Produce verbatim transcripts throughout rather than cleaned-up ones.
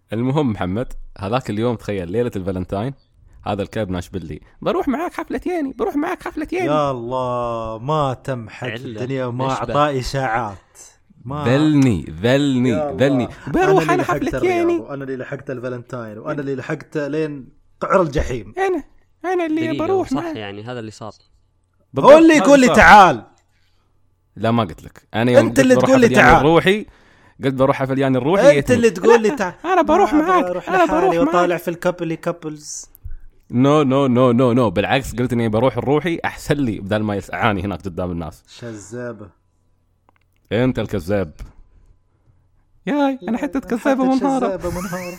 المهم محمد، هذاك اليوم تخيل ليلة الفالنتاين، هذا الكلب ناشب لي بروح معاك حفلة ياني، بروح معاك حفلة ياني. يا الله ما تم حد في الدنيا وما أعطى إشاعات. ذلني ذلني ذلني بروح أنا حفلة ياني، وأنا اللي لحقت الفالنتاين، وأنا اللي لحقت لين قعر الجحيم. أنا أنا اللي بروح صح معك. يعني هذا اللي صار. هو اللي يقول لي تعال. لا ما قلت لك أنا يوم أنت اللي تقول لي تعال روحي، قلت بروح حفل ياني الروحي. أنت اللي تقول لي تعال. أنا بروح معاك، أنا بروح وطالع في الكابلي كابلز. نو نو نو نو نو بالعكس، قلت اني بروح الروحي احسن لي بدل ما يسعاني هناك قدام الناس. شذابه انت الكذاب. ياي انا حتى كذابه منهاره منهاره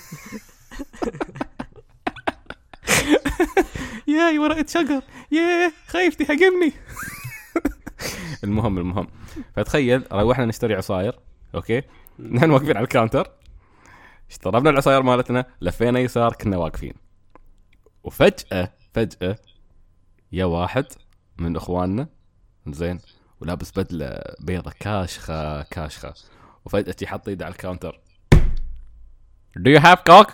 ياي ورقه شجر، ياه خايفتي هاجمني. المهم المهم فتخيل روحنا نشتري عصاير، اوكي نحن واقفين على الكاونتر، اشترينا العصاير مالتنا، لفينا يسار، كنا واقفين، وفجأة فجأة يا واحد من اخواننا زين ولابس بدلة بيضة كاشخة كاشخة، وفجأة يحط يده على الكاونتر. Do you have coke؟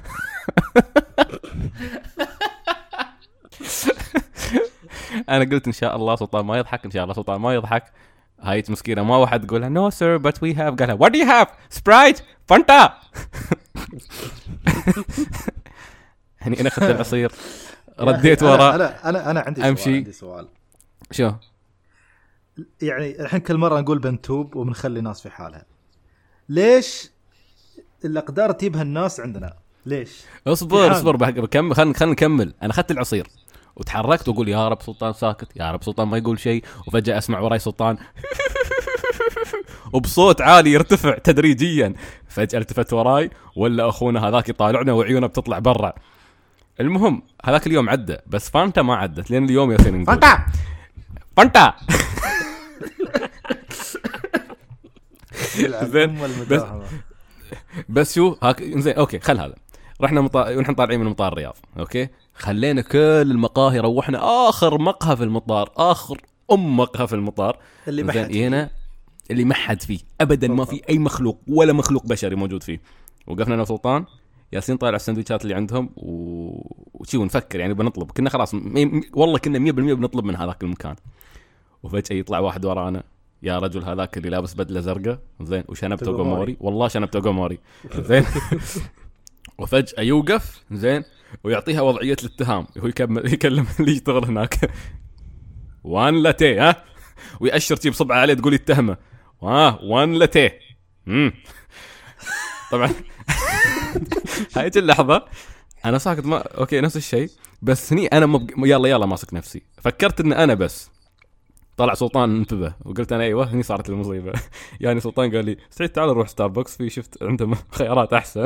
أنا قلت إن شاء الله سلطان ما يضحك، إن شاء الله سلطان ما يضحك. هاي مسكينة ما واحد تقولها no sir but we have. قالها what do you have؟ Sprite؟ فانتا؟ يعني أنا أخذت العصير رديت ورا. أنا أنا أنا عندي أمشي. سؤال عندي سؤال شو يعني الحين كل مرة نقول بنتوب وبنخلي ناس في حالها، ليش الأقدار تجيبها الناس عندنا؟ ليش؟ اصبر اصبر بكمل، خلنا خلنا نكمل. أنا أخذت العصير وتحركت وأقول يا رب سلطان ساكت، يا رب سلطان ما يقول شيء، وفجأة أسمع وراي سلطان وبصوت عالي يرتفع تدريجيا. فجأة التفت وراي ولا أخونا هذاك يطالعنا وعيونه بتطلع برا. المهم هذاك اليوم عدى، بس فانتا ما عدت لين اليوم يا سنين. فانتا فانتا زين بس بس شو هاك زين اوكي خل هذا. رحنا مطار ونحن طالعين من مطار الرياض، اوكي خلينا كل المقاهي، روحنا اخر مقهى في المطار، اخر ام مقهى في المطار اللي ما حد هنا اللي ما حد فيه ابدا، ما في اي مخلوق ولا مخلوق بشري موجود فيه. وقفنا انا وسلطان، ياسين طالع السندويشات اللي عندهم وشو نفكر يعني بنطلب، كنا خلاص م... والله كنا مية بالمية بنطلب من هذاك المكان. وفجأة يطلع واحد ورانا، يا رجل هذاك اللي لابس بدلة زرقاء زين وشنب توغوموري، والله شنب توغوموري زين. وفجأة يوقف زين ويعطيها وضعية الاتهام، هو يكمل يكلم اللي يشتغل هناك وان لاتيه ها، ويأشر تجيب صبعه عليه تقول يتهمه ها وان لاتيه. امم طبعا هاي اللحظة أنا ساكت ما أوكي نفس الشيء، بس هني أنا مب... يلا يلا ماسك نفسي، فكرت إن أنا بس. طلع سلطان انتبه وقلت أنا أيوة، هني صارت المصيبة. يعني سلطان قال لي سعيد تعال نروح ستاربكس، في شفت عندهم خيارات أحسن.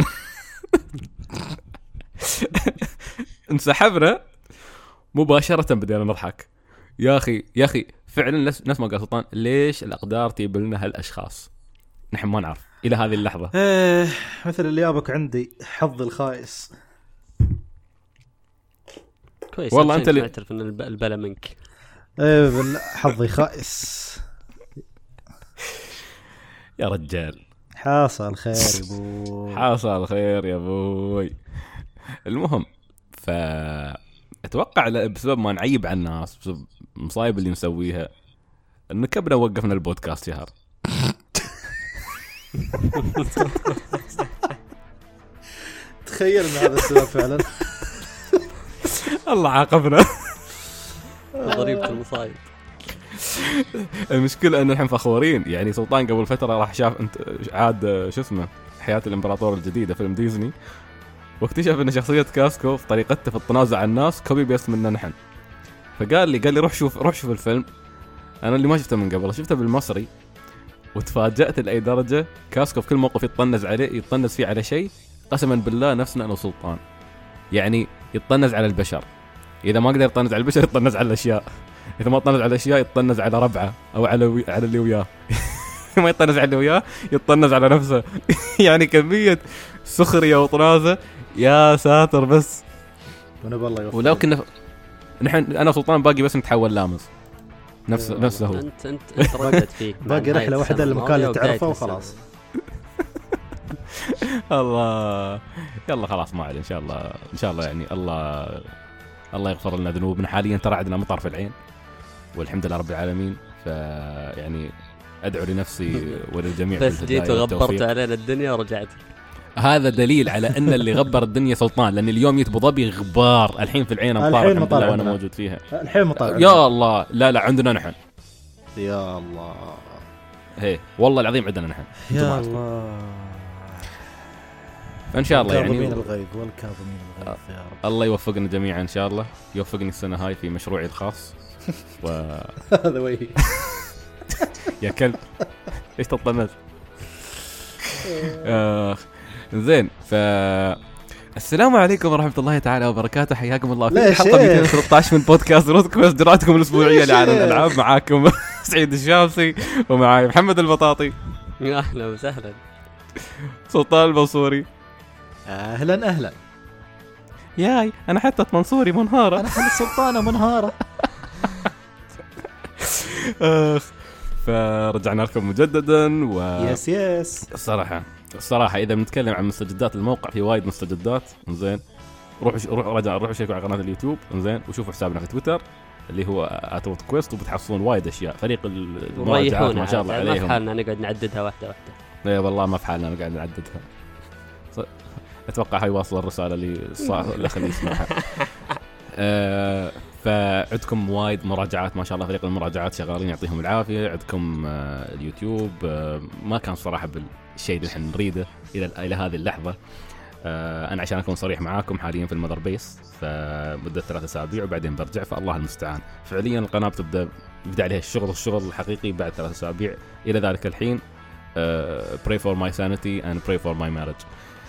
انسحبنا مباشرة، بدينا نضحك. يا أخي يا أخي فعلا نفس ما قال سلطان، ليش الأقدار تجيب لنا هالأشخاص نحن ما نعرف إلى هذه اللحظة. إيه مثل اللي يابك عندي حظ الخائس. كويس والله أنت اللي تعترف إن البلا منك. إيه حظي خائس يا رجال. حاصل خير يا ابوي، حاصل خير يا ابوي. المهم فأتوقع بسبب ما نعيب على الناس، بسبب المصايب اللي نسويها، إن كبنا وقفنا البودكاست شهر. تخيل ان هذا السبب فعلا. الله عاقبنا. ضريبة المصايب. المشكلة أن الحين فخورين، يعني سلطان قبل فترة راح شاف أنت عاد شو اسمه حياة الإمبراطور الجديدة فيلم ديزني، واكتشف أن شخصية كاسكو في طريقته في التنازع عن الناس كوبي بيست مننا نحن. فقال لي قال لي روح شوف روح شوف الفيلم. أنا اللي ما شفته من قبل شفته بالمصري، وتفاجأت لأي درجة كاسكو في كل موقف يتطنز عليه يتطنز فيه على شيء قسما بالله نفسنا أنا وسلطان، يعني يتطنز على البشر، إذا ما قدر يتطنز على البشر يتطنز على الأشياء، إذا ما يتطنز على الأشياء يتطنز على ربعه أو على وي... على اللي وياه. ما يتطنز على اللي وياه يتطنز على نفسه. يعني كمية سخرية وطنازة يا ساتر. بس ولو كنا نحن أنا وسلطان باقي بس نتحول لامس نفس نفسه هو. أنت أنت أنت ردت فيك باقي رحلة واحدة للمكان اللي تعرفه وخلاص. الله يلا خلاص ما عليه ان شاء الله ان شاء الله يعني الله الله يغفر لنا ذنوبنا. حاليا ترى عندنا مطر في العين والحمد لله رب العالمين. فيعني ادعو لنفسي وللجميع بس جيت وغبرت علينا الدنيا ورجعت. هذا دليل على ان اللي غبر الدنيا سلطان، لان اليوم يت ابو ظبي غبار، الحين في العين امطار الحمد لله وانا موجود فيها الحين مطار. يا الله لا لا عندنا نحن يا الله هي والله العظيم عندنا نحن يا الله. فان شاء الله يعني الكاظمين الغيظ والكاظمين الغيظ يا رب. الله يوفقنا جميعا ان شاء الله، يوفقني السنه هاي في مشروعي الخاص و هذا وجهي يا كلب ايش تطنز. آه زين ف السلام عليكم ورحمة الله تعالى وبركاته، حياكم الله في الحلقة مئتين وثلاثة عشر من بودكاست رود كويست، جرعتكم الأسبوعية لعالم الألعاب. معاكم سعيد الشامسي ومعاي محمد البطاطي. أهلا وسهلا. سلطان البنصوري. أهلا أهلا. ياي أنا حتى منصوري منهارة. أنا حتى السلطانة منهارة. فرجعنا لكم مجددا و يس يس. الصراحة الصراحة إذا بنتكلم عن مستجدات الموقع في وايد مستجدات. إنزين روحوا روحوا رجع روحوا شيكوا على قناة اليوتيوب إنزين وشوفوا حسابنا في تويتر اللي هو آت كويست وبتحصلون وايد أشياء. فريق المراجعات ما شاء الله عليهم. ما في حالنا نقعد نعددها واحدة واحدة. لا والله ما في حالنا نقعد نعددها. أتوقع هاي واصلة الرسالة اللي اللي خليه يسمعها. أه فعندكم وايد مراجعات ما شاء الله، فريق المراجعات شغالين يعطيهم العافية. عندكم آه اليوتيوب آه ما كان صراحة بالشيء اللي احنا نريده إلى إلى هذه اللحظة. آه أنا عشان أكون صريح معاكم حاليا في المذر بيس فمدة ثلاثة أسابيع وبعدين برجع، فالله المستعان. فعليا القناة بتبدأ يبدأ عليها الشغل الشغل الحقيقي بعد ثلاثة أسابيع. إلى ذلك الحين آه pray for my sanity and pray for my marriage.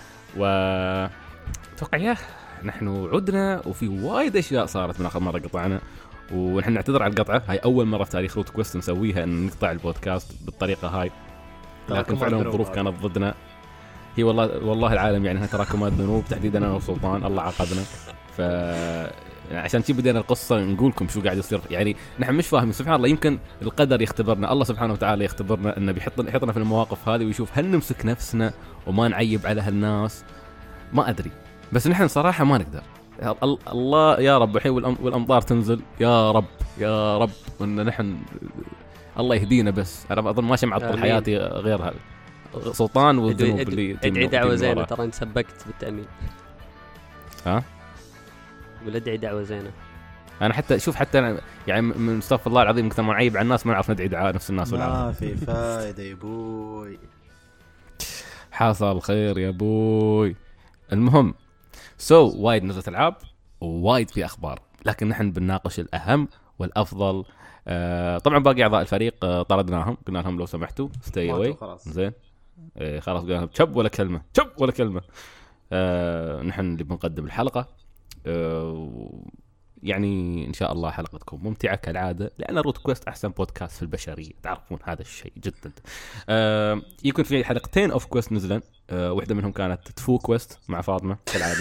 وأتوقع ياه نحن عدنا وفي وايد أشياء صارت من آخر مرة قطعنا، ونحن نعتذر على القطعة. هاي أول مرة في تاريخ روت كويست نسويها إن نقطع البودكاست بالطريقة هاي، لكن فعلا الظروف كانت ضدنا. هي والله والله العالم يعني هي تراكمات ذنوب، تحديدا أنا وسلطان الله عاقبنا. ف عشان تجي بدينا القصة نقولكم شو قاعد يصير. يعني نحن مش فاهمين سبحان الله، يمكن القدر يختبرنا، الله سبحانه وتعالى يختبرنا إنه بيحطنا يحطنا في المواقف هذه ويشوف هل نمسك نفسنا وما نعيب على هالناس. ما أدري بس نحن صراحة ما نقدر. الله يا رب الحين والأمطار تنزل يا رب يا رب وإن نحن الله يهدينا. بس أنا أظن ماشي معطل حياتي غير هذا سلطان والذنوب اللي ادعي دعوة زينة. ترى انت سبكت بالتأمين. ها ولا ادعي دعوة زينة. أنا حتى شوف حتى أنا يعني من استغفر الله العظيم كثر ما نعيب على الناس ما نعرف ندعي دعاء نفس الناس. ولا ما في فايدة يا بوي. حصل خير يا بوي. المهم سو so, وايد نزلت ألعاب ووايد في أخبار، لكن نحن بنناقش الأهم والأفضل. آه طبعا باقي أعضاء الفريق آه طردناهم، قلنا لهم لو سمحتوا stay away. زين آه خلاص قلنا لهم شب ولا كلمة شب ولا كلمة. آه نحن اللي بنقدم الحلقة. آه يعني إن شاء الله حلقتكم ممتعة كالعادة، لأن روت كويست أحسن بودكاست في البشرية، تعرفون هذا الشيء جدا. آه يكون في حلقتين أوف كويست نزلن. آه واحدة منهم كانت تفو كويست مع فاطمة كالعادة.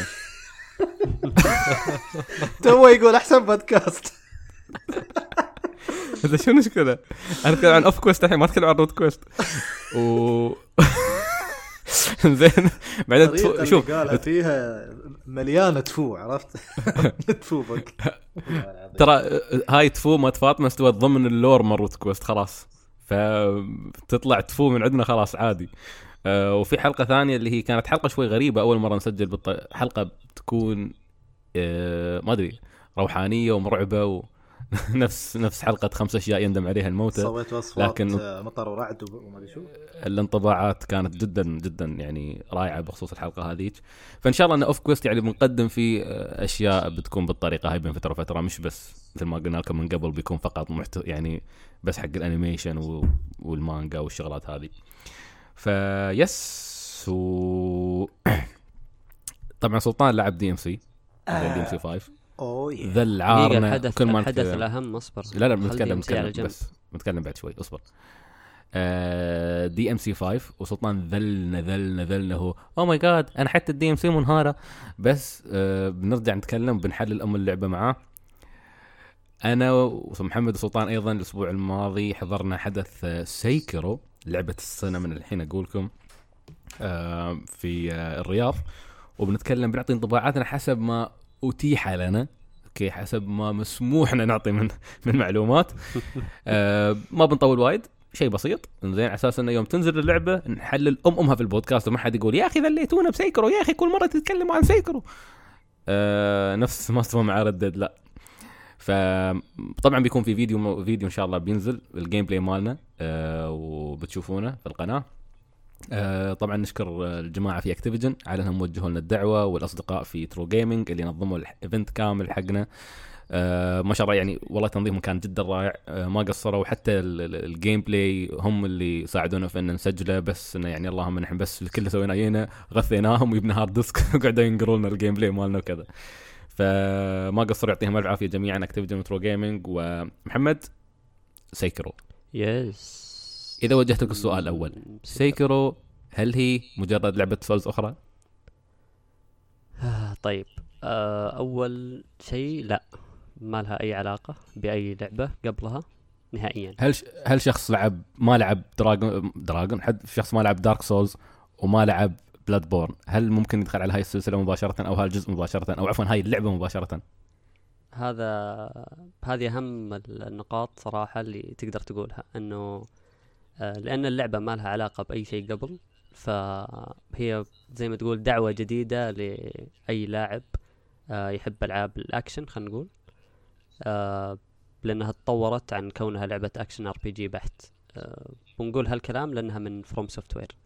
تو يقول أحسن بودكاست. هذا شو نشكله؟ أنا أتكلم عن أوف كويست الحين ما أتكلم عن روت كويست. و زين بعدين شوف قالها فيها مليانة تفو، عرفت؟ تفو بك. ترى هاي تفو ما فاطمة استوت ضمن اللور مروت كويست خلاص، فتطلع تفو من عندنا خلاص عادي. أه وفي حلقة ثانية اللي هي كانت حلقة شوي غريبة، أول مرة نسجل بالط... حلقة بتكون أه ما أدري روحانية ومرعبة و... نفس نفس حلقة خمس أشياء يندم عليها الموتى. صوت وصوات لكن مطر ورعد وما أدري شو. الانطباعات كانت جدا جدا يعني رائعة بخصوص الحلقة هذه. فإن شاء الله أن أوف كويست يعني بنقدم في أشياء بتكون بالطريقة هاي بين فترة وفترة، مش بس مثل ما قلنا لكم من قبل بيكون فقط محتوى يعني بس حق الأنيميشن و... والمانجا والشغلات هذه. فيس و... طبعا سلطان لعب دي ام سي دي ام سي خمسة. اوه ذا العارنا كل ما الحدث الأهم. أصبر لا لا بنتكلم بنتكلم بس بنتكلم بعد شوي اصبر. دي ام سي خمسة وسلطان ذلنا ذلنا ذلنا هو او ماي جاد انا حتى الدي ام سي منهاره. بس آه بنرجع نتكلم بنحلل ام اللعبه معاه. انا ومحمد وسلطان ايضا الاسبوع الماضي حضرنا حدث سيكرو لعبه السنه من الحين اقولكم. آه في آه الرياض، وبنتكلم بنعطي انطباعاتنا حسب ما أتيح لنا، اوكي، حسب ما مسموح لنا نعطي من من معلومات. آه ما بنطول وايد، شيء بسيط زين، على اساس انه يوم تنزل اللعبه نحلل ام امها في البودكاست، وما حد يقول يا اخي ذليتونا بسيكرو، يا اخي كل مره تتكلموا عن سيكرو آه نفس ما استوى مع ردد. لا، فطبعا بيكون في فيديو فيديو ان شاء الله بينزل الجيم بلاي مالنا آه وبتشوفونه في القناه. آه طبعا نشكر الجماعه في اكتيفيجن على انهم وجهوا لنا الدعوه، والاصدقاء في ترو جيمنج اللي نظموا الايفنت كامل حقنا. آه ما شاء الله يعني، والله تنظيمهم كان جدا رائع، آه ما قصروا، وحتى الجيم بلاي هم اللي ساعدونا في ان نسجله، بس انه يعني اللهم نحن بس الكل سوينا اينا غثيناهم ويبنا هارد ديسك وقعدوا ينقروا لنا الجيم بلاي مالنا وكذا. فما قصروا، يعطيهم العافيه جميعا اكتيفيجن وترو جيمنج. ومحمد، سيكرو يس اذا وجهتك السؤال الاول، سيكرو هل هي مجرد لعبه سولز اخرى؟ آه طيب، آه اول شيء لا، ما لها اي علاقه باي لعبه قبلها نهائيا. هل ش... هل شخص لعب ما لعب دراجون دراجون حد شخص ما لعب دارك سولز وما لعب بلاد بورن، هل ممكن يدخل على هاي السلسله مباشره او هالجزء مباشره، او عفوا هاي اللعبه مباشره؟ هذا هذه اهم النقاط صراحه اللي تقدر تقولها، انه آه لان اللعبه ما لها علاقه باي شيء قبل، فهي زي ما تقول دعوه جديده لاي لاعب آه يحب العاب الاكشن، خلينا نقول، آه لانها تطورت عن كونها لعبه اكشن ار بي جي بحت. آه بنقول هالكلام لانها من فروم سوفت وير.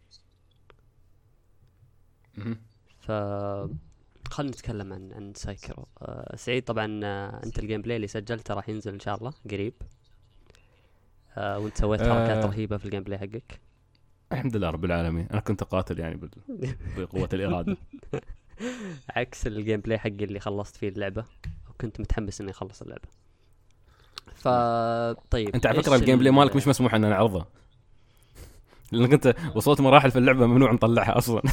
ف خلينا نتكلم عن عن سايكرو. آه سعيد، طبعا آه انت الجيم بلاي اللي سجلته راح ينزل ان شاء الله قريب، آه وانت سويت حركات آه رهيبه في الجيم بلاي حقك. الحمد لله رب العالمين، انا كنت قاتل يعني بقوه الاراده. عكس الجيم بلاي حقي اللي خلصت فيه اللعبه وكنت متحمس اني اخلص اللعبه. ف طيب، انت على فكره الجيم بلاي مالك مش مسموح ان نعرضه، لانك انت وصلت مراحل في اللعبه ممنوع نطلعها اصلا.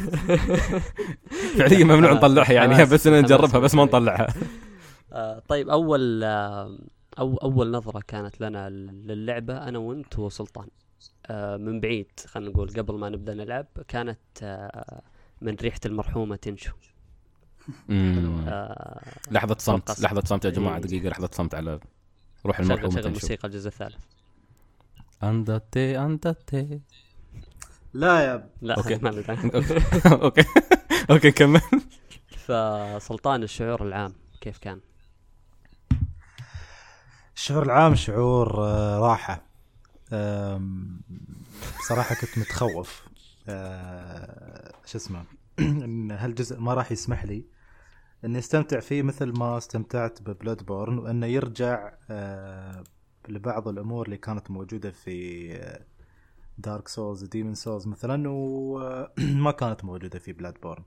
فعليا ممنوع نطلعها يعني، بس ان نجربها بس ما نطلعها. آه طيب، اول آه أو اول نظره كانت لنا للعبه انا وانت وسلطان آه من بعيد، خلينا نقول قبل ما نبدا نلعب، كانت آه من ريحه المرحومه تنشو. آه لحظه صمت، لحظه صمت يا جماعه، دقيقه لحظه صمت على روح المرحومه تنشو. شغل موسيقى الجزء الثالث. اندتي اندتي لا يا لا اوكي ما له اوكي اوكي كمل. فسلطان، الشعور العام كيف كان؟ الشعور العام شعور راحة. بصراحة كنت متخوف شو اسمه ان هالجزء ما راح يسمح لي اني استمتع فيه مثل ما استمتعت ببلاد بورن، وانه يرجع لبعض الامور اللي كانت موجودة في دارك سولز ديمون سولز مثلا، وما كانت موجودة في بلاد بورن.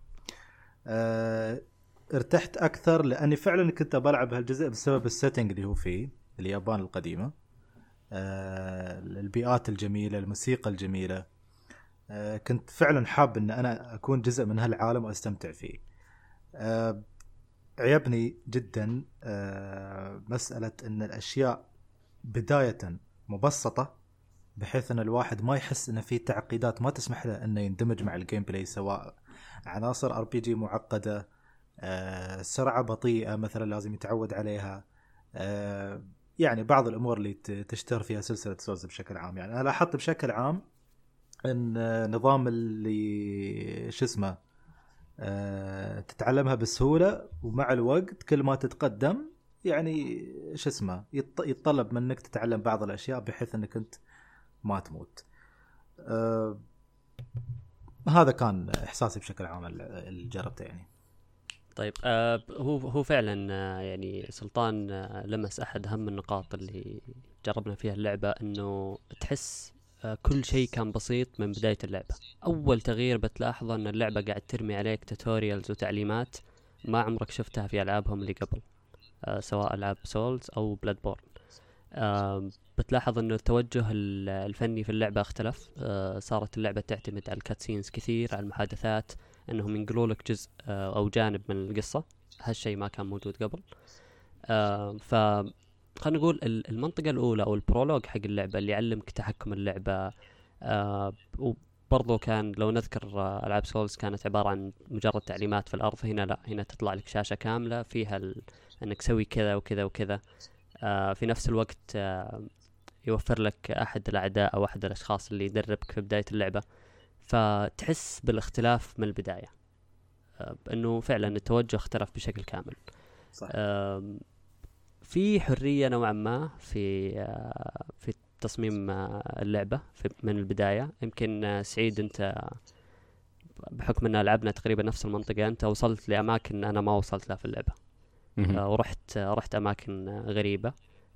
ارتحت اكثر لاني فعلا كنت بلعب هالجزء بسبب السيتنج اللي هو فيه، اليابان القديمة، آه، البيئات الجميلة، الموسيقى الجميلة. آه، كنت فعلا حاب ان انا اكون جزء من هالعالم واستمتع فيه. آه، عيبني جدا آه، مسألة ان الاشياء بداية مبسطة، بحيث ان الواحد ما يحس ان في تعقيدات ما تسمح له انه يندمج مع الجيم بلاي، سواء عناصر ار بي جي معقدة، آه، سرعة بطيئة مثلا لازم يتعود عليها، آه، يعني بعض الأمور اللي تشتهر فيها سلسلة سولز بشكل عام. يعني أنا لاحظت بشكل عام أن نظام اللي شو اسمه أه تتعلمها بسهولة، ومع الوقت كل ما تتقدم يعني شو اسمه يتطلب منك تتعلم بعض الأشياء بحيث أنك أنت ما تموت. أه هذا كان إحساسي بشكل عام اللي جربته يعني. طيب، آه هو هو فعلا آه يعني سلطان آه لمس احد اهم النقاط اللي جربنا فيها اللعبه، انه تحس آه كل شيء كان بسيط من بدايه اللعبه. اول تغيير بتلاحظه ان اللعبه قاعد ترمي عليك توتوريالز وتعليمات ما عمرك شفتها في العابهم اللي قبل، آه سواء العاب سولز او بلاد بورن. آه بتلاحظ انه التوجه الفني في اللعبه اختلف. آه صارت اللعبه تعتمد على الكاتسينز كثير، على المحادثات، انهم ينقلوا لك جزء او جانب من القصه. هالشيء ما كان موجود قبل. آه ف خلينا نقول المنطقه الاولى او البرولوج حق اللعبه اللي يعلمك تحكم اللعبه، آه برضو كان لو نذكر ألعاب سولز كانت عبارة عن مجرد تعليمات في الأرض. هنا لا، هنا تطلع لك شاشة كاملة فيها ال... أنك سوي كذا وكذا وكذا. آه في نفس الوقت آه يوفر لك أحد الأعداء أو أحد الأشخاص اللي يدربك في بداية اللعبة، فتحس بالاختلاف من البداية. آه أنه فعلا التوجه اختلف بشكل كامل. صح. آه في حرية نوعا ما في آه في تصميم اللعبة من البداية. يمكن سعيد أنت بحكم أن لعبنا تقريبا نفس المنطقة، أنت وصلت لأماكن أنا ما وصلت لها في اللعبة. آه ورحت رحت أماكن غريبة.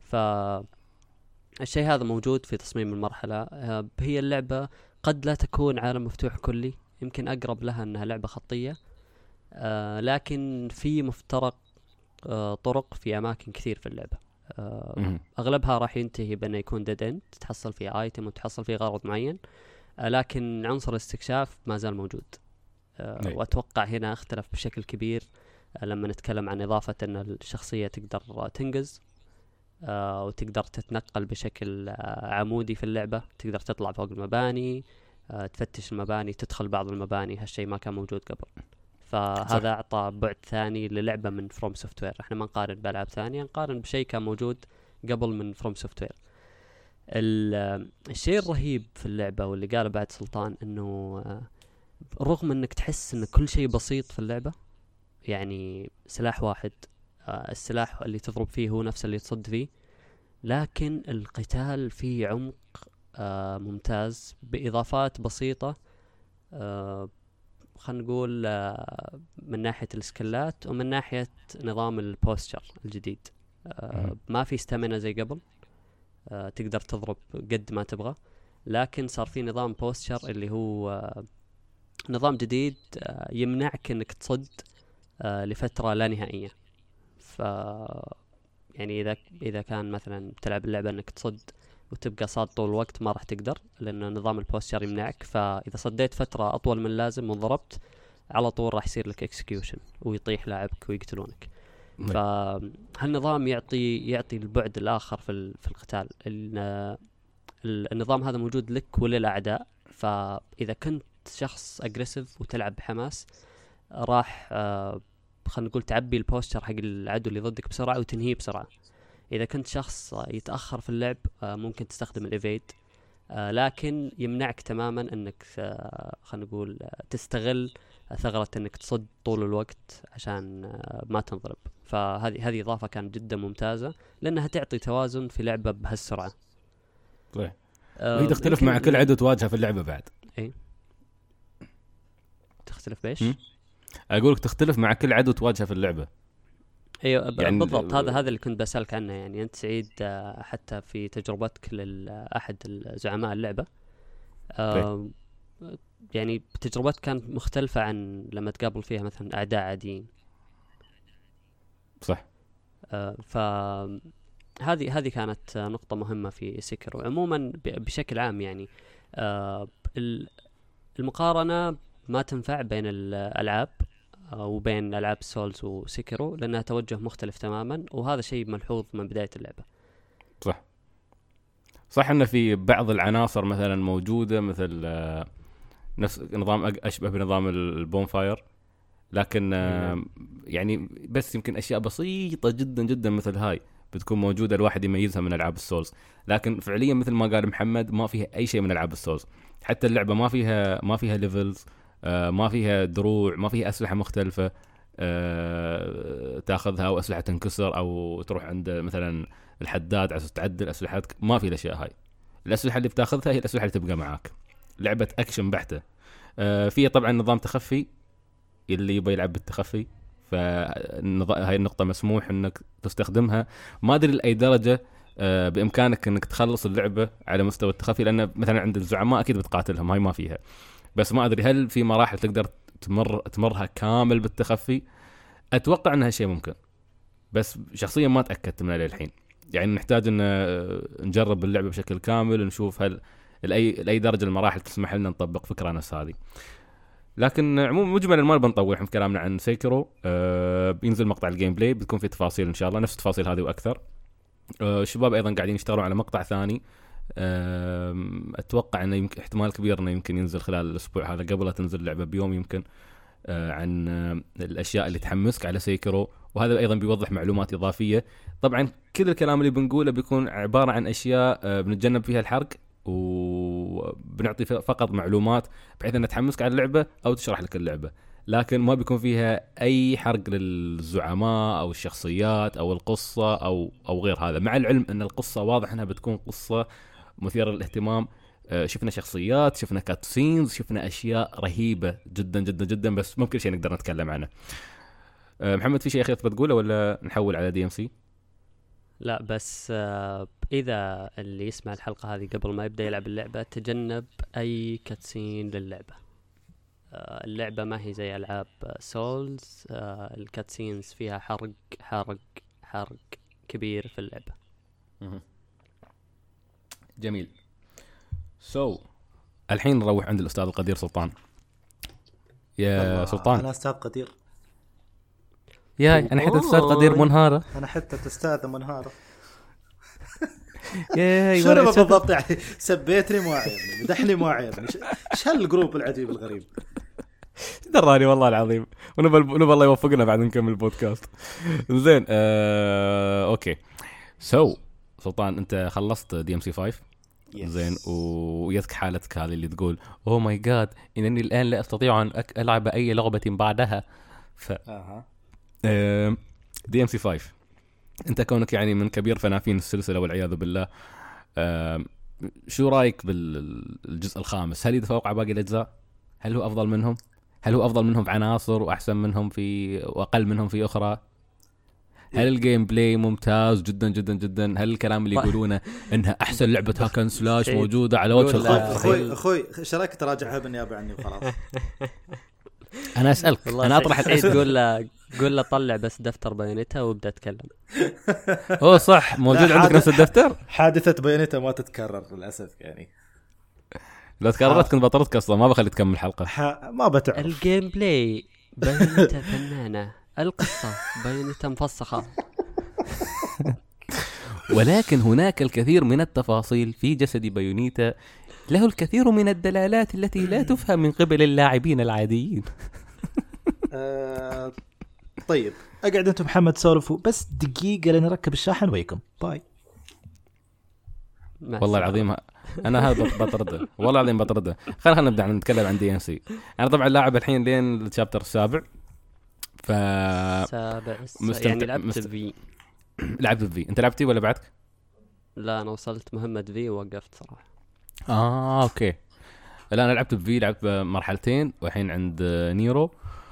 فالشيء هذا موجود في تصميم المرحلة. آه هي اللعبة قد لا تكون عالم مفتوح كلي، يمكن أقرب لها أنها لعبة خطية، آه لكن في مفترق آه طرق في أماكن كثير في اللعبة. آه أغلبها راح ينتهي بأنه يكون ديد اند، تحصل فيه آيتم وتحصل فيه غرض معين، آه لكن عنصر الاستكشاف ما زال موجود. آه وأتوقع هنا اختلف بشكل كبير آه لما نتكلم عن إضافة أن الشخصية تقدر تنقز آه وتقدر تتنقل بشكل آه عمودي في اللعبة، تقدر تطلع فوق المباني، آه تفتش المباني، تدخل بعض المباني. هالشيء ما كان موجود قبل، فهذا أعطى بعد ثاني للعبة من فروم سوفتوير. احنا ما نقارن بألعاب ثانية، نقارن بشيء كان موجود قبل من فروم سوفتوير. الشيء الرهيب في اللعبة واللي قاله بعد سلطان انه رغم انك تحس ان كل شيء بسيط في اللعبة، يعني سلاح واحد، السلاح اللي تضرب فيه هو نفس اللي تصد فيه، لكن القتال فيه عمق ممتاز بإضافات بسيطة. خلينا نقول من ناحية السكلات ومن ناحية نظام البوستشر الجديد. آه ما في ستامينا زي قبل، آه تقدر تضرب قد ما تبغى، لكن صار في نظام بوستشر اللي هو آه نظام جديد آه يمنعك انك تصد آه لفترة لا نهائية. ف يعني اذا اذا كان مثلا تلعب اللعبة انك تصد وتبقى صاد طول الوقت، ما راح تقدر، لأن نظام البوستشر يمنعك. فإذا صديت فترة أطول من اللازم وضربت على طول راح يصير لك إكسكيوشن ويطيح لاعبك ويقتلونك. فهالنظام يعطي يعطي البعد الآخر في في القتال. النظام هذا موجود لك وللأعداء، فإذا كنت شخص أجريسيف وتلعب بحماس راح آه خلينا نقول تعبي البوستشر حق العدو اللي ضدك بسرعة وتنهيه بسرعة. إذا كنت شخص يتأخر في اللعب ممكن تستخدم الإيفيد، لكن يمنعك تماما أنك خلينا نقول تستغل ثغرة أنك تصد طول الوقت عشان ما تنضرب. فهذه هذه إضافة كانت جدا ممتازة لأنها تعطي توازن في لعبة بهالسرعة. صحيح. وهي تختلف مع كل عدو تواجهه في اللعبة بعد. إيه تختلف بإيش؟ أقولك تختلف مع كل عدو تواجهه في اللعبة. ايوه يعني بالضبط. هذا هذا اللي كنت بسألك عنه. يعني انت سعيد حتى في تجربتك لاحد الزعماء اللعبه آه يعني تجربتك كانت مختلفه عن لما تقابل فيها مثلا اعداء عاديين. صح. آه ف هذه هذه كانت نقطه مهمه في سيكرو عموما بشكل عام. يعني آه المقارنه ما تنفع بين الالعاب وبين ألعاب سولز وسيكرو لأنها توجه مختلف تماما، وهذا شيء ملحوظ من بداية اللعبة. صح صح أن في بعض العناصر مثلا موجودة مثل نفس نظام أشبه بنظام البونفاير، لكن يعني بس يمكن أشياء بسيطة جدا جدا مثل هاي بتكون موجودة الواحد يميزها من ألعاب السولز. لكن فعليا مثل ما قال محمد ما فيها أي شيء من ألعاب السولز. حتى اللعبة ما فيها ما فيها ليفلز، آه ما فيها دروع، ما فيها أسلحة مختلفة آه تاخذها أو أسلحة تنكسر أو تروح عند مثلا الحداد عشان تعدل أسلحتك. ما في الأشياء هاي. الأسلحة اللي بتاخذها هي الأسلحة اللي تبقى معاك. لعبة أكشن بحتة. آه فيها طبعا نظام تخفي، اللي يبغى يلعب بالتخفي فهاي النقطة مسموح إنك تستخدمها. ما أدري لأي درجة آه بإمكانك إنك تخلص اللعبة على مستوى التخفي، لأن مثلا عند الزعماء أكيد بتقاتلهم، هاي ما فيها. بس ما أدري هل في مراحل تقدر تمر تمرها كامل بالتخفي. أتوقع أنها شيء ممكن، بس شخصيا ما تأكدت منها للحين. يعني نحتاج أن نجرب اللعبة بشكل كامل ونشوف هل لأي لأي درجة المراحل تسمح لنا نطبق فكرة نفس هذه. لكن عموما مجملا ما بنطول في كلامنا عن سيكرو. أه بينزل مقطع الجيم بلاي بتكون فيه تفاصيل إن شاء الله نفس التفاصيل هذه وأكثر. أه الشباب أيضا قاعدين يشتغلوا على مقطع ثاني اتوقع انه يمكن احتمال كبير انه يمكن ينزل خلال الاسبوع هذا قبل لا تنزل اللعبه بيوم يمكن، عن الاشياء اللي تحمسك على سيكرو. وهذا ايضا بيوضح معلومات اضافيه. طبعا كل الكلام اللي بنقوله بيكون عباره عن اشياء بنتجنب فيها الحرق، وبنعطي فقط معلومات بحيث انها تحمسك على اللعبه او تشرح لك اللعبه، لكن ما بيكون فيها اي حرق للزعماء او الشخصيات او القصه او او غير هذا. مع العلم ان القصه واضح انها بتكون قصه مثيره للاهتمام، شفنا شخصيات، شفنا كاتسينز، شفنا اشياء رهيبه جدا جدا جدا، بس مو كل شيء نقدر نتكلم عنه. محمد في شيء اخير تبغى تقوله ولا نحول على دي ام سي؟ لا بس اذا اللي يسمع الحلقه هذه قبل ما يبدا يلعب اللعبه تجنب اي كاتسين للعبه. اللعبه ما هي زي العاب سولز، الكاتسينز فيها حرق حرق حرق كبير في اللعبه. جميل. سو so, الحين نروح عند الاستاذ القدير سلطان. يا سلطان. انا استاذ قدير. ياي انا حتى استاذ قدير منهاره. انا حتى استاذ منهاره. ياي شنو بالضبط يعني؟ سبيتني مو عيبني، مدحني مو عيبني، ايش هالجروب العجيب الغريب؟ دراني والله العظيم. ونبل نبل الله يوفقنا بعد نكمل البودكاست. زين آه، اوكي. سو so, سلطان انت خلصت دي ام سي خمسة yes. زين ويتك حالتك هذه اللي تقول اوه ماي جاد انني الان لا استطيع ان العب اي لعبه بعدها. ف اها آه دي ام سي خمسة انت كونك يعني من كبير فنافين السلسله والعياذ بالله، آه شو رايك بالجزء الخامس؟ هل يتفوق باقي الاجزاء؟ هل هو افضل منهم؟ هل هو افضل منهم في عناصر واحسن منهم في واقل منهم في اخرى؟ هل الجيم بلاي ممتاز جدا جدا جدا؟ هل الكلام اللي يقولونه انها احسن لعبه هاكن سلاش موجوده على وجه الارض؟ اخوي اخوي ايش رايك تراجعها بالنيابه عني وخلاص؟ انا اسالك، انا اطرح الاسئله. قول له قول له طلع بس دفتر بياناتها وابدا اتكلم. اوه صح موجود عندك نفس الدفتر. حادثه بياناتها ما تتكرر للاسف يعني. لو تكررت كنت بطردك اصلا، ما بخلي تكمل الحلقه. ما بتعرف. الجيم بلاي بياناتها فنانه، القصه بياناتها مفسخه. ولكن هناك الكثير من التفاصيل في جسد بايونيتا له الكثير من الدلالات التي لا تفهم من قبل اللاعبين العاديين. آه طيب اقعد انتم محمد سولفوا بس دقيقه لين نركب الشاحن ويكم باي. والله العظيم انا هذا بطرده، والله العظيم بطرده. خلينا خلينا نبدا نتكلم عن دي ان سي. انا طبعا لاعب الحين لين الشابتر السابع. ف سابع مستمتع... يعني لعبت مست... في لعبت في انت لعبتي ولا بعدك؟ لا انا وصلت مهمه في ووقفت صراحه. اه اوكي. لا انا لعبت في لعبت مرحلتين والحين عند نيرو.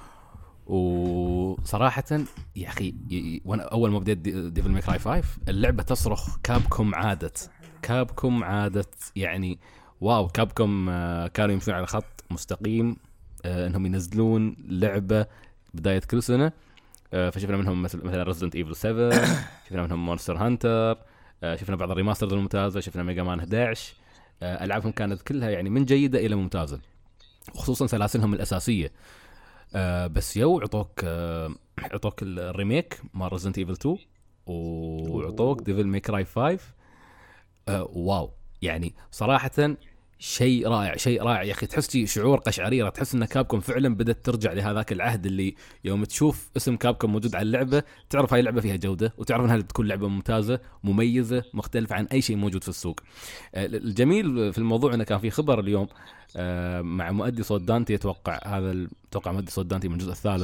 وصراحه يا اخي وانا اول ما بديت ديفل ماي كراي خمسة اللعبه تصرخ كابكوم عادت كابكوم عادت يعني واو. كابكوم كانوا يمشون على خط مستقيم انهم ينزلون لعبه بدايه كل سنه. فشفنا منهم مثلا ريزيدنت ايفل سبعة، شفنا منهم مونستر هانتر، شفنا بعض الريماسترز الممتازه، شفنا ميجا مان إحدى عشر. العابهم كانت كلها يعني من جيده الى ممتازه، وخصوصا سلاسلهم الاساسيه. بس يو عطوك عطوك الريميك مال ريزيدنت ايفل اثنين وعطوك ديفل ماي كراي خمسة. واو يعني صراحه شيء رائع شيء رائع يا اخي. تحس شعور قشعريره، تحس ان كابكوم فعلا بدات ترجع لهذاك العهد اللي يوم تشوف اسم كابكوم موجود على اللعبه تعرف هاي اللعبه فيها جوده، وتعرف انها بتكون لعبه ممتازه مميزه مختلفه عن اي شيء موجود في السوق. الجميل في الموضوع انه كان في خبر اليوم مع مؤدي صوت دانتي، اتوقع هذا اتوقع مؤدي صوت دانتي من الجزء الثالث.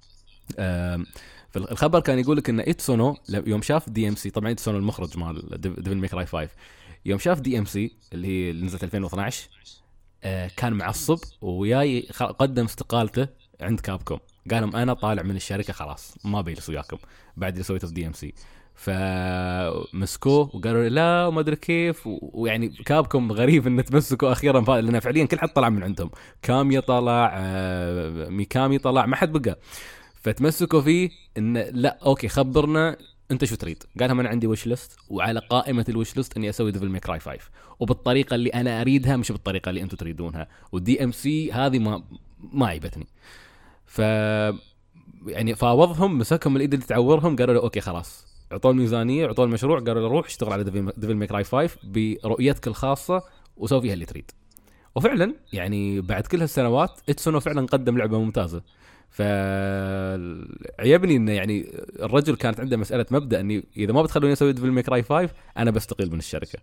الخبر كان يقول لك ان ايتسونو يوم شاف دي ام سي، طبعا ايتسونو المخرج مال ديفل ماي كراي خمسة، يوم شاف دي ام سي اللي هي اللي نزلت ألفين واثناشر آه كان معصب وياي قدم استقالته عند كابكوم. قال لهم انا طالع من الشركه خلاص ما بيجلس وياكم بعد اللي سويته في دي ام سي. فمسكوه وقالوا لا وما ادري كيف، ويعني كابكوم غريب ان تمسكوا اخيرا لان فعليا كل حد طلع من عندهم. كاميا طلع، آه ميكامي طلع، ما حد بقى. فتمسكوا فيه ان لا اوكي خبرنا انت شو تريد. قالهم انا عندي ويش ليست وعلى قائمه الويش ليست اني اسوي ديفل ماي كراي خمسة وبالطريقه اللي انا اريدها مش بالطريقه اللي انتم تريدونها. والدي ام سي هذه ما ما عيبتني. ف يعني فاوضهم مسكهم الايد اللي تعورهم، قالوا له اوكي خلاص عطوا الميزانيه عطوا المشروع قالوا له روح اشتغل على ديفل ميك راي خمسة برؤيتك الخاصه وسوي فيها اللي تريد. وفعلا يعني بعد كل هالسنوات اتسونو فعلا قدم لعبه ممتازه. فعيبني انه يعني الرجل كانت عنده مساله مبدا اني اذا ما بتخلوني اسوي ديفل ميك راي خمسة انا بستقيل من الشركه.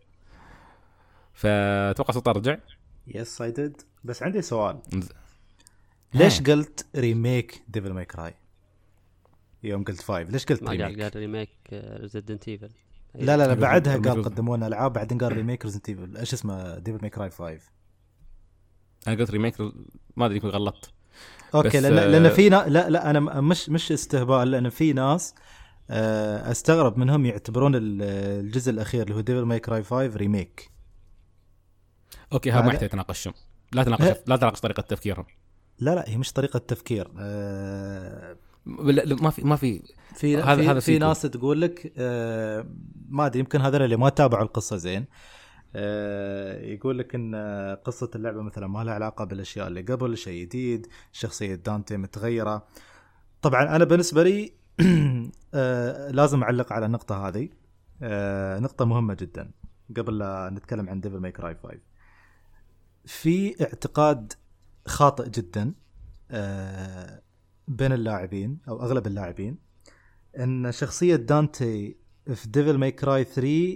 فتوقع سلطان رجع. يس اي ديد. بس عندي سؤال، ليش قلت ريميك ديفل ماي كراي يوم قلت فايف؟ ليش قلت ما ريميك؟ قال قال ريميك ريزيدنت ايفل. لا لا لا بعدها قال قدمونا العاب بعدين قال ريميك ريزنت ايفل. ايش اسمه ديفل ماي كراي فايف؟ انا قلت ريميك ما ادري يكون غلطت. اوكي لان لان في نا... لا لا انا مش مش استهبال، لان في ناس استغرب منهم يعتبرون الجزء الاخير اللي هو ديفل ماي كراي فايف ريميك. اوكي ها ما يحتاج تناقشهم. لا تناقش لا تناقش طريقه تفكيرهم. لا لا هي مش طريقه تفكير. أه... ما في ما في في هذا هذا في ناس تقول لك أه... ما ادري يمكن هذول اللي ما تابعوا القصه زين أه... يقول لك ان قصه اللعبه مثلا ما لها علاقه بالاشياء اللي قبل، شيء جديد، شخصيه دانتي متغيره. طبعا انا بالنسبه لي أه... لازم اعلق على النقطه هذه. أه... نقطه مهمه جدا قبل لا نتكلم عن ديفل ماي كراي فايف. في اعتقاد خاطئ جدا بين اللاعبين او اغلب اللاعبين ان شخصيه دانتي في ديفل ماي كراي ثري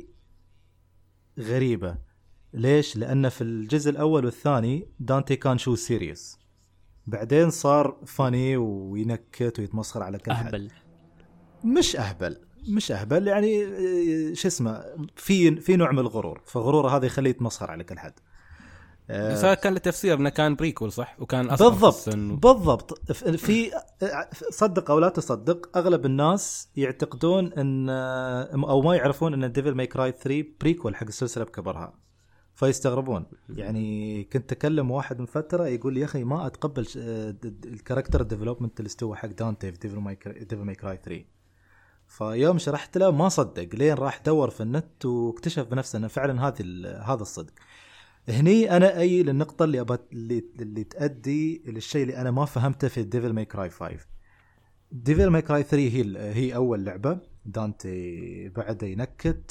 غريبه. ليش؟ لان في الجزء الاول والثاني دانتي كان شو سيريوس، بعدين صار فاني وينكت ويتمسخر على كل حد. أهبل. مش اهبل مش اهبل يعني شو اسمه في في نوع من الغرور، فغروره هذا يخليه يتمسخر على كل حد. بس كان له تفسير انه كان بريكول صح، وكان اصلا بالضبط و... بالضبط. في صدق او لا تصدق اغلب الناس يعتقدون ان او ما يعرفون ان ديفل ماي كراي ثري بريكول حق السلسله بكبرها، فيستغربون. يعني كنت اكلم واحد من فتره يقول لي يا اخي ما اتقبل الكاركتر ديفلوبمنت اللي استوى حق دانتي في ديفل ماي ديفل ماي كراي ثري. فيوم شرحت له ما صدق، لين راح دور في النت واكتشف بنفسه انه فعلا هذه هذا الصدق. هني انا اي للنقطه اللي أبت... اللي اللي تؤدي للشيء اللي انا ما فهمته في ديفل ماي كراي فايف. ديفل ماي كراي ثري هي هي اول لعبه دانتي بعد ينكت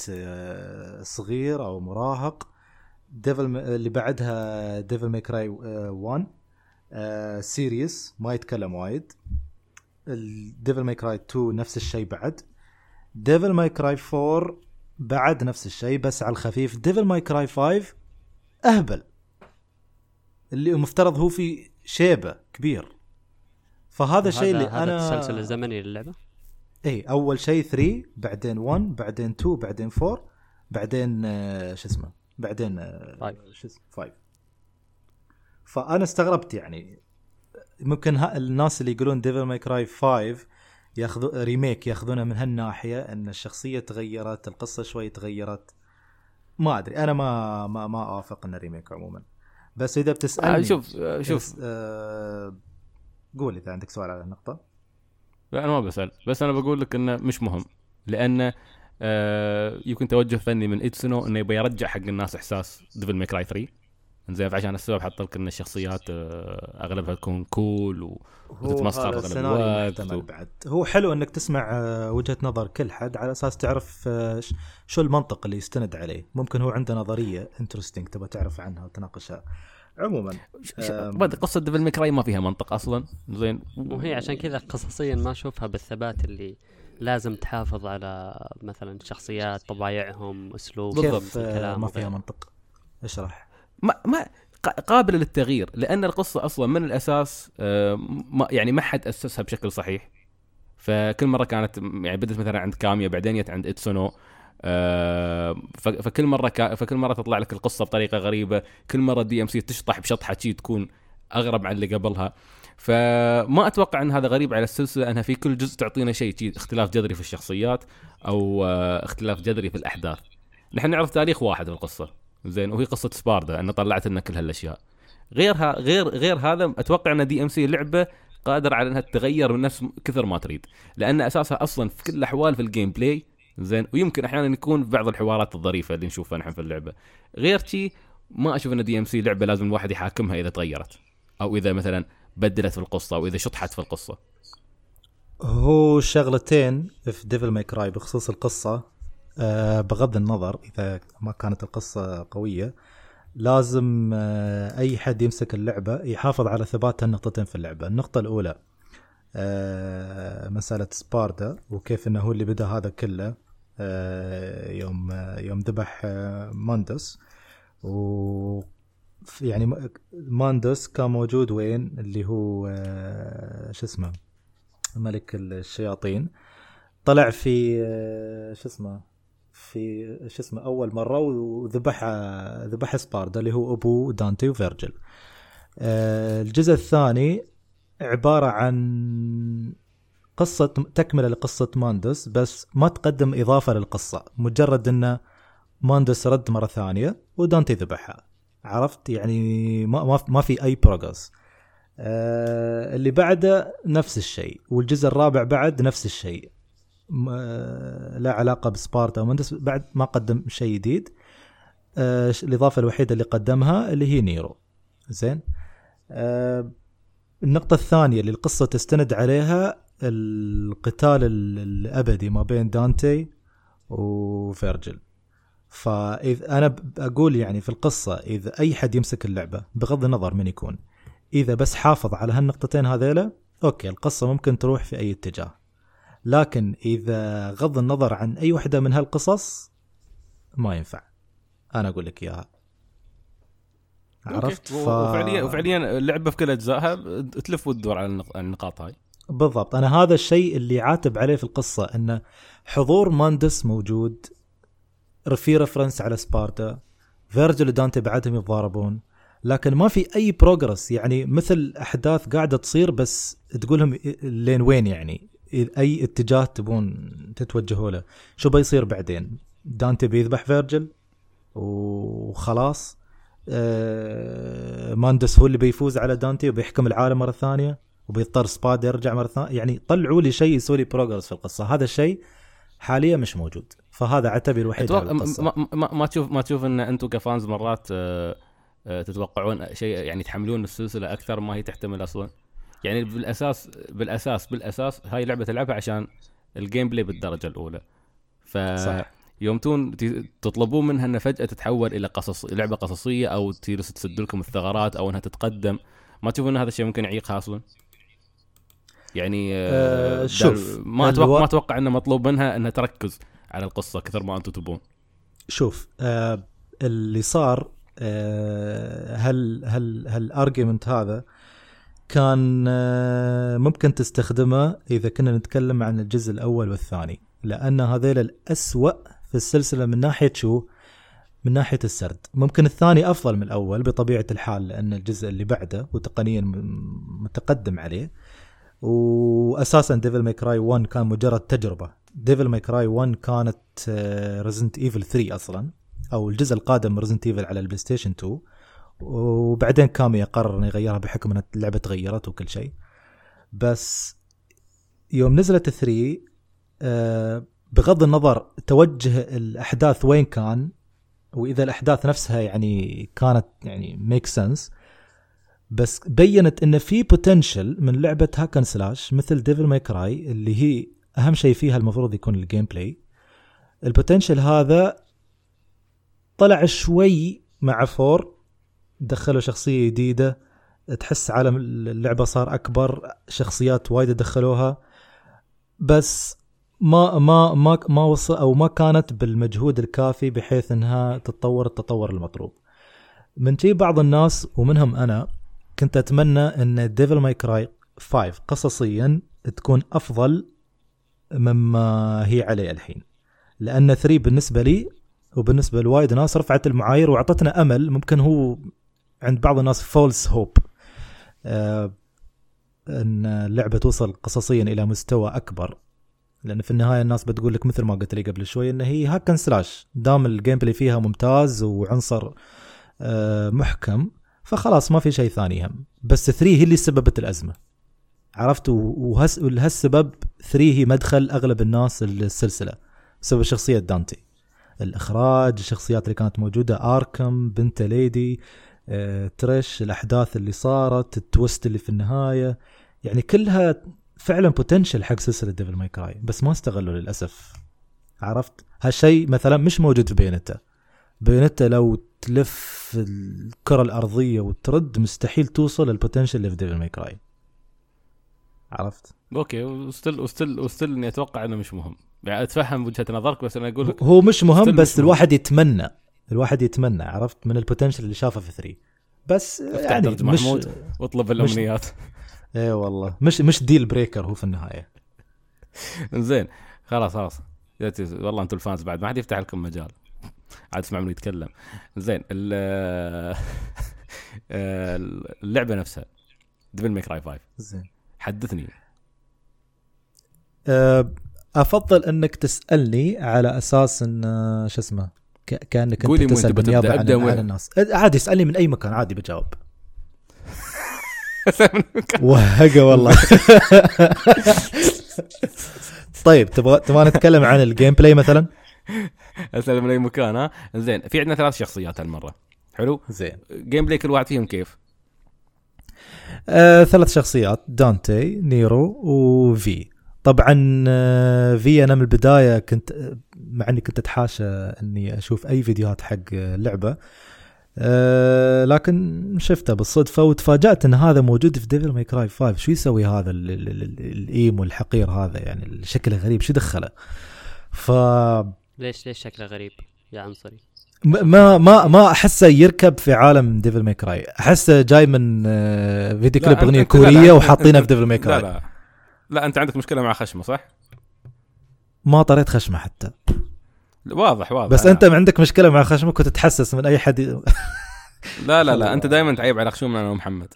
صغير او مراهق. ديفل اللي بعدها ديفل ماي كراي ون سيريس ما يتكلم وايد. ديفل ماي كراي تو نفس الشيء بعد. ديفل ماي كراي فور بعد نفس الشيء بس على الخفيف. ديفل ماي كراي فايف أهبل اللي مفترض هو في شيبة كبير. فهذا الشيء اللي هذا أنا التسلسل الزمني للعبة. أي أول شيء ثري بعدين ون بعدين تو بعدين فور بعدين شو اسمه بعدين شو اسمه فايف. فأنا استغربت يعني ممكن الناس اللي يقولون ديفل ماي كراي فايف ياخذوا ريميك ياخذونها من هالناحية أن الشخصية تغيرت، القصة شوي تغيرت. ما ادري انا ما ما ما اوافق ان ريميك عموما. بس اذا بتسالني آه شوف شوف آه قول اذا عندك سؤال على النقطه. لا انا ما بسال، بس انا بقول لك انه مش مهم، لان آه يمكن توجه فني من إتسونو انه يبي يرجع حق الناس احساس ديفل ماي كراي ثري. زين عشان السبب حط لك ان الشخصيات آه اغلبها تكون كول وتتمسخر اغلب الوقت و... بعد هو حلو انك تسمع آه وجهة نظر كل حد على اساس تعرف آه شو المنطق اللي يستند عليه. ممكن هو عنده نظرية انترستينج تبغى تعرف عنها وتناقشها. عموما بعد قصة ديفل ماي كراي ما فيها منطق اصلا. زين وهي عشان كذا قصصيا ما اشوفها بالثبات اللي لازم تحافظ على مثلا شخصيات طبايعهم اسلوب كيف آه ما فيها منطق. اشرح. ما ما قابل للتغيير، لأن القصة أصلا من الأساس ما يعني ما حد أسسها بشكل صحيح. فكل مرة كانت يعني بدت مثلا عند كاميا بعدين جت عند إتسونو. فكل مرة فكل مرة تطلع لك القصة بطريقة غريبة. كل مرة دي ام سي تشطح بشطحة شيء تكون أغرب عن اللي قبلها. فما أتوقع أن هذا غريب على السلسلة، أنها في كل جزء تعطينا شيء اختلاف جذري في الشخصيات أو اختلاف جذري في الأحداث. نحن نعرف تاريخ واحد في القصة زين، وهي قصة سباردا أن طلعت لنا كل هالأشياء. غيرها غير غير هذا أتوقع أن دي ام سي لعبة قادر على أنها تتغير من نفس كثر ما تريد، لأن أساسها أصلا في كل الأحوال في الجيم بلاي زين. ويمكن أحيانا يكون في بعض الحوارات الظريفة اللي نشوفها نحن في اللعبة. غير شيء ما أشوف أن دي ام سي لعبة لازم الواحد يحاكمها إذا تغيرت أو إذا مثلا بدلت في القصة أو إذا شطحت في القصة. هو شغلتين في ديفل ماي كراي بخصوص القصة. أه بغض النظر إذا ما كانت القصة قوية، لازم أه أي حد يمسك اللعبة يحافظ على ثبات النقطتين في اللعبة. النقطة الأولى أه مسألة سبارتا، وكيف أنه هو اللي بدأ هذا كله أه يوم يوم ذبح أه ماندوس. و يعني ماندوس كان موجود وين اللي هو أه شو اسمه ملك الشياطين، طلع في شو اسمه في شو اسمه اول مره وذبح ذبح سباردا اللي هو ابو دانتي وفيرجل. الجزء الثاني عباره عن قصه تكمله لقصه ماندوس، بس ما تقدم اضافه للقصه، مجرد ان ماندوس رد مره ثانيه ودانتي ذبحها. عرفت يعني ما ما في اي بروجرس. آه اللي بعده نفس الشيء، والجزء الرابع بعد نفس الشيء، آه لا علاقة بسبارتا ومندس، بعد ما قدم شيء جديد. آه الإضافة الوحيدة اللي قدمها اللي هي نيرو. زين. آه النقطة الثانية اللي القصة تستند عليها القتال الأبدي ما بين دانتي وفيرجل. فإذا أنا أقول يعني في القصة إذا أي حد يمسك اللعبة بغض النظر من يكون، إذا بس حافظ على هالنقطتين هذيلا أوكي القصة ممكن تروح في أي اتجاه. لكن إذا غض النظر عن أي وحدة من هالقصص ما ينفع. أنا أقول لك إياها. عرفت؟ ف... وفعليا وفعليا اللعبة في كل أجزائها تلف وتدور على النقاط هاي. بالضبط. أنا هذا الشيء اللي عاتب عليه في القصة، إن حضور ماندس موجود، في ريفرنس على سبارتا، فيرجل ودانتي بعدهم يتضاربون، لكن ما في أي بروجرس. يعني مثل أحداث قاعدة تصير بس تقولهم لين وين، يعني أي اتجاه تبون تتوجهوا له. شو بيصير بعدين؟ دانتي بيذبح فيرجل وخلاص. آه ماندس هو اللي بيفوز على دانتي وبيحكم العالم مرة ثانية، وبيضطر سباد يرجع مرة ثانية. يعني طلعوا لي شيء يسوي لي بروجرس في القصة. هذا الشيء حاليا مش موجود، فهذا عتبي الوحيد على القصة. ما, ما, ما تشوف ما تشوف ان انتم كفانز مرات آه تتوقعون شيء، يعني تحملون السلسلة أكثر ما هي تحتمل أصلا. يعني بالأساس بالأساس بالأساس هاي لعبة تلعبها عشان الجيم بلاي بالدرجة الأولى. فيوم تون تطلبون منها أنها فجأة تتحول إلى قصص لعبة قصصية، أو تجلس تسد لكم الثغرات، أو أنها تتقدم. ما تشوف أن هذا الشيء ممكن يعيقها أصلا؟ يعني أه شوف ما أتوقع الو... ما أتوقع أنه مطلوب منها أنها تركز على القصة كثر ما أنتم تبون. شوف أه اللي صار أه هل هل هالارجيومنت هذا كان ممكن تستخدمه إذا كنا نتكلم عن الجزء الأول والثاني، لأن هذيل الأسوأ في السلسلة من ناحية شو؟ من ناحية السرد. ممكن الثاني أفضل من الأول بطبيعة الحال، لأن الجزء اللي بعده وتقنيا متقدم عليه. وأساسا ديفل ماي كراي واحد كان مجرد تجربة. ديفل ماي كراي واحد كانت ريزنت ايفل ثري أصلا، أو الجزء القادم ريزنت ايفل على البلايستيشن تو، وبعدين كاميا قرر انه يغيرها بحكم ان اللعبه تغيرت وكل شيء. بس يوم نزلت ثري آه بغض النظر توجه الاحداث وين كان، واذا الاحداث نفسها يعني كانت يعني ميك سنس، بس بينت ان في بوتنشل من لعبه هاكن سلاش مثل ديفل ماي كراي، اللي هي اهم شيء فيها المفروض يكون الجيم بلاي. البوتنشل هذا طلع شوي مع فور، دخلوا شخصية جديدة، تحس عالم اللعبة صار أكبر، شخصيات وايد دخلوها، بس ما ما ما ما وصل أو ما كانت بالمجهود الكافي بحيث إنها تتطور التطور المطلوب. من شي بعض الناس ومنهم أنا كنت أتمنى إن ديفل ماي كراي فايف قصصيا تكون أفضل مما هي عليه الحين، لأن ثري بالنسبة لي وبالنسبة لوايد ناس رفعت المعايير وعطتنا أمل. ممكن هو عند بعض الناس فولس هوب آه أن اللعبة توصل قصصيا إلى مستوى أكبر، لأن في النهاية الناس بتقول لك مثل ما قلت لي قبل شوي إن هي هاكن سلاش، دام الجيم بلاي فيها ممتاز وعنصر آه محكم فخلاص ما في شيء ثاني هم. بس ثري هي اللي سببت الأزمة، عرفت؟ وهالسبب ثري هي مدخل أغلب الناس السلسلة بسبب شخصية دانتي، الإخراج، الشخصيات اللي كانت موجودة، آركم، بنت ليدي، آه، تريش، الأحداث اللي صارت، التويست اللي في النهاية، يعني كلها فعلا بوتنشل حق سلسله ديفل ماي كراي، بس ما استغلوا للاسف. عرفت هالشيء مثلا مش موجود في بيونيتا. بيونيتا لو تلف الكره الارضيه وترد مستحيل توصل للبوتنشل اللي في ديفل ماي كراي. عرفت؟ اوكي، وستيل وستيل وستيل اني اتوقع انه مش مهم، يعني اتفهم وجهه نظرك، بس انا اقول لك هو مش مهم، بس مش الواحد مهم. يتمنى الواحد يتمنى عرفت من البوتنشل اللي شافه في ثري، بس يعني مش مش واطلب الامنيات. ايه والله مش مش ديل بريكر هو في النهايه. زين خلاص خلاص والله انتم الفانز بعد ما حد يفتح لكم مجال عاد تسمع منه يتكلم. زين اللعبه نفسها ديفل ماي كراي فايف، زين حدثني. افضل انك تسالني على اساس ان شو اسمه كانك انت تسال بالنيابه عن, عن الناس. عادي اسالني من اي مكان عادي بجاوب. وهقه والله. طيب تبغى تبغى نتكلم عن الجيم بلاي مثلا؟ اسال من اي مكان. ها زين، في عندنا ثلاث شخصيات هالمره. حلو زين. جيم بلاي كل واحد فيهم كيف؟ آه، ثلاث شخصيات، دانتي، نيرو، وفي. طبعا آه، في انا من البدايه كنت مع اني كنت اتحاشى اني اشوف اي فيديوهات حق اللعبه، أه لكن شفته بالصدفه وتفاجأت ان هذا موجود في ديفل ماي كراي فايف. شو يسوي هذا الايم والحقير هذا؟ يعني شكله غريب، شو دخله؟ ف ليش ليش شكله غريب يا عنصري؟ ما ما ما احسه يركب في عالم ديفل ماي كراي، احسه جاي من فيديو كليب اغنيه كوريه وحاطينه في ديفل ماي كراي. لا لا لا انت عندك مشكله مع خشمه صح؟ ما طريت خشمه حتى. واضح واضح. بس انت عندك مشكله مع خشمك وتتحسس من اي حد. لا لا لا انت دائما تعيب على خشومنا انا ومحمد.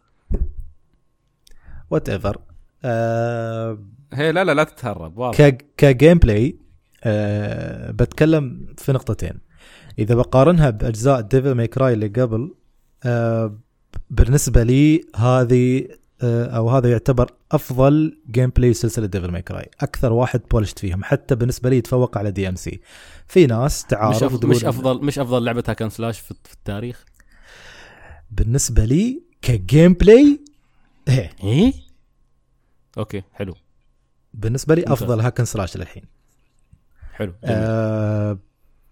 وات ايفر. أه... هي لا لا لا تتهرب. واضح. ك كجيم بلاي أه... بتكلم في نقطتين. اذا بقارنها باجزاء ديفل ماي كراي اللي قبل، أه... بالنسبه لي هذه أه... او هذا يعتبر افضل جيم بلاي سلسله ديفل ماي كراي، اكثر واحد بولشت فيهم، حتى بالنسبه لي يتفوق على دي ام سي. في ناس تعارف مش أفضل مش افضل مش افضل لعبه هاكن سلاش في التاريخ بالنسبه لي كجيم بلاي. ايه ايه اوكي حلو. بالنسبه لي افضل هاكن سلاش للحين. حلو. آه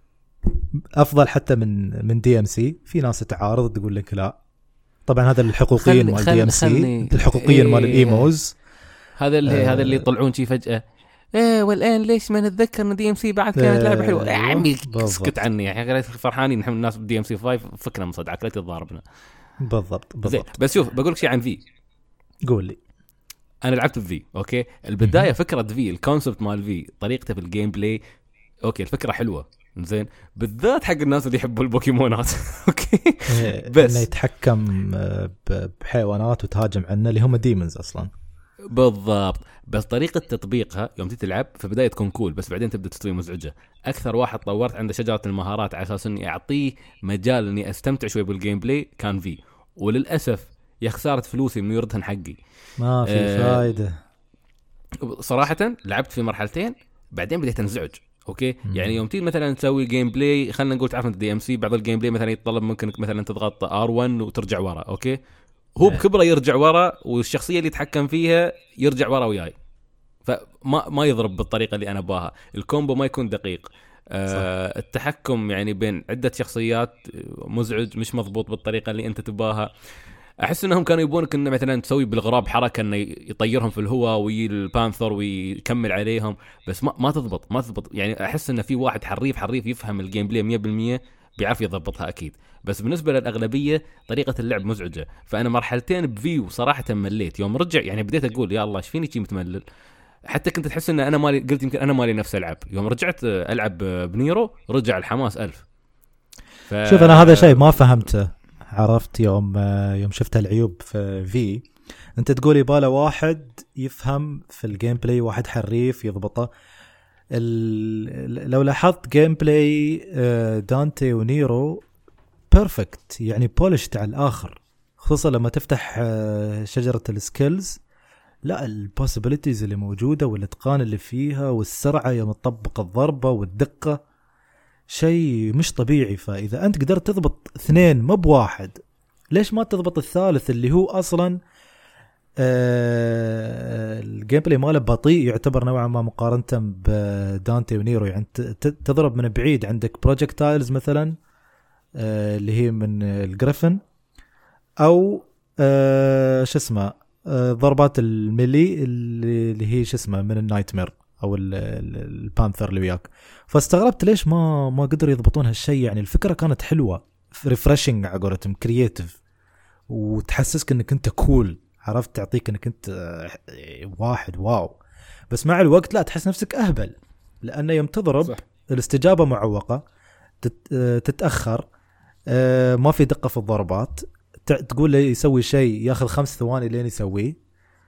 افضل حتى من من دي ام سي. في ناس تعارض تقول لك لا، طبعا هذا الحقوقيين مال دي ام سي، الحقوقيين مال الايموز، هذا اللي آه هذا اللي يطلعون شي فجاه ايه والان ليش ما نتذكر ان دي ام سي بعد كانت لعبه حلوه. يا عمي اسكت عني يا اخي، فرحانين نحن الناس بدي ام سي خمسة، فكنا مصدعك لا تضاربنا. بالضبط بالضبط. بس شوف بقول لك شيء عن في. قول لي. انا لعبت في اوكي. البدايه فكره في الكونسبت مال في طريقته في الجيم بلاي اوكي الفكره حلوه زين، بالذات حق الناس اللي يحبوا البوكيمونات. اوكي بس انه يتحكم بحيوانات وتهاجم عنه اللي هم ديمونز اصلا. بالضبط. بس طريقة تطبيقها يوم تلعب في بداية تكون كول، بس بعدين تبدأ تصير مزعجة. أكثر واحد طورت عنده شجرة المهارات على أساس إني أعطيه مجال إني أستمتع شوي بالجيم بلاي كان في. وللأسف يا خسارة فلوسي من يردهن حقي ما في آه فايدة صراحة. لعبت في مرحلتين بعدين بديت أنزعج. اوكي مم. يعني يوم تيجي مثلا تسوي جيم بلاي، خلينا نقول تعرف انت دي ام سي بعض الجيم بلاي مثلا يتطلب ممكن مثلا تضغط ار واحد وترجع ورا. اوكي هو بكبره يرجع ورا، والشخصيه اللي يتحكم فيها يرجع ورا وياي، فما ما يضرب بالطريقه اللي انا اباها. الكومبو ما يكون دقيق. آه التحكم يعني بين عده شخصيات مزعج، مش مضبوط بالطريقه اللي انت تباها. احس انهم كانوا يبونك انه مثلا تسوي بالغراب حركه انه يطيرهم في الهواء ويجي البانثر ويكمل عليهم، بس ما ما تضبط ما تضبط. يعني احس انه في واحد حريف حريف يفهم الجيم بلاي مية بالمية بيعرف يضبطها اكيد، بس بالنسبه للاغلبيه طريقه اللعب مزعجه. فانا مرحلتين بفيو صراحه مليت. يوم رجع يعني بديت اقول يا الله ايش فيني شي متملل، حتى كنت تحس ان انا مالي، قلت يمكن انا مالي نفس العب. يوم رجعت العب بنيرو رجع الحماس ألف. ف... شوف انا هذا شيء ما فهمته، عرفت يوم يوم شفت العيوب في في، انت تقولي باله واحد يفهم في الجيم بلاي، واحد حريف يضبطه. لو لاحظت جيم بلاي دانتي ونيرو بيرفكت، يعني بولشت على الاخر، خصوصا لما تفتح شجره السكيلز. لا البوسيبيليتيز اللي موجوده والاتقان اللي فيها والسرعه يوم تطبق الضربه والدقه شيء مش طبيعي. فاذا انت قدرت تضبط اثنين ما بواحد، ليش ما تضبط الثالث اللي هو اصلا آه الجيم بلاي ماله بطيء يعتبر نوعا ما مقارنة بدانتي ونيرو. يعني تضرب من بعيد عندك بروجكتايلز مثلا آه اللي هي من الجريفن، او آه شو اسمه آه ضربات الميلي اللي هي شو اسمه من النايت مير او البانثر اللي وياك. فاستغربت ليش ما ما قدروا يضبطون هالشيء. يعني الفكرة كانت حلوة، ريفرشنج عقولتهم، كرييتيف، وتحسسك انك انت كول، عرفت، تعطيك انك انت واحد واو. بس مع الوقت لا، تحس نفسك اهبل، لانه يوم تضرب صح. الاستجابة معوقة، تتأخر، ما في دقة في الضربات، تقول له يسوي شيء ياخذ خمس ثواني لين يسويه.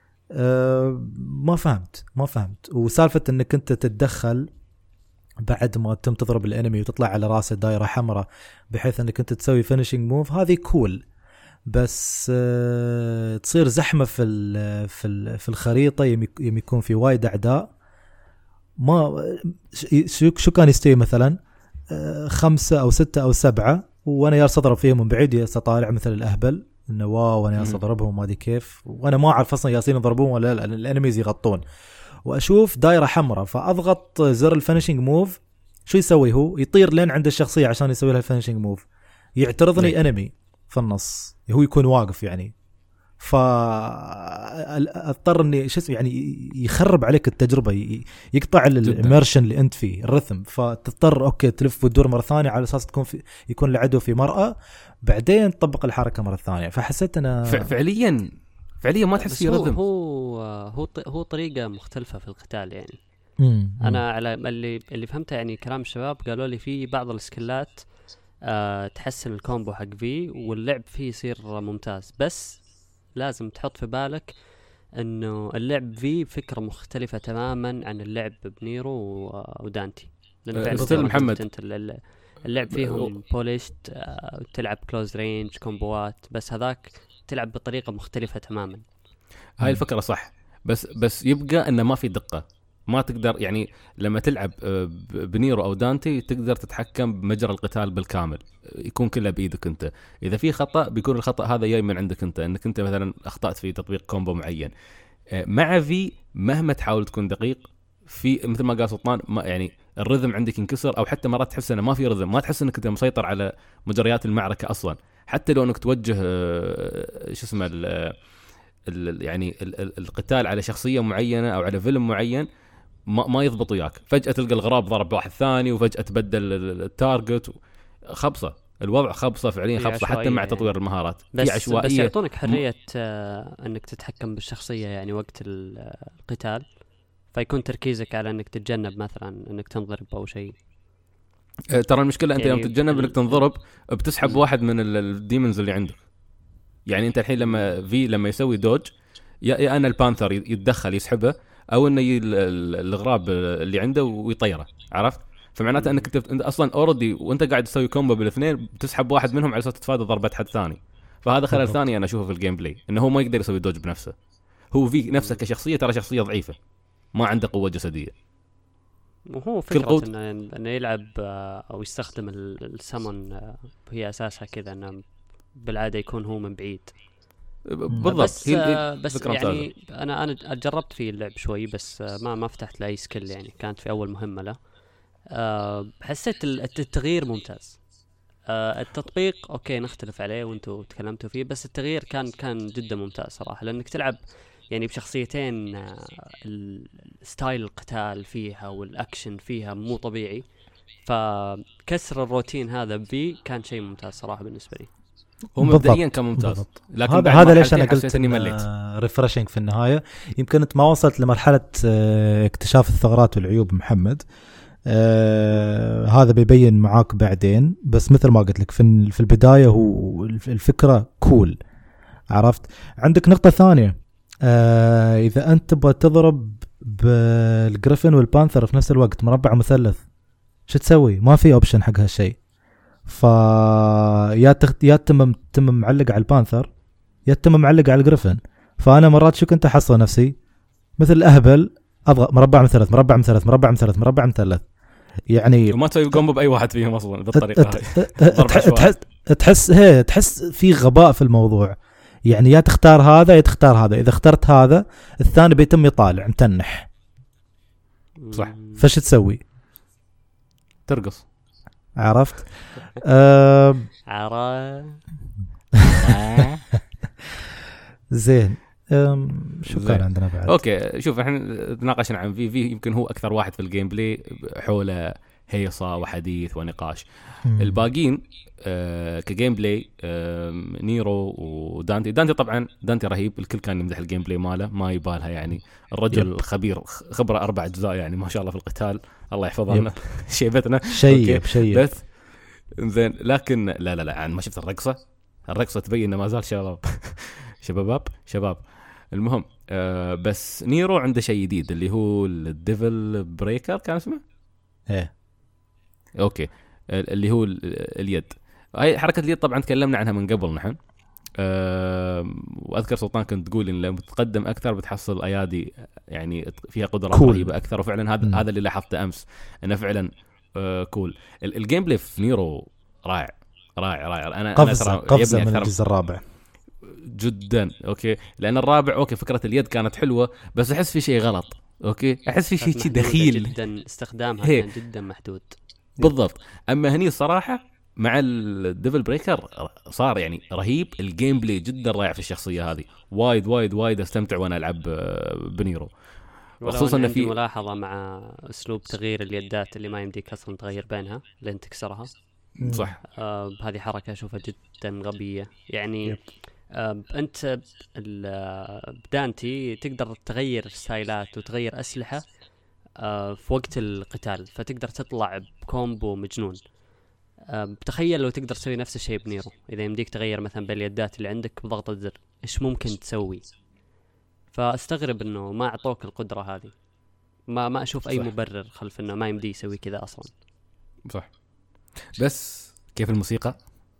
ما فهمت ما فهمت وسالفة انك انت تتدخل بعد ما تم تضرب الانمي وتطلع على راسه دائرة حمراء بحيث انك انت تسوي فينيشنج موف، هذه كول. بس أه تصير زحمة في ال في ال في الخريطة، يم يكون في وايد أعداء. ما شو شو كان يستوي مثلا أه خمسة أو ستة أو سبعة، وأنا جالس أضرب فيهم من بعيد، جالس أطالع مثل الأهبل إنه واو أنا جالس أضربهم ما أدري كيف، وأنا ما أعرف أصلا جالسين يضربون ولا لا، الأنميز يغطون، وأشوف دايرة حمراء فأضغط زر الفينيشنج موف. شو يسوي هو؟ يطير لين عند الشخصية عشان يسوي لها الفينيشنج موف، يعترضني أنمي في النص، هو يكون واقف يعني، فاضطر اني شو اسمه يعني يخرب عليك التجربه، يقطع الاميرشن اللي انت فيه، الرثم، فتضطر اوكي تلف وتدور مره ثانيه على اساس تكون في يكون العدو في مرأة، بعدين تطبق الحركه مره ثانيه. فحسيت انا فعليا فعليا ما تحس في رذم. هو هو هو طريقه مختلفه في القتال يعني. مم. انا على اللي اللي فهمته يعني كلام الشباب قالوا لي في بعض السكيلات أه تحسن الكومبو حق فيه واللعب فيه يصير ممتاز، بس لازم تحط في بالك انه اللعب فيه فكرة مختلفة تماما عن اللعب بنيرو ودانتي، لأنه فعلا محمد انت اللعب فيهم بوليشت، أه تلعب كلوز رينج كومبوات، بس هذاك تلعب بطريقة مختلفة تماما. هاي الفكرة صح، بس بس يبقى انه ما في دقة، ما تقدر يعني لما تلعب بنيرو أو دانتي تقدر تتحكم بمجرى القتال بالكامل، يكون كله بإيدك أنت. إذا في خطأ بيكون الخطأ هذا جاي من عندك أنت، أنك أنت مثلا أخطأت في تطبيق كومبو معين. مع في مهما تحاول تكون دقيق في مثل ما قال سلطان، ما يعني الرذم عندك ينكسر، أو حتى مرات تحس أنه ما في رذم، ما تحس أنك أنت مسيطر على مجريات المعركة أصلا. حتى لو أنك توجه شو اسمه ال ال يعني ال القتال على شخصية معينة أو على فيلم معين، ما ما يضبط وياك، فجأة تلقى الغراب ضرب واحد ثاني، وفجأة تبدل التارجت، خبصة الوضع، خبصة فعليا خبصة حتى مع تطوير المهارات. في عشوائية، بس يعطونك حرية آه انك تتحكم بالشخصية يعني وقت القتال، فيكون تركيزك على انك تتجنب مثلا انك تنضرب او شيء. آه ترى المشكلة انت يعني يوم تتجنب انك تنضرب بتسحب واحد من الديمونز اللي عندك. يعني انت الحين لما في لما يسوي دوج، يا انا البانثر يتدخل يسحبه، او انه الغراب اللي عنده ويطيره، عرفت؟ فمعناته انك انت اصلا اوريدي وانت قاعد تسوي كومبو بالاثنين بتسحب واحد منهم على اساس تتفادى ضربه حد ثاني. فهذا خلل ثاني انا اشوفه في الجيم بلاي، انه هو ما يقدر يسوي دوج بنفسه. هو في نفسه كشخصيه ترى شخصيه ضعيفه، ما عنده قوه جسديه، وهو فكره انه انه يلعب او يستخدم السمون هي اساسها كذا، انه بالعاده يكون هو من بعيد. بالضبط. بس, هي بس يعني انا انا جربت فيه اللعب شوي، بس ما ما فتحت لاي سكيل يعني، كانت في اول مهمه له. أه حسيت التغيير ممتاز. أه التطبيق اوكي نختلف عليه وانتم تكلمتوا فيه، بس التغيير كان كان جدا ممتاز صراحه، لانك تلعب يعني بشخصيتين، آه الستايل القتال فيها والاكشن فيها مو طبيعي، فكسر الروتين هذا بي كان شيء ممتاز صراحه بالنسبه لي. هو مبدئيا كان ممتاز، لكن هذا هذا ليش انا قلت اني مليت ريفرشنج في النهايه. يمكن انت ما وصلت لمرحله اكتشاف الثغرات والعيوب محمد، آه هذا بيبين معاك بعدين، بس مثل ما قلت لك في في البدايه هو الفكره كول، عرفت. عندك نقطه ثانيه، آه اذا انت تبغى تضرب بالجريفن والبانثر في نفس الوقت مربع مثلث، شو تسوي؟ ما في اوبشن حق هالشيء. ف يا تخت... يا تم تم معلق على البانثر، يا تم معلق على الجريفن. فانا مرات شو كنت احصل نفسي مثل الاهبل، اضغط مربع مثلث مربع مثلث مربع مثلث مربع مثلث، يعني وما تسوي كومبو باي واحد فيهم اصلا بالطريقه هاي. تحس تحس هي تحس في غباء في الموضوع. يعني يا تختار هذا يا تختار هذا، اذا اخترت هذا الثاني بيتم يطالع متنح. صح. فش تسوي؟ ترقص. عرفت؟ أه... عرا زين. شو كان عندنا بعد؟ اوكي شوف احنا تناقشنا عن في في يمكن هو اكثر واحد في الجيم بلاي حوله هيصه وحديث ونقاش. مم. الباقين آه كجيم بلاي آه نيرو ودانتي. دانتي طبعا دانتي رهيب، الكل كان يمدح الجيم بلاي ماله، ما يبالها يعني الرجل يب. خبير، خبره اربع اجزاء يعني ما شاء الله في القتال، الله يحفظه لنا شيبتنا شيب شيب. بس زين لكن لا لا لا انا ما شفت الرقصه، الرقصه تبين ما زال شباب شباب شباب. المهم آه بس نيرو عنده شيء جديد اللي هو الديفل بريكر كان اسمه ايه اوكي اللي هو اليد. هاي حركه اليد طبعا تكلمنا عنها من قبل نحن أه واذكر سلطان كنت تقول ان لما تتقدم اكثر بتحصل ايادي يعني فيها قدرات كول. رهيبه اكثر، وفعلا هذا هذا اللي لاحظته امس انه فعلا أه كول. الجيم بلاي في نيرو رائع رائع رائع. انا قفزه قفزه من الجزء الرابع جدا. اوكي لان الرابع اوكي فكره اليد كانت حلوه بس احس في شيء غلط. اوكي احس في شيء دخيل جدا، استخدامها كان جدا محدود بالضبط. اما هني الصراحه مع الديفل بريكر صار يعني رهيب، الجيم بلاي جدا رائع في الشخصيه هذه، وايد وايد وايد استمتع وانا العب بنيرو. خصوصا ان في ملاحظه مع اسلوب تغيير اليدات اللي ما يمديك اصلا تغير بينها لين تكسرها. صح. آه هذه حركه اشوفها جدا غبيه يعني. آه انت بدانتي تقدر تغير ستايلات وتغير اسلحه آه في وقت القتال، فتقدر تطلع بكومبو مجنون. بتخيل لو تقدر تسوي نفس الشيء بنيرو، إذا يمديك تغير مثلا باليدات اللي عندك بضغطة زر، إيش ممكن تسوي؟ فاستغرب إنه ما أعطوك القدرة هذه. ما ما أشوف أي صح. مبرر خلف إنه ما يمدي يسوي كذا أصلا. صح. بس كيف الموسيقى؟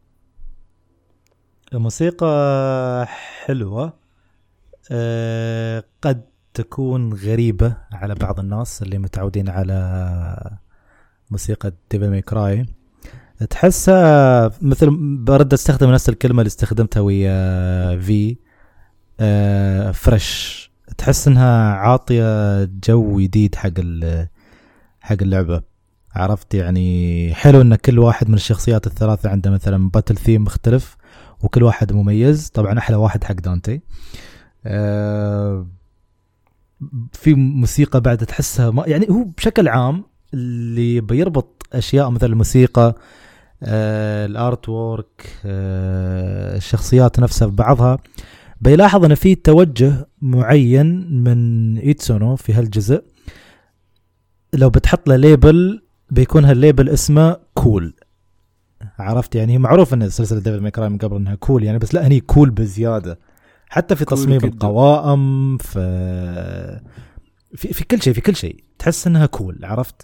الموسيقى حلوة أه قد تكون غريبة على بعض الناس اللي متعودين على موسيقى ديفل ماي كراي. تحسها مثل برد استخدم نفس الكلمة اللي استخدمتها ويا في آه فريش، تحس انها عاطية جو جديد حق حق اللعبة. عرفت يعني حلو ان كل واحد من الشخصيات الثلاثة عنده مثلا باتل ثيم مختلف وكل واحد مميز. طبعا احلى واحد حق دانتي. آه في موسيقى بعد تحسها ما يعني هو بشكل عام اللي بيربط اشياء مثل الموسيقى آه الارت وورك آه الشخصيات نفسها ببعضها، بيلاحظ ان في توجه معين من ايتسونو في هالجزء. لو بتحط له ليبل بيكون هالليبل اسمه كول. عرفت يعني معروف ان سلسله ديفل ماي كراي من قبل انها كول يعني، بس لا هني كول بزياده، حتى في تصميم القوائم في في في كل شيء في كل شيء تحس انها كول. عرفت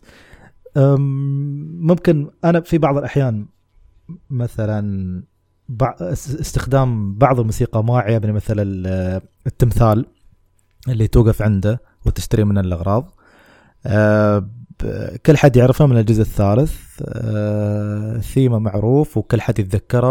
ممكن انا في بعض الاحيان مثلا استخدام بعض الموسيقى ما عيبني، مثلا التمثال اللي توقف عنده وتشتري منه الاغراض. كل حد يعرفه من الجزء الثالث، ثيمه معروف وكل حد يتذكره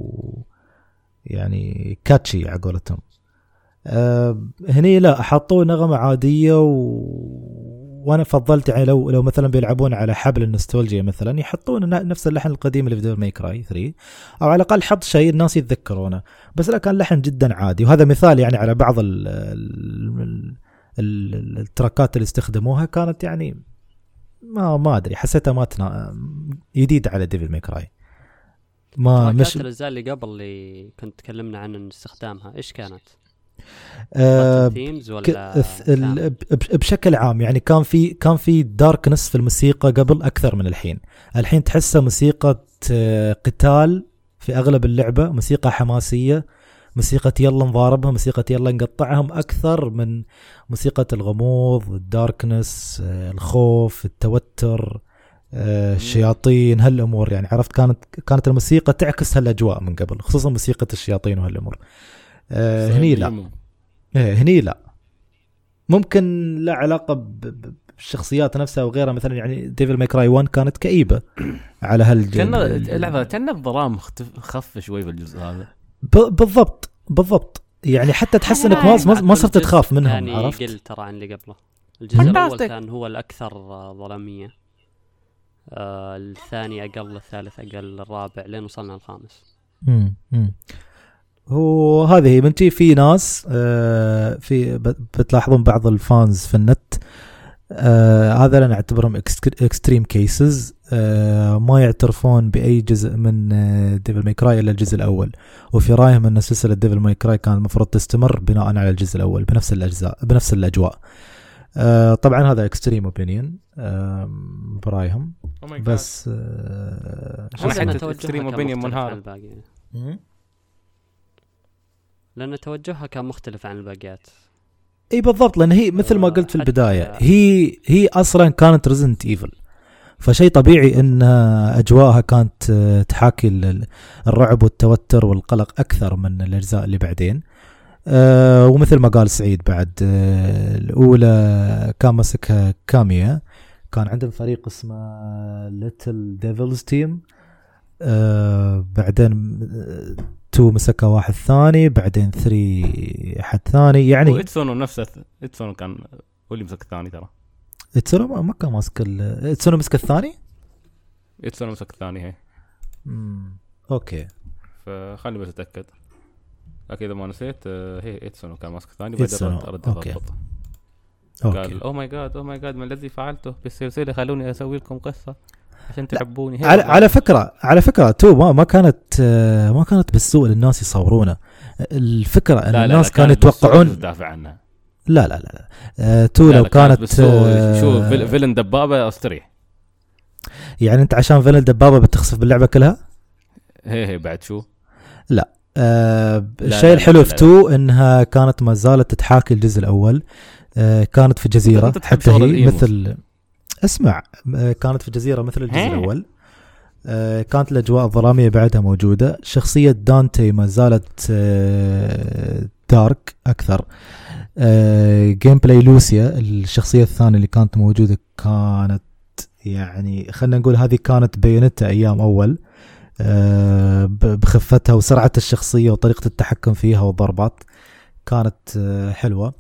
ويعني كاتشي على قولتهم. هني لا حطوا نغمه عاديه و... وانا فضلت يعني لو لو مثلا بيلعبون على حبل النوستالجيا مثلا يحطون نفس اللحن القديم اللي في ديفل ماي كراي ثري، او على الاقل حط شيء الناس يتذكرونه. بس لا كان لحن جدا عادي، وهذا مثال يعني على بعض ال ال ال التراكات اللي استخدموها كانت يعني ما ما ادري حسيتها ما تنا... جديد على ديفل ماي كراي. ما مش الاجزاء اللي قبل اللي كنت تكلمنا عن استخدامها ايش كانت؟ أه بشكل عام يعني كان في كان في داركنس في الموسيقى قبل اكثر من الحين. الحين تحسها موسيقى قتال في اغلب اللعبه، موسيقى حماسيه، موسيقى يلا نضاربها، موسيقى يلا نقطعهم، اكثر من موسيقى الغموض، الداركنس، الخوف، التوتر، الشياطين، هالامور يعني. عرفت كانت كانت الموسيقى تعكس هالاجواء من قبل، خصوصا موسيقى الشياطين وهالامور. آه هني لا إيه هني لا ممكن لا علاقة بالشخصيات نفسها وغيرها. مثلا يعني ديفل ماي كراي ون كانت كئيبة على هالجزء. كان لحظة كان الظلام خف شوي في الجزء هذا. بالضبط بالضبط يعني حتى تحس انك ما ما صرت تخاف منهم. يعني عرفت قل ترى عن اللي قبله. الجزء الاول كان هو الاكثر ظلاميه، آه الثاني اقل، الثالث اقل، الرابع لين وصلنا الخامس. امم هو هذه بنتي في ناس آه في بتلاحظون بعض الفانز في النت آه هذا انا اعتبرهم اكستريم كيسز، آه ما يعترفون باي جزء من ديفل ماي كراي الا الجزء الاول، وفي رايهم ان سلسله ديفل ماي كراي كان المفروض تستمر بناء على الجزء الاول بنفس الاجزاء بنفس الاجواء. آه طبعا هذا اكستريم اوبينيون آه برايهم، oh بس آه لأن توجهها كان مختلف عن الباقي، لأن توجهها كان مختلف عن الباقيات. اي بالضبط، لان هي مثل ما قلت في البدايه هي هي اصلا كانت ريزنت ايفل، فشيء طبيعي ان اجواءها كانت تحاكي الرعب والتوتر والقلق اكثر من الاجزاء اللي بعدين. أه ومثل ما قال سعيد بعد أه الاولى كان مسكها كاميا، كان عندهم فريق اسمه ليتل ديفلز تيم، أه بعدين تو مسكها واحد ثاني، بعدين ثري حد ثاني يعني. وإتسونو نفسه إتسونو كان هو اللي مسك الثاني ترى. إتسونو ما كان ماسك إتسونو مسك الثاني. إتسونو مسك الثاني هي. امم اوكي فخلني بس اتاكد. اكيد ما نسيت هي إتسونو كان ماسك الثاني بعدين رد اضبط. قال او ماي جاد او ماي جاد ما الذي فعلته بالسلسله، خلوني اسوي لكم قصه عشان تحبوني. على, على فكره على فكره تو ما, ما كانت ما كانت بالسوء للناس يصورونه. الفكره ان لا الناس لا كانوا يتوقعون تدافع عنها. لا لا لا, لا. تو لا لو كانت, كانت شو فيلن دبابه استريح يعني. انت عشان فيلن دبابه بتخسف باللعبه كلها؟ هي هي بعد شو لا آه الشيء الحلو في تو انها كانت ما زالت تتحاكي الجزء الاول. آه كانت في جزيره حتى هي مثل اسمع آه كانت في جزيره مثل الجزء الاول. آه كانت الاجواء الظلاميه بعدها موجوده. شخصيه دانتي ما زالت آه دارك اكثر. آه جيم بلاي لوسيا الشخصيه الثانيه اللي كانت موجوده كانت يعني خلينا نقول هذه كانت بينتها ايام اول أه بخفتها وسرعة الشخصية وطريقة التحكم فيها والضربات كانت أه حلوة.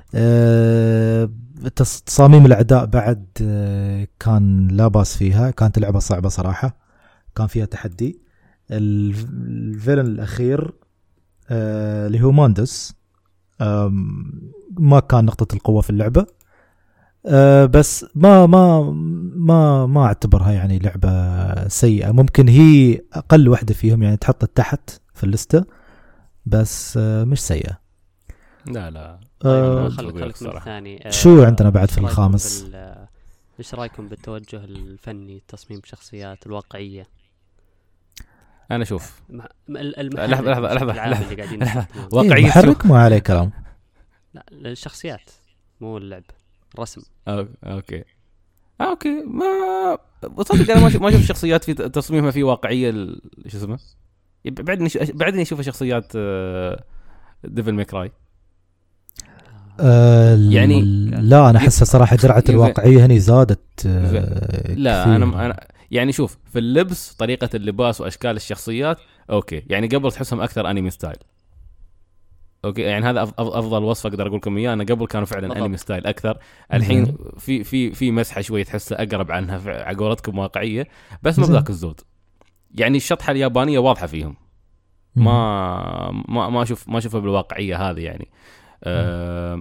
أه تصاميم الأعداء بعد أه كان لا باس فيها، كانت لعبة صعبة صراحة، كان فيها تحدي. الفيلن الأخير أه اللي هو ماندس أه ما كان نقطة القوة في اللعبة، أه بس ما ما ما ما اعتبرها يعني لعبة سيئة. ممكن هي أقل واحدة فيهم يعني تحط تحت في الليستة، بس أه مش سيئة. لا لا أه خليك خليك من الثاني. أه شو عندنا بعد في الخامس؟ إيش رأيكم بالتوجه الفني، تصميم الشخصيات الواقعية؟ أنا شوف المحرك لحظة لحظة لحظة اللي قاعدين واقعية المحرك ما عليه كلام. لا الشخصيات مو اللعب رسم. اوكي اوكي ما بصدق انا ما اشوف شخصيات في تصميمها في واقعيه شو اسمه بعدني بعدني اشوف شخصيات ديفل ماي كراي أه يعني لا انا احسها صراحه جرعه الواقعيه هني زادت. أه لا انا انا يعني شوف في اللبس طريقه اللباس واشكال الشخصيات اوكي يعني قبل تحسهم اكثر انمي ستايل. اوكي يعني هذا افضل وصف اقدر اقول لكم اياه. انا قبل كانوا فعلا انمي ستايل اكثر، الحين في في في مسحه شويه تحسه اقرب عنها على قولتكم واقعيه، بس ما بذاك الزود. يعني الشطحه اليابانيه واضحه فيهم، ما ما ما اشوف ما اشوفها بالواقعيه هذه يعني. أه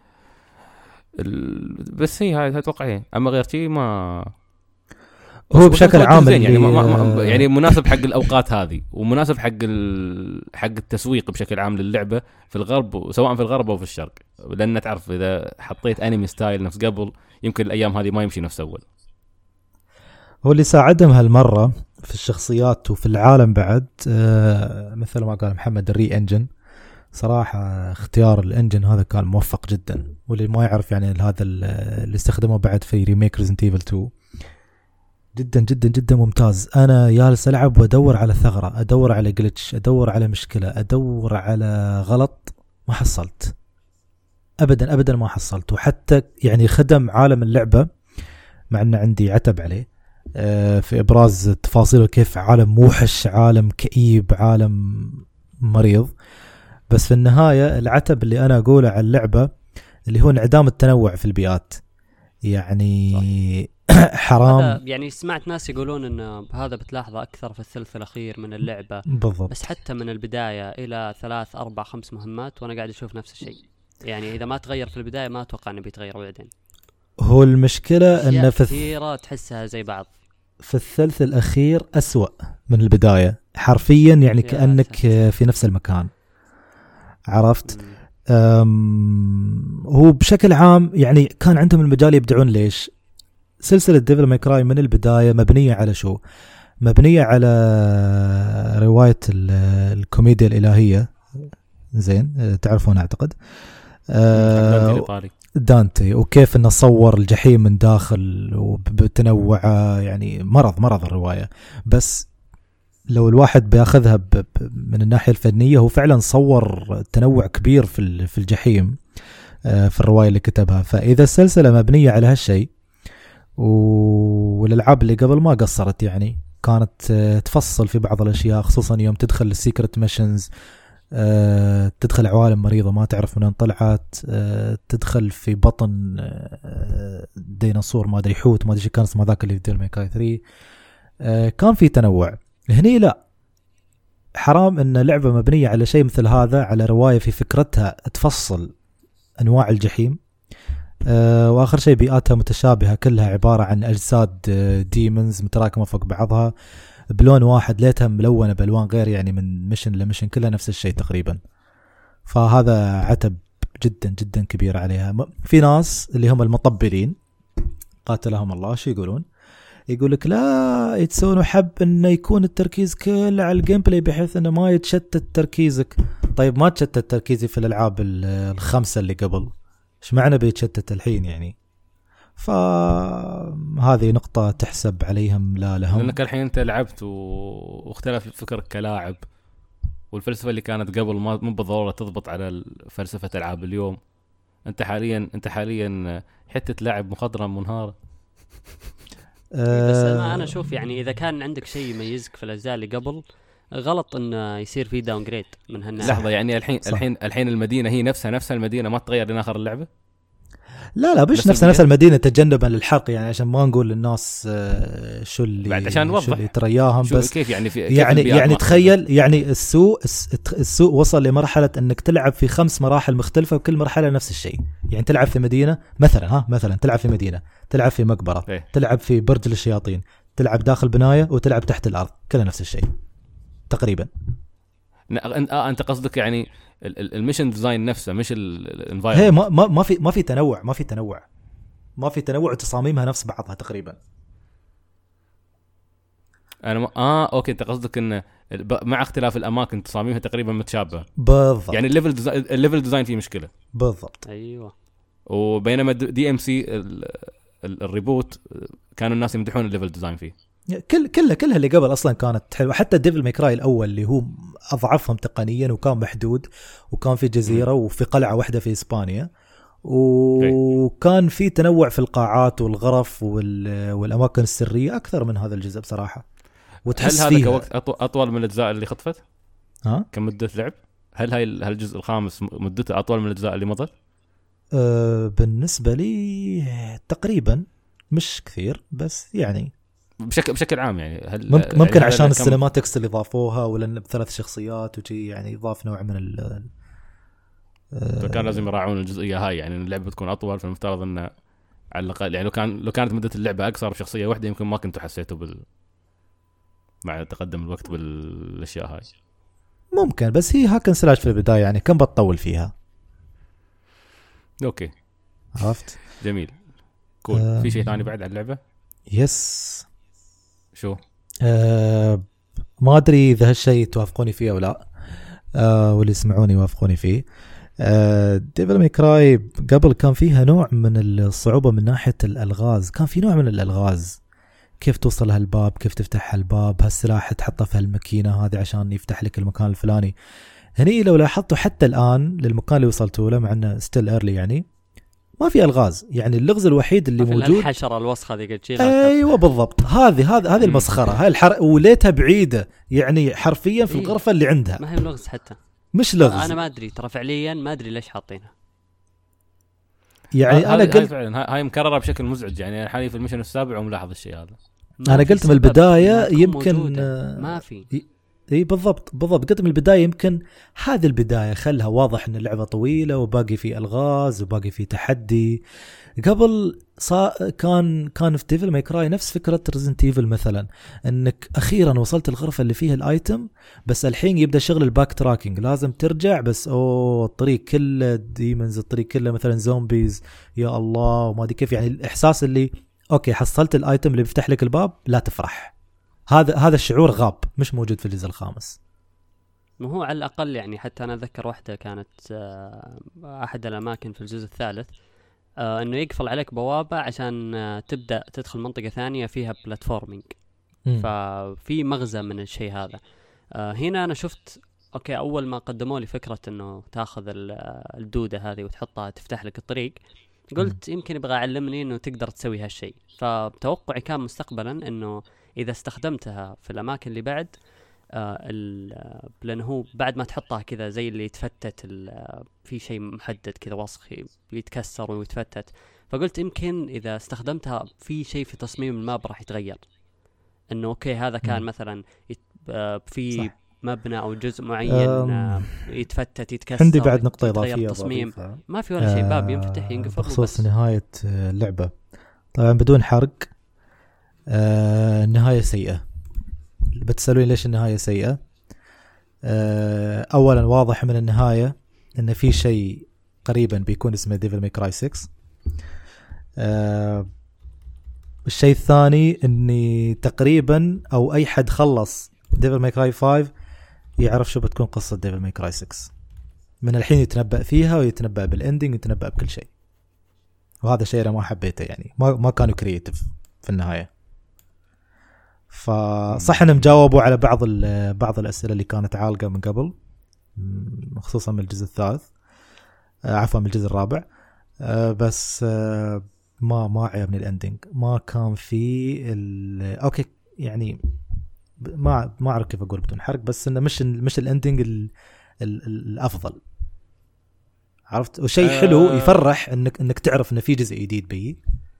بس هي هاي اتوقع. اما غير شيء ما هو بشكل عام يعني ما ما يعني مناسب حق الاوقات هذه، ومناسب حق حق التسويق بشكل عام للعبه في الغرب، سواء في الغرب او في الشرق، لان تعرف اذا حطيت انمي ستايل نفس قبل يمكن الايام هذه ما يمشي نفس اول. هو اللي ساعدهم هالمره في الشخصيات وفي العالم بعد آه مثل ما قال محمد الري انجن. صراحه اختيار الانجن هذا كان موفق جدا، واللي ما يعرف يعني هذا اللي استخدمه بعد في ريميك ريزنت ايفل تو جدا جدا جدا ممتاز. انا جالس العب وادور على ثغره، ادور على جلتش، ادور على مشكله، ادور على غلط، ما حصلت ابدا ابدا ما حصلت. وحتى يعني خدم عالم اللعبه مع ان عندي عتب عليه في ابراز تفاصيله، كيف عالم موحش، عالم كئيب، عالم مريض، بس في النهاية العتب اللي أنا أقوله على اللعبة اللي هو انعدام التنوع في البيئات. يعني حرام. هذا يعني سمعت ناس يقولون إن هذا بتلاحظه أكثر في الثلث الأخير من اللعبة بالضبط. بس حتى من البداية إلى ثلاث أربع خمس مهمات وأنا قاعد أشوف نفس الشيء. يعني إذا ما تغير في البداية ما أتوقع إنه بيتغير بعدين. هو المشكلة إن في كثيرة تحسها زي بعض. في الثلث الأخير أسوأ من البداية حرفيا، يعني كأنك في نفس المكان. عرفت؟ هو بشكل عام يعني كان عندهم المجال يبدعون. ليش؟ سلسلة ديفل ماي كراي من البداية مبنية على شو؟ مبنية على رواية الكوميديا الإلهية، زين تعرفون أعتقد آه دانتي، وكيف انه صور الجحيم من داخل وبتنوعه. يعني مرض مرض الرواية. بس لو الواحد بياخذها من الناحية الفنية هو فعلا صور تنوع كبير في في الجحيم في الرواية اللي كتبها. فإذا السلسلة مبنية على هالشيء والألعاب اللي قبل ما قصرت، يعني كانت تفصل في بعض الأشياء، خصوصا يوم تدخل السيكرت ميشنز، أه تدخل عوالم مريضة ما تعرف منين طلعت، أه تدخل في بطن أه ديناصور ما أدري حوت ما أدري شو كان اسمه ذاك اللي في ديفل ماي كراي ثري. أه كان في تنوع. هني لا، حرام ان لعبة مبنية على شيء مثل هذا، على رواية في فكرتها تفصل أنواع الجحيم، أه وآخر شيء بيئاتها متشابهة، كلها عبارة عن أجساد ديمونز متراكمة فوق بعضها بلون واحد، ليتها ملونة بألوان غير، يعني من ميشن لميشن كلها نفس الشيء تقريبا. فهذا عتب جدا جدا كبير عليها. في ناس اللي هم المطبلين قاتلهم الله شو يقولون؟ يقولك لا يتسون حب انه يكون التركيز كله على الجيم بلاي بحيث انه ما يتشتت تركيزك. طيب ما تشتت تركيزي في الالعاب الخمسة اللي قبل، ايش معنى بيتشتت الحين يعني؟ فهذه نقطة تحسب عليهم لا لهم، لأنك الحين أنت لعبت واختلف فكرك كلاعب، والفلسفة اللي كانت قبل ما مو بالضرورة تضبط على فلسفة ألعاب اليوم. أنت حاليا أنت حاليا حتة لاعب مخضرم منهار. بس أنا أنا أشوف يعني إذا كان عندك شيء يميزك في الأجزاء اللي قبل، غلط إنه يصير فيه داون جريد من هالناحية. لحظة، يعني الحين صح. الحين الحين المدينة هي نفسها نفس المدينة ما تغير لين آخر اللعبة؟ لا لا مش نفس نفس المدينة تجنبا للحرق، يعني عشان ما نقول للناس شو اللي بعد عشان نوضح شو اللي ترياهم. بس كيف يعني في كيف يعني يعني تخيل يعني السوق السوق وصل لمرحلة انك تلعب في خمس مراحل مختلفة وكل مرحلة نفس الشيء. يعني تلعب في مدينة مثلا ها مثلا تلعب في مدينة، تلعب في مقبرة، إيه؟ تلعب في برج الشياطين، تلعب داخل بناية، وتلعب تحت الأرض، كلها نفس الشيء تقريبا. اه انت قصدك يعني الميشن ديزاين نفسه مش الانفايرمنت. هي ما ما ما في ما في تنوع ما في تنوع ما في تنوع تصاميمها نفس بعضها تقريبا. انا م... اه اوكي انت قصدك ان مع اختلاف الاماكن تصاميمها تقريبا متشابهه بالضبط. يعني الليفل ديزاين الليفل ديزاين فيه مشكله بالضبط. ايوه. وبينما دي ام سي الريبوت كانوا الناس يمدحون الليفل ديزاين فيه. كل كلها كلها اللي قبل اصلا كانت حلوه. حتى ديفل ماي كراي الاول اللي هو اضعفهم تقنيا وكان محدود، وكان في جزيره وفي قلعه واحده في اسبانيا، وكان في تنوع في القاعات والغرف والاماكن السريه اكثر من هذا الجزء بصراحه. وتحس هل هذا كوقت اطول من الاجزاء اللي خطفت؟ ها كمده لعب هل هاي الجزء الخامس مدته اطول من الاجزاء اللي مضت؟ أه بالنسبه لي تقريبا مش كثير، بس يعني بشكل بشكل عام يعني هل ممكن, ممكن يعني عشان السينماتكس اللي ضافوها ولا بثلاث شخصيات وشي، يعني ضاف نوع من ال فكان لازم يراعون الجزئيه هاي، يعني اللعبه تكون اطول، فالمفترض انه على الاقل يعني لو كان لو كانت مده اللعبه اقصر بشخصيه واحده يمكن ما كنتوا حسيتوا بال مع تقدم الوقت بالاشياء هاي. ممكن، بس هي هاكن سلاش في البدايه يعني كم بتطول فيها. اوكي عرفت. جميل كول. في شيء ثاني بعد على اللعبه؟ يس. شو أه ما ادري اذا هالشيء توافقوني فيه او لا، أه واللي يسمعوني يوافقوني فيه. ديفل ماي كراي قبل كان فيها نوع من الصعوبة من ناحية الألغاز، كان في نوع من الألغاز، كيف توصل هالباب، كيف تفتح هالباب، هالسلاح تحطه في هالماكينة هذه عشان يفتح لك المكان الفلاني. هني لو لاحظتوا حتى الآن للمكان اللي وصلتوا له مع انه ستيل ايرلي يعني ما في ألغاز، يعني اللغز الوحيد اللي موجود الحشرة الوسخة ذي قلت شيلها. ايوه بالضبط، هذه هذه هذه المسخرة، هاي الحر وليتها بعيدة يعني حرفيا في إيه؟ الغرفة اللي عندها ما هي لغز حتى. مش لغز. انا ما ادري ترى فعليا ما ادري ليش حاطينها يعني انا قلت فعلا هاي مكرره بشكل مزعج. يعني حاليا في المشن السابع وملاحظ الشيء هذا. انا قلت من البدايه يمكن ما في اي بالضبط بالضبط قلت من البدايه يمكن هذه البدايه خلها واضح ان اللعبه طويله وباقي في الغاز وباقي في تحدي. قبل صا كان كان في ديفل ماي كراي نفس فكره ريزنت ايفل مثلا، انك اخيرا وصلت الغرفه اللي فيها الايتم بس الحين يبدا شغل الباك تراكنج، لازم ترجع بس اوه الطريق كله ديمونز، الطريق كله مثلا زومبيز يا الله وما ادري كيف. يعني الاحساس اللي اوكي حصلت الايتم اللي بيفتح لك الباب لا تفرح، هذا هذا الشعور غاب مش موجود في الجزء الخامس. ما هو على الاقل يعني حتى انا اتذكر واحده كانت احد الاماكن في الجزء الثالث انه يقفل عليك بوابه عشان تبدا تدخل منطقه ثانيه فيها بلاتفورمينج، ففي مغزى من الشيء هذا. هنا انا شفت اوكي اول ما قدموا لي فكره انه تاخذ الدوده هذه وتحطها تفتح لك الطريق، قلت م. يمكن يبغى يعلمني انه تقدر تسوي هالشيء. فتوقعي كان مستقبلا انه اذا استخدمتها في الاماكن اللي بعد آه لانه هو بعد ما تحطها كذا زي اللي يتفتت في شيء محدد كذا وسخ يتكسر ويتفتت، فقلت يمكن اذا استخدمتها في شيء في تصميم الماب راح يتغير، انه اوكي هذا كان م. مثلا آه في صح. مبنى او جزء معين آه يتفتت يتكسر. عندي بعد نقطه اضافيه تصميم ما في ولا شيء، باب ينفتح ينقفل بخصوص نهايه اللعبه. طبعا بدون حرق آه النهايه سيئه. بتسألوني ليش النهاية سيئة؟ أه أولا واضح من النهاية أن في شيء قريبا بيكون اسمه ديفل ماي كراي ستة. أه الشيء الثاني أني تقريبا أو أي حد خلص ديفل ماي كراي خمسة يعرف شو بتكون قصة ديفل ماي كراي ستة من الحين، يتنبأ فيها ويتنبأ بالإندينج ويتنبأ بكل شيء، وهذا شيء أنا ما حبيته. يعني ما ما كانوا كرييتيف في النهاية. فصح انهم جاوبوا على بعض بعض الاسئله اللي كانت عالقه من قبل، خصوصا من الجزء الثالث عفوا من الجزء الرابع، بس ما ما عجبني الاندنج. ما كان في اوكي يعني ما ما اعرف كيف اقول بدون حرق، بس انه مش مش الاندنج ال... ال... الافضل، عرفت؟ وشيء حلو يفرح انك انك تعرف انه في جزء جديد بي،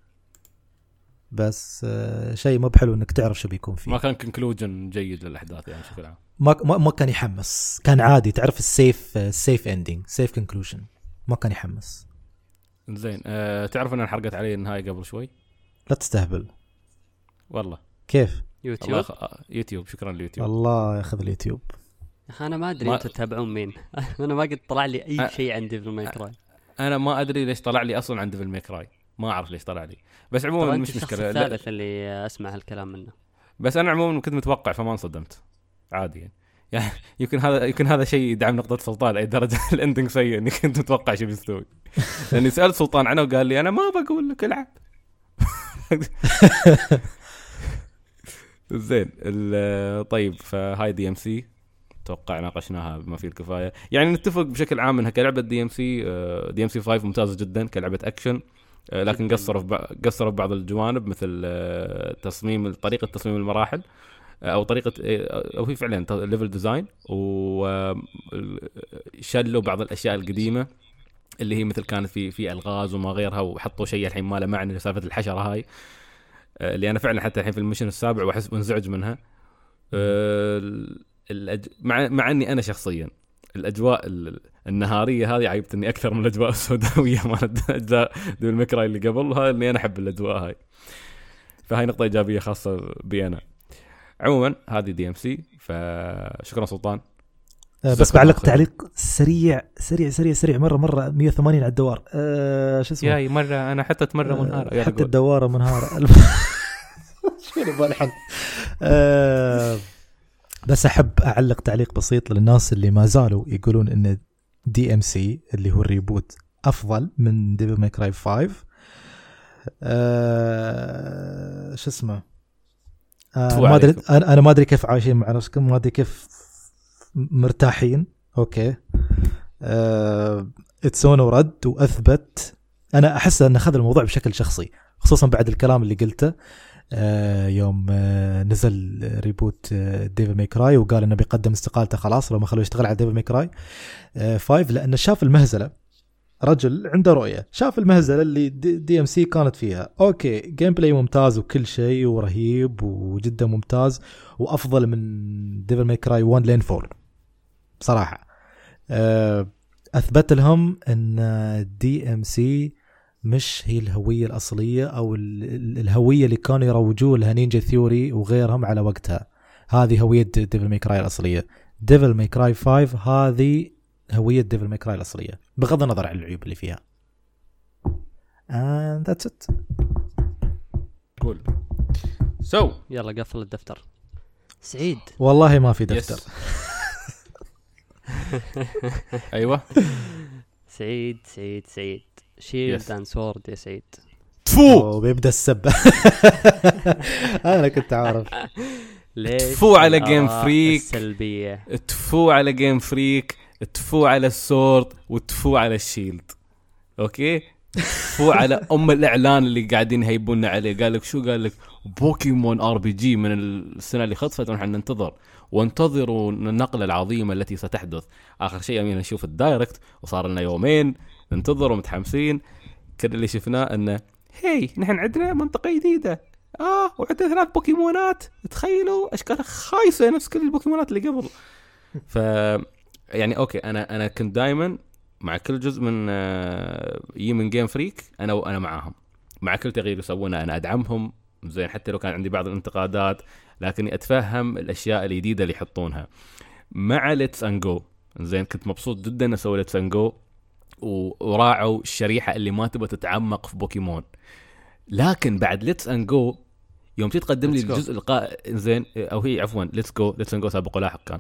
بس شيء مو بحلو انك تعرف شو بيكون فيه. ما كان كونكلوجن جيد للاحداث يعني بشكل عام. ما ما ما كان يحمس، كان عادي، تعرف السيف السيف اندينج سيف كونكلوجن، ما كان يحمس. زين أه تعرف ان انا حرقت علي النهايه قبل شوي؟ لا تستهبل والله. كيف؟ يوتيوب خ... يوتيوب شكرا لليوتيوب. الله ياخذ اليوتيوب. يا اخي انا ما ادري ما... انتم تتابعون مين. انا ما قد طلع لي اي شيء عن ديفل ماي كراي. انا ما ادري ليش طلع لي اصلا عن ديفل ماي كراي، ما اعرف ليش طلع لي، بس عموما مش مشكله. الثالث اللي اسمع هالكلام منه، بس انا عموما كنت متوقع فما انصدمت عادي يعني. يعني يمكن هذا يمكن هذا شيء يدعم نقطه سلطان اي درجه الاندنج سيء اني كنت متوقع شو بيستوي. لاني سالت سلطان عنه وقال لي انا ما بقول لك العب. زين طيب فهاي دي ام سي اتوقع ناقشناها بما فيه الكفايه. يعني نتفق بشكل عام انها كلعبه دي ام سي دي ام سي خمسة ممتازه جدا كلعبه اكشن، لكن قصروا في قصروا في بعض الجوانب مثل تصميم طريقه تصميم المراحل او طريقه او في فعلا ليفل ديزاين، وشلوا بعض الاشياء القديمه اللي هي مثل كانت في في الغاز وما غيرها، وحطوا شيء الحين ما له معنى لسالفه الحشره هاي اللي انا فعلا حتى الحين في الميشن السابع واحس منزعج منها. الأج... مع مع اني انا شخصيا الاجواء النهاريه هذه عيبتني اكثر من الاجواء السوداويه مالت اجزاء ديفل ماي كراي اللي قبل، هاي اللي انا احب الاجواء هاي، فهاي نقطه ايجابيه خاصه بي انا. عموما هذه دي ام سي، فشكرا سلطان. أه بس بعلق تعليق سريع سريع سريع سريع مره مره مية وثمانين على الدوار. أه شو اسمه ياي مره انا حتى مره منهاره أه حتى الدواره منهاره. شو اللي بالحين أه بس أحب أعلق تعليق بسيط للناس اللي ما زالوا يقولون إن دي إم سي اللي هو الريبوت أفضل من ديفل ماي كراي خمسة. أه شو اسمه أه ما أدري أنا, أنا ما أدري كيف عايشين مع نفسكم، ما أدري كيف مرتاحين. أوكي أه اتسون ورد وأثبت. أنا أحس أن أخذ الموضوع بشكل شخصي خصوصا بعد الكلام اللي قلته آه يوم آه نزل ريبوت آه ديفل ماي كراي وقال انه بيقدم استقالته خلاص لو ما خلوه يشتغل على ديفل ماي كراي آه فايف، لانه شاف المهزله. رجل عنده رؤيه، شاف المهزله اللي دي, دي ام سي كانت فيها. اوكي جيم بلاي ممتاز وكل شيء ورهيب وجدا ممتاز وافضل من ديفل ماي كراي واحد لين أربعة بصراحه. آه اثبت لهم ان دي ام سي مش هي الهويه الاصليه او الهويه اللي كانوا يروجوا لها نينجا ثيوري وغيرهم على وقتها. هذه هويه ديفل ماي كراي الاصليه. ديفل ماي كراي خمسة هذه هويه ديفل ماي كراي الاصليه بغض النظر عن العيوب اللي فيها. and that's it. cool. so يلا قفل الدفتر. سعيد والله ما في دفتر. yes. ايوه سعيد سعيد سعيد شيلد اند سورد يا سعيد. تفو بيبدا السب. انا كنت عارف. ليش تفو على جيم فريك السلبيه، تفو على جيم فريك، تفو على السورد، وتفو على الشيلد. اوكي تفو على ام الاعلان اللي قاعدين يهيبونا عليه. قال لك شو؟ قال لك بوكيمون ار بي جي من السنه اللي خطفت ونحن ننتظر وانتظروا النقله العظيمه التي ستحدث. اخر شيء يومين نشوف الدايركت وصار لنا يومين ننتظر ومتحمسين. كل اللي شفناه انه هي نحن عندنا منطقه جديده اه وعندنا ثلاث بوكيمونات تخيلوا اشكالها خايسه نفس كل البوكيمونات اللي قبل. ف يعني اوكي انا انا كنت دائما مع كل جزء من يجي من جيم فريك انا وانا معاهم، مع كل تغيير يسوونه انا ادعمهم زين، حتى لو كان عندي بعض الانتقادات لكني اتفهم الاشياء الجديده اللي يحطونها. مع ليتس ان جو زين كنت مبسوط جدا اسوي ليتس ان جو وراعوا الشريحه اللي ما تبغى تتعمق في بوكيمون. لكن بعد ليتس ان جو يوم تقدم لي الجزء القا زين او هي عفوا ليتس جو ليتس ان جو سابق ولاحق كان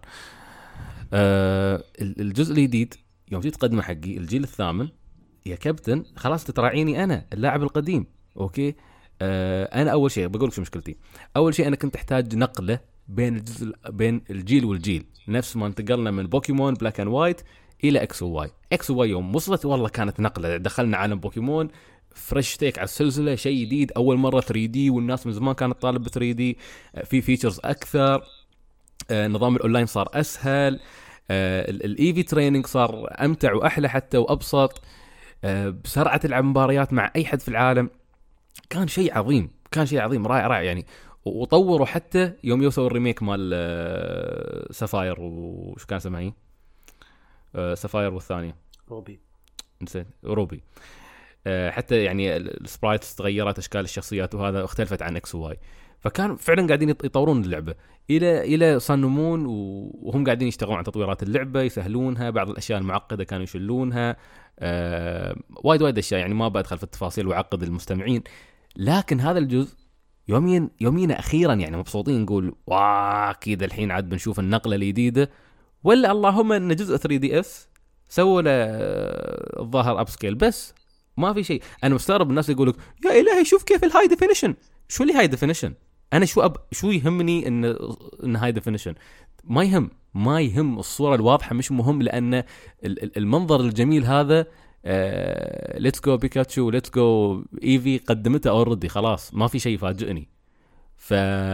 آه الجزء الجديد يوم تقدمه حقي الجيل الثامن يا كابتن خلاص تتراعيني انا اللاعب القديم. اوكي آه انا اول شيء بقول لك شو مشكلتي. اول شيء انا كنت احتاج نقله بين الجزء بين الجيل والجيل، نفس ما انتقلنا من بوكيمون بلاك اند وايت الى اكس وواي. اكس وواي يوم وصلت والله كانت نقله، دخلنا عالم بوكيمون فريش تيك على السلسله، شيء جديد اول مره ثري دي والناس من زمان كانت طالب ب ثري دي، في فيتشرز اكثر، آه نظام الاونلاين صار اسهل، آه الايفي تريننج صار امتع واحلى حتى وابسط، آه بسرعه تلعب مباريات مع اي حد في العالم. كان شيء عظيم، كان شيء عظيم رائع رائع يعني. وطوروا حتى يوم يوصلوا الريميك مال آه سفاير وش كان اسمها هي آه سفاير والثانيه روبي نسيت روبي آه حتى يعني السبرايتس تغيرت، اشكال الشخصيات وهذا اختلفت عن اكس وواي. فكان فعلا قاعدين يطورون اللعبه الى الى صنمون وهم قاعدين يشتغلون على تطويرات اللعبه يسهلونها، بعض الاشياء المعقده كانوا يشلونها، آه وايد وايد اشياء يعني ما بدخل في التفاصيل وعقد المستمعين. لكن هذا الجزء يومين يومين اخيرا يعني مبسوطين نقول واه كذا الحين عاد بنشوف النقله الجديده. ولا اللهم ان جزء ثري دي اس سووا له الظاهر اب سكيل بس ما في شيء. انا مستغرب الناس يقولوا يا الهي شوف كيف الهاي ديفينيشن. شو اللي هاي ديفينيشن؟ انا شو أب... شو يهمني ان ان هاي ديفينيشن؟ ما يهم ما يهم الصوره الواضحه مش مهم، لان المنظر الجميل هذا ليتس جو بيكاتشو ليتس جو ايفي قدمته اوريدي خلاص ما في شيء يفاجئني. ف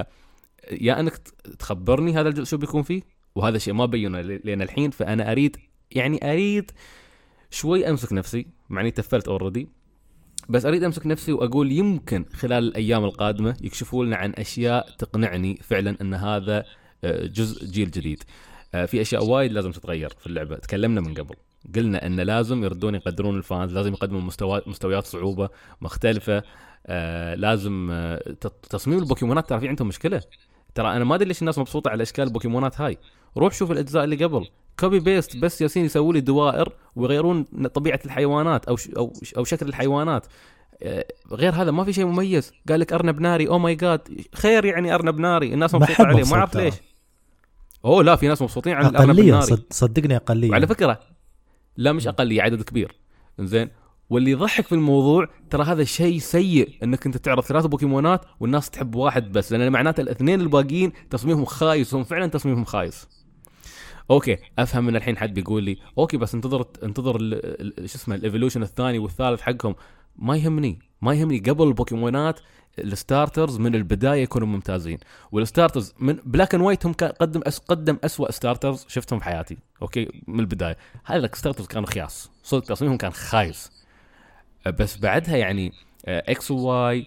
يا انك تخبرني هذا الجزء شو بيكون فيه، وهذا شيء ما بينه لين الحين. فانا اريد يعني اريد شوي امسك نفسي مع اني تفلت اوريدي، بس اريد امسك نفسي واقول يمكن خلال الايام القادمه يكشفوا لنا عن اشياء تقنعني فعلا ان هذا جزء جيل جديد. في اشياء وايد لازم تتغير في اللعبه، تكلمنا من قبل قلنا ان لازم يردون يقدرون الفانز، لازم يقدموا مستوى مستويات صعوبه مختلفه، لازم تصميم البوكيمونات ترى في عندهم مشكله. ترى انا ما ادري ليش الناس مبسوطه على اشكال البوكيمونات هاي. روح شوف الاجزاء اللي قبل كوبي بيست بس ياسين يسووا لي دوائر ويغيرون طبيعه الحيوانات او ش... او او شكل الحيوانات، غير هذا ما في شيء مميز. قال لك ارنب ناري او ماي جاد خير يعني ارنب ناري الناس مبسوطه عليه ما اعرف ليش. اوه لا في ناس مبسوطين على الارنب الناري صد... صدقني اقليه. وعلى فكره لا مش اقليه عدد كبير زين. واللي يضحك في الموضوع ترى هذا شيء سيء انك انت تعرض ثلاثه بوكيمونات والناس تحب واحد بس، لان معناته الاثنين الباقيين تصميمهم خايس، هم فعلا تصميمهم خايس. اوكي افهم ان الحين حد بيقول لي اوكي بس انتظر انتظر شو اسمه الايفولوشن الثاني والثالث حقهم. ما يهمني ما يهمني قبل البوكيمونات الستارترز من البدايه يكونوا ممتازين. والستارترز من بلاك اند وايت هم قدم أس قدم اسوأ ستارترز شفتهم في حياتي اوكي من البدايه. هذا الستارترز كانوا خياس صدق تصميمهم كان خايس. بس بعدها يعني اكس وواي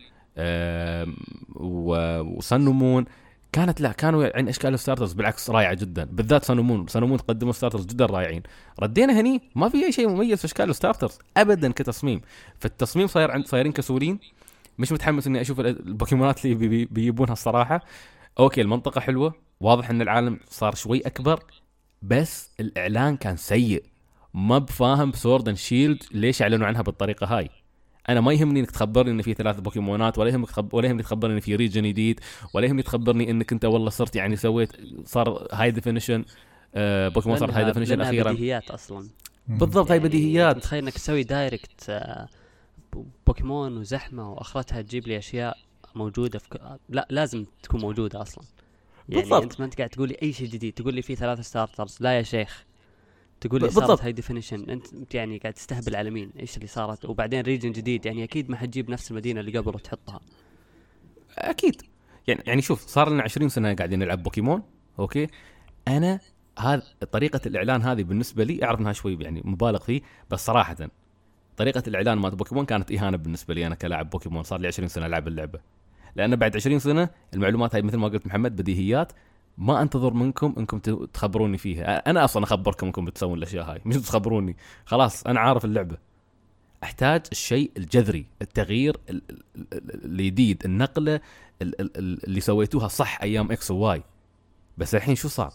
وسن ومون كانت لا كانوا يعني اشكال الستارترز بالعكس رائعه جدا. بالذات سن ومون سن ومون قدموا ستارترز جدا رائعين. ردينا هني ما في اي شيء مميز في اشكال الستارترز ابدا كتصميم. فالتصميم صاير عند صايرين كسولين. مش متحمس اني اشوف البوكيمونات اللي بي بيجيبونها الصراحه. اوكي المنطقه حلوه واضح ان العالم صار شوي اكبر بس الاعلان كان سيء. ما بفاهم سورد اند شيلد ليش اعلنوا عنها بالطريقه هاي. انا ما يهمني انك تخبرني ان في ثلاث بوكيمونات ولا يهمك خب... ولا يهمني تخبرني ان في ريجن جديد ولا يهمني تخبرني انك انت والله صرت يعني سويت صار هاي ديفينيشن آه بوكيمون صار هاي ديفينيشن اخيرا. بديهيات اصلا بالضبط. هاي يعني بديهيات. متخيل انك تسوي دايركت آه بوكيمون وزحمه واخرتها تجيب لي اشياء موجوده في ك... لا لازم تكون موجوده اصلا. يعني بالضبط. انت ما انت قاعد تقول لي اي شيء جديد تقول لي في ثلاث ستارترز لا يا شيخ تقول لي صارت هاي ديفينيشن انت يعني قاعد تستهبل على مين ايش اللي صارت. وبعدين ريجن جديد يعني اكيد ما حتجيب نفس المدينه اللي قبل وتحطها اكيد. يعني يعني شوف صار لنا عشرين سنه قاعدين نلعب بوكيمون اوكي. انا هذا طريقه الاعلان هذه بالنسبه لي اعرف انها شوي يعني مبالغ فيه بس صراحه طريقه الاعلان مال بوكيمون كانت اهانه بالنسبه لي انا كلاعب بوكيمون. صار لي عشرين سنه العب اللعبه لان بعد عشرين سنه المعلومات هاي مثل ما قلت محمد بديهيات ما انتظر منكم انكم تخبروني فيها. انا اصلا اخبركم انكم بتسوون الاشياء هاي مش تخبروني خلاص انا عارف اللعبه. احتاج الشيء الجذري التغيير الجديد النقله اللي سويتوها صح ايام اكس وواي. بس الحين شو صار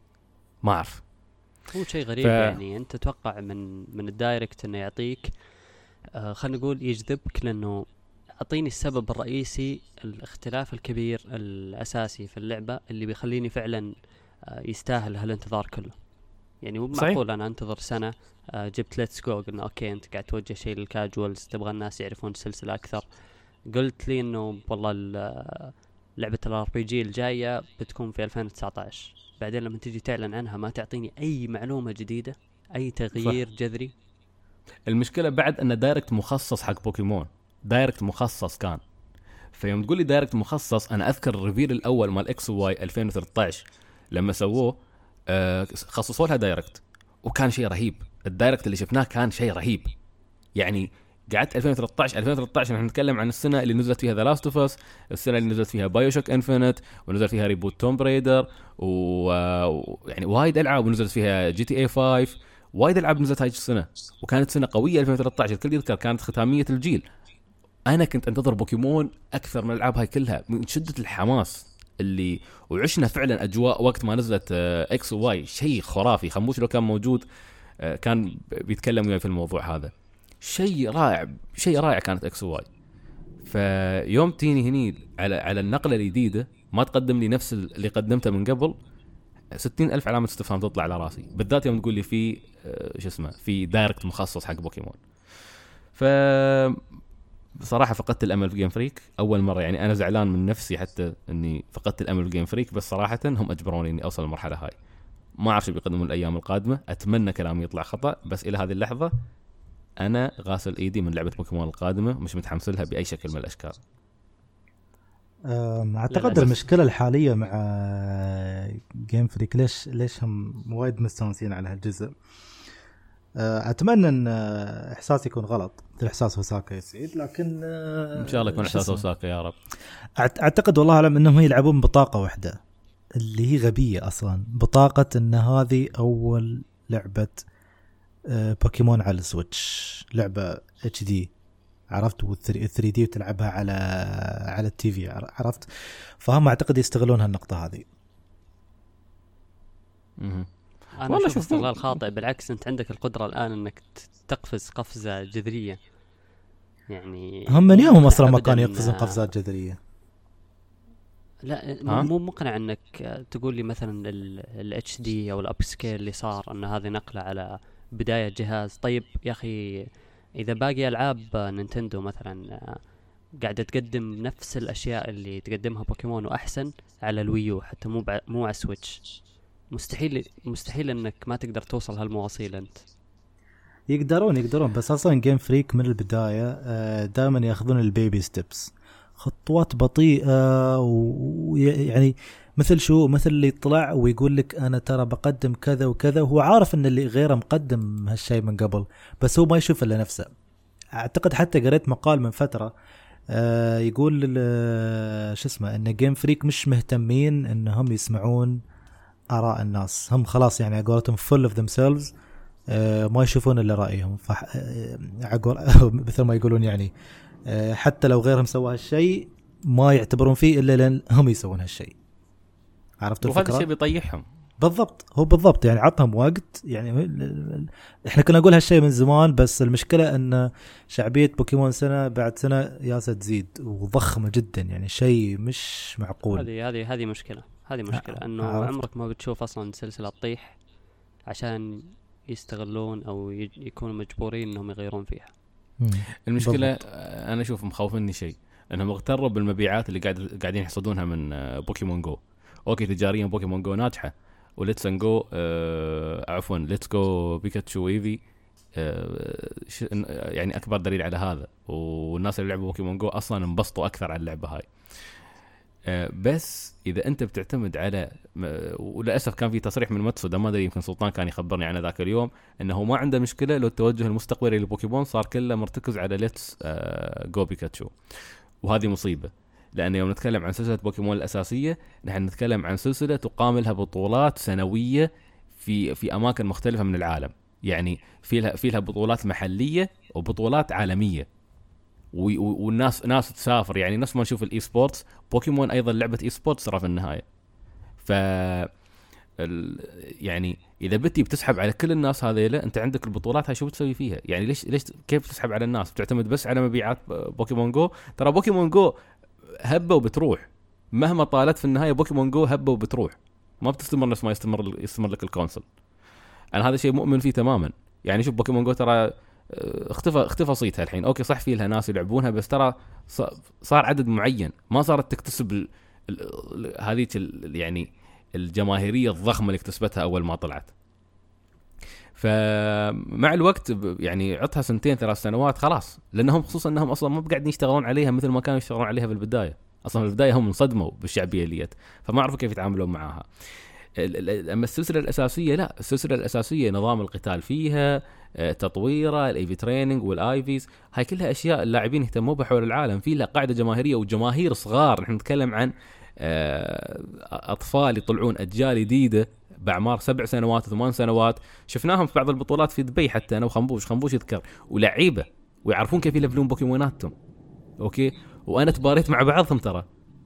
ما اعرف. هو شيء غريب ف... يعني انت تتوقع من من الدايركت انه يعطيك آه خلينا نقول يجذبك لانه اعطيني السبب الرئيسي الاختلاف الكبير الاساسي في اللعبه اللي بيخليني فعلا آه يستاهل هالانتظار كله. يعني مو معقول انا انتظر سنه آه جبت ليتس جو قلنا اوكي انت قاعد توجه شيء للكاجوالز تبغى الناس يعرفون السلسله اكثر. قلت لي انه والله لعبه الار بي جي الجايه بتكون في ألفين وتسعة عشر بعدين لما تيجي تعلن عنها ما تعطيني اي معلومه جديده اي تغيير صح. جذري. المشكله بعد ان دايركت مخصص حق بوكيمون دايركت مخصص كان. فيوم تقول لي دايركت مخصص انا اذكر الريفيل الاول مال اكس واي ألفين وثلاثة عشر لما سووه آه خصصوا لها دايركت وكان شيء رهيب. الدايركت اللي شفناه كان شيء رهيب. يعني قعدت ألفين وثلاثة عشر ألفين وثلاثة عشر نحن نتكلم عن السنه اللي نزلت فيها ذا لاست اوف اس السنه اللي نزلت فيها بايوشوك انفينيت ونزل فيها ريبوت توم بريدر ويعني وايد العاب ونزلت فيها جي تي اي خمسة وايد العاب نزلت هاي السنه وكانت سنه قويه. ألفين وثلاثة عشر الكل يذكر كانت ختاميه الجيل. انا كنت انتظر بوكيمون اكثر من الالعاب هاي كلها من شده الحماس اللي وعشنا فعلا اجواء وقت ما نزلت اكس وواي شيء خرافي. خموش لو كان موجود كان بيتكلم وياي في الموضوع هذا. شيء رائع شيء رائع كانت اكس واي. فيوم تيني هني على على النقله الجديده ما تقدم لي نفس اللي قدمته من قبل ستين ألف علامه استفهام تطلع على راسي. بالذات يوم تقول لي في شو اسمه في دايركت مخصص حق بوكيمون. ف بصراحه فقدت الامل في جيم فريك اول مره. يعني انا زعلان من نفسي حتى اني فقدت الامل في جيم فريك بس صراحه هم اجبروني اني اوصل للمرحله هاي. ما اعرف شو بيقدمون الايام القادمه. اتمنى كلامي يطلع خطا بس الى هذه اللحظه انا غاسل ايدي من لعبه بوكيمون القادمه مش متحمس لها باي شكل من الاشكال. اعتقد المشكله الحاليه مع جيم فريك ليش ليش هم وايد مستانسين على هالجزء. اتمنى ان احساسي يكون غلط مثل احساس وساكا يسعد لكن ان شاء الله يكون احساس وساكا يا رب. اعتقد والله اعلم انهم يلعبون بطاقه واحده اللي هي غبيه اصلا. بطاقه ان هذه اول لعبه بوكيمون على السويتش لعبه اتش دي عرفت و3 دي وتلعبها على على التي في عرفت. فهم اعتقد يستغلون هالنقطه هذه. اها انا اشوف استغلال خاطئ. بالعكس انت عندك القدره الان انك تقفز قفزه جذريه. يعني هم من يوم اصلا ما كانوا يقفزون قفزات جذريه. لا مو مقنع انك تقول لي مثلا الاتش دي او الاب سكيل اللي صار ان هذه نقله على بدايه جهاز. طيب يا اخي اذا باقي العاب نينتندو مثلا قاعده تقدم نفس الاشياء اللي تقدمها بوكيمون واحسن على الويو حتى مو مو على سويتش مستحيل مستحيل انك ما تقدر توصل هالمواصيل. انت يقدرون يقدرون بس اصلا جيم فريك من البدايه دائما ياخذون البيبي ستيبس. خطوات بطيئة، ويعني مثل شو مثل اللي يطلع ويقول لك أنا ترى بقدم كذا وكذا، وهو عارف إن اللي غيره مقدم هالشيء من قبل، بس هو ما يشوف إلا نفسه. أعتقد حتى قريت مقال من فترة آه يقول شو اسمه إن جيم فريك مش مهتمين إنهم يسمعون آراء الناس، هم خلاص يعني عقولتهم full of themselves، آه ما يشوفون إلا رأيهم. فح آه عقول مثل ما يقولون يعني آه حتى لو غيرهم سوى هالشيء ما يعتبرون فيه إلا لأن هم يسوون هالشيء. عرفتوا الفكرة؟ وهذا الشيء بيطيحهم. بالضبط، هو بالضبط يعني عطهم وقت. يعني احنا كنا نقول هالشيء من زمان، بس المشكلة ان شعبية بوكيمون سنة بعد سنة ياسة تزيد وضخمة جدا، يعني شيء مش معقول. هذه هذه هذه مشكلة، هذه مشكلة انه عرفت. عمرك ما بتشوف اصلا سلسلة تطيح عشان يستغلون او يكونوا مجبورين انهم يغيرون فيها. المشكلة بالضبط. انا اشوف مخوفني شيء انهم اغتروا بالمبيعات اللي قاعد قاعدين يحصدونها من بوكيمون جو. اوكي تجاريا بوكيمون جو ناجحه، وليتس ان جو آه عفوا ليتس جو بيكاتشو ايفي آه يعني اكبر دليل على هذا، والناس اللي لعبوا بوكيمون جو اصلا انبسطوا اكثر على اللعبه هاي. آه بس اذا انت بتعتمد على، وللاسف كان في تصريح من ماتسودا، ما ادري يمكن سلطان كان يخبرني عنه ذاك اليوم، انه ما عنده مشكله لو التوجه المستقبلي لبوكيمون صار كله مرتكز على ليتس آه جو بيكاتشو، وهذه مصيبه. لأن يوم نتكلم عن سلسلة بوكيمون الأساسية نحن نتكلم عن سلسلة تقام لها بطولات سنوية في في أماكن مختلفة من العالم، يعني في لها في لها بطولات محلية وبطولات عالمية، والناس ناس تسافر، يعني نفس ما نشوف الإي سبورتس. بوكيمون أيضا لعبة إي سبورتس ترى في النهاية. ف يعني إذا بتي بتسحب على كل الناس هذيلا، أنت عندك البطولات هاي شو بتسوي فيها؟ يعني ليش ليش كيف تسحب على الناس؟ بتعتمد بس على مبيعات بوكيمون جو؟ ترى بوكيمون جو هبه وبتروح، مهما طالت في النهايه بوكيمون جو هبه وبتروح، ما بتستمر نفس ما يستمر يستمر لك الكونسل. انا هذا شيء مؤمن فيه تماما. يعني شوف بوكيمون جو ترى اختفى اختفى صيتها الحين. اوكي صح في لها ناس يلعبونها، بس ترى صار عدد معين، ما صارت تكتسب هذه يعني الجماهيريه الضخمه اللي اكتسبتها اول ما طلعت. فمع الوقت يعني عطها سنتين ثلاث سنوات خلاص، لانهم خصوصا انهم اصلا ما قاعدين يشتغلون عليها مثل ما كانوا يشتغلون عليها في البدايه. اصلا في البدايه هم انصدموا بالشعبيه الليت، فما عرفوا كيف يتعاملون معها. اما السلسله الاساسيه لا، السلسله الاساسيه نظام القتال فيها، تطويره، الايفي تريننج والايفيز، هاي كلها اشياء اللاعبين يهتموا بها حول العالم، في لها قاعده جماهيريه وجماهير صغار. نحن نتكلم عن اطفال يطلعون اجيال جديده باعمار سبع سنوات وثمان سنوات، شفناهم في بعض البطولات في دبي حتى انا وخنبوش خنبوش يذكر، ولعيبه ويعرفون كيف يلفلون بوكيموناتهم. اوكي وانا تباريت مع بعضهم ترى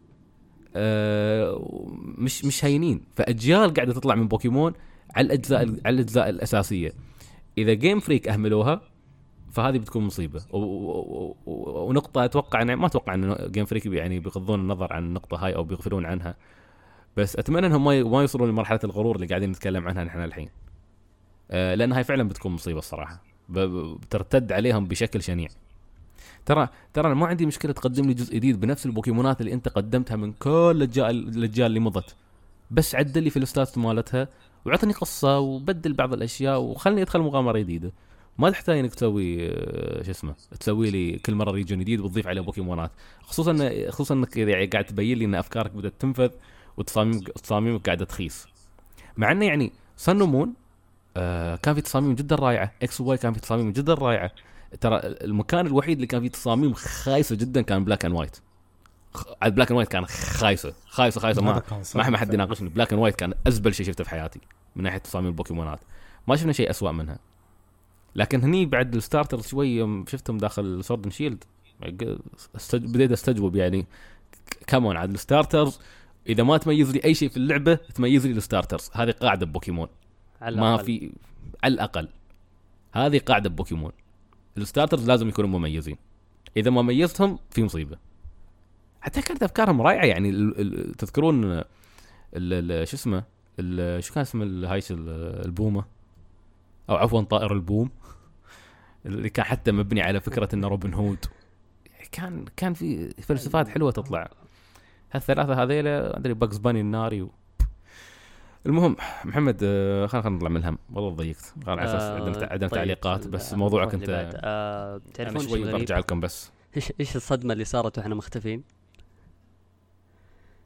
أه مش مش هينين. فاجيال قاعده تطلع من بوكيمون على الاجزاء على الاجزاء الاساسيه. اذا جيم فريك اهملوها فهذه بتكون مصيبه. ونقطه اتوقع أنا ما اتوقع ان جيم فريك يعني بيغضون النظر عن النقطه هاي او بيغفلون عنها، بس اتمنى انهم ما يوصلون لمرحله الغرور اللي قاعدين نتكلم عنها نحن الحين، أه لان هاي فعلا بتكون مصيبه الصراحه، بترتد عليهم بشكل شنيع. ترى ترى انا ما عندي مشكله تقدم لي جزء جديد بنفس البوكيمونات اللي انت قدمتها من كل الاجيال اللي مضت، بس عدل لي في الستات مالتها وعطني قصه وبدل بعض الاشياء وخلني ادخل مغامره جديده. ما تحتاج انك تسوي شو اسمه تسوي لي كل مره ريجن جديد وتضيف عليه بوكيمونات، خصوصا خصوصا انك يعني قاعد تبين لي ان افكارك بدات تنفذ وتصاميم تصاميمك قاعده تخيس. مع انه يعني سن ومون آه كان في تصاميم جدا رائعه، اكس واي كان في تصاميم جدا رائعه. ترى المكان الوحيد اللي كان فيه تصاميم خايسه جدا كان بلاك اند وايت. على بلاك اند وايت كان خايسه خايسه خايسه ما ما ما حد يناقشني. بلاك اند وايت كان ازبل شيء شفته في حياتي من ناحيه تصاميم البوكيمونات، ما شفنا شيء أسوأ منها. لكن هني بعد الستارتر شوي شفتهم داخل سورد شيلد بديت استجوب، يعني كمون عاد الستارترز اذا ما تميز لي اي شيء في اللعبه تميز لي الستارترز. هذه قاعده ببوكيمون ما في على الاقل، هذه قاعده ببوكيمون. الستارترز لازم يكونوا مميزين، اذا ما ميزتهم في مصيبه. حتى كانت افكارهم رائعه، يعني ال ال تذكرون شو اسمه شو كان اسم الهايش البومه او عفوا طائر البوم اللي كان حتى مبني على فكره انه روبن هود. كان كان في فلسفات حلوه تطلع. هالثلاثه هذيلا ادري باكس باني الناري و... المهم محمد خلينا نطلع من الهم والله ضيقت. قال على اساس عندنا عندنا تعليقات بس موضوعك انت. آه تعرفون شوي برجع لكم بس ايش ايش الصدمه اللي صارت واحنا مختفين؟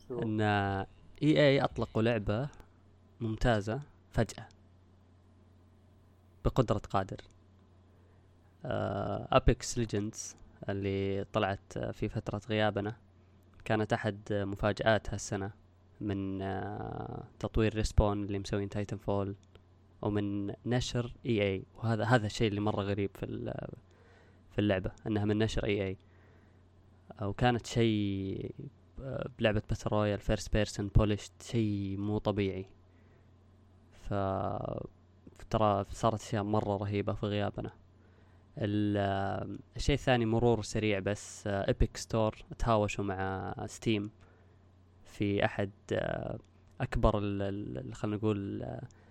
ان اي اي اطلقوا لعبة ممتازة فجأة بقدرة قادر. ابيكس ليجندز اللي طلعت في فترة غيابنا كانت احد مفاجآت هالسنة من تطوير ريسبون اللي مسوين تايتن فول ومن نشر اي اي. وهذا هذا الشيء اللي مرة غريب في في اللعبة انها من نشر اي اي. وكانت شيء بلعبة باتل رويال فيرست بيرسون بوليشت شيء مو طبيعي. ف ترى صارت اشياء مرة رهيبة في غيابنا. الشيء الثاني مرور سريع بس ايبك ستور تهاوشوا مع ستيم في احد اكبر خلينا نقول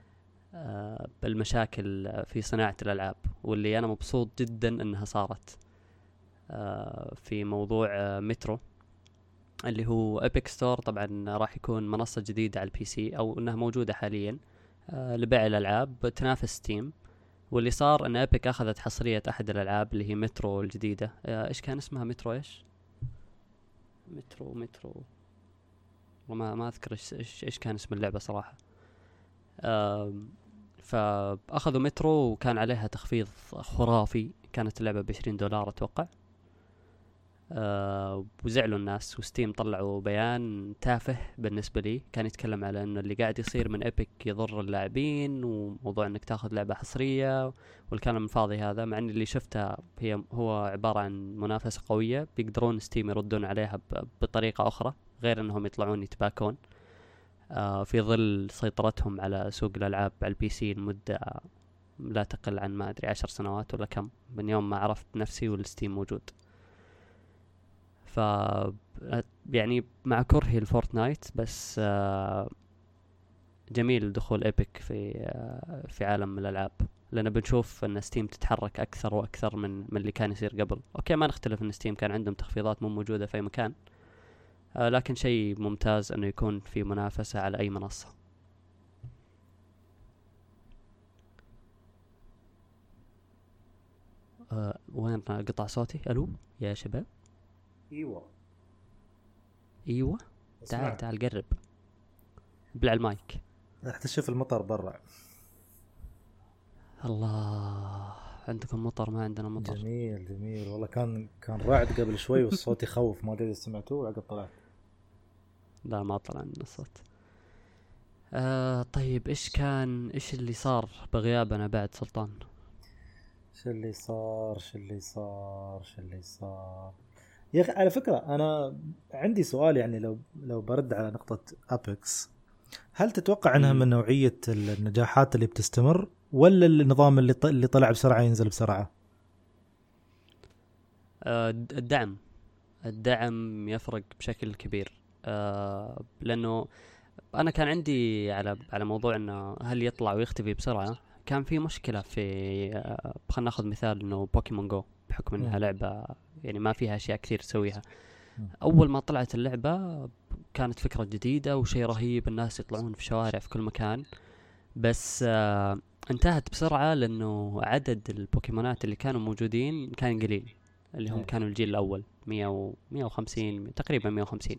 بالمشاكل في صناعة الالعاب، واللي انا مبسوط جدا انها صارت في موضوع مترو اللي هو ايبك ستور. طبعا راح يكون منصة جديدة على البي سي او انها موجودة حاليا لبيع الالعاب تنافس ستيم. واللي صار ان ايبك اخذت حصرية احد الالعاب اللي هي مترو الجديدة. ايش كان اسمها مترو ايش مترو مترو وما ما اذكر ايش ايش كان اسم اللعبة صراحة. فاخذوا مترو وكان عليها تخفيض خرافي. كانت اللعبة بعشرين دولار اتوقع. أه وزعلوا الناس وستيم طلعوا بيان تافه بالنسبة لي. كان يتكلم على انه اللي قاعد يصير من ايبك يضر اللاعبين وموضوع انك تاخذ لعبة حصرية والكلام الفاضي هذا، مع ان اللي شفتها هي هو عبارة عن منافسة قوية بيقدرون ستيم يردون عليها بطريقة اخرى غير انهم يطلعون يتباكون أه في ظل سيطرتهم على سوق الالعاب على البي سي لمدة لا تقل عن ما ادري عشر سنوات ولا كم من يوم ما عرفت نفسي والستيم موجود. ف يعني مع كرهي الفورتنايت بس جميل دخول ايبك في في عالم الالعاب، لان بنشوف ان ستيم تتحرك اكثر واكثر من من اللي كان يصير قبل. اوكي ما نختلف ان ستيم كان عندهم تخفيضات مو موجوده في مكان، لكن شيء ممتاز انه يكون في منافسه على اي منصه. أه وين قطع صوتي؟ الو يا شباب. ايوه ايوه تعال تعال قرب بلع المايك. راح تشوف المطر برا. الله عندكم مطر ما عندنا مطر. جميل جميل والله. كان كان رعد قبل شوي والصوت يخوف، ما ادري اذا سمعتوه وعقب طلعت. لا ما طلع عندنا الصوت. آه طيب ايش كان ايش اللي صار بغيابنا بعد سلطان؟ شو اللي صار شو اللي صار شو اللي صار يا اخي. على فكره انا عندي سؤال، يعني لو لو برد على نقطه ابيكس، هل تتوقع انها من نوعيه النجاحات اللي بتستمر ولا النظام اللي اللي طلع بسرعه ينزل بسرعه؟ آه الدعم الدعم يفرق بشكل كبير. آه لانه انا كان عندي على على موضوع انه هل يطلع ويختفي بسرعه. كان في مشكله في آه خلينا ناخذ مثال انه بوكيمون جو، بحكم انها لعبه يعني ما فيها اشياء كثير تسويها. اول ما طلعت اللعبه كانت فكره جديده وشيء رهيب، الناس يطلعون في شوارع في كل مكان، بس آه انتهت بسرعه لانه عدد البوكيمونات اللي كانوا موجودين كان قليل، اللي هم كانوا الجيل الاول مية وخمسين تقريبا مية وخمسين.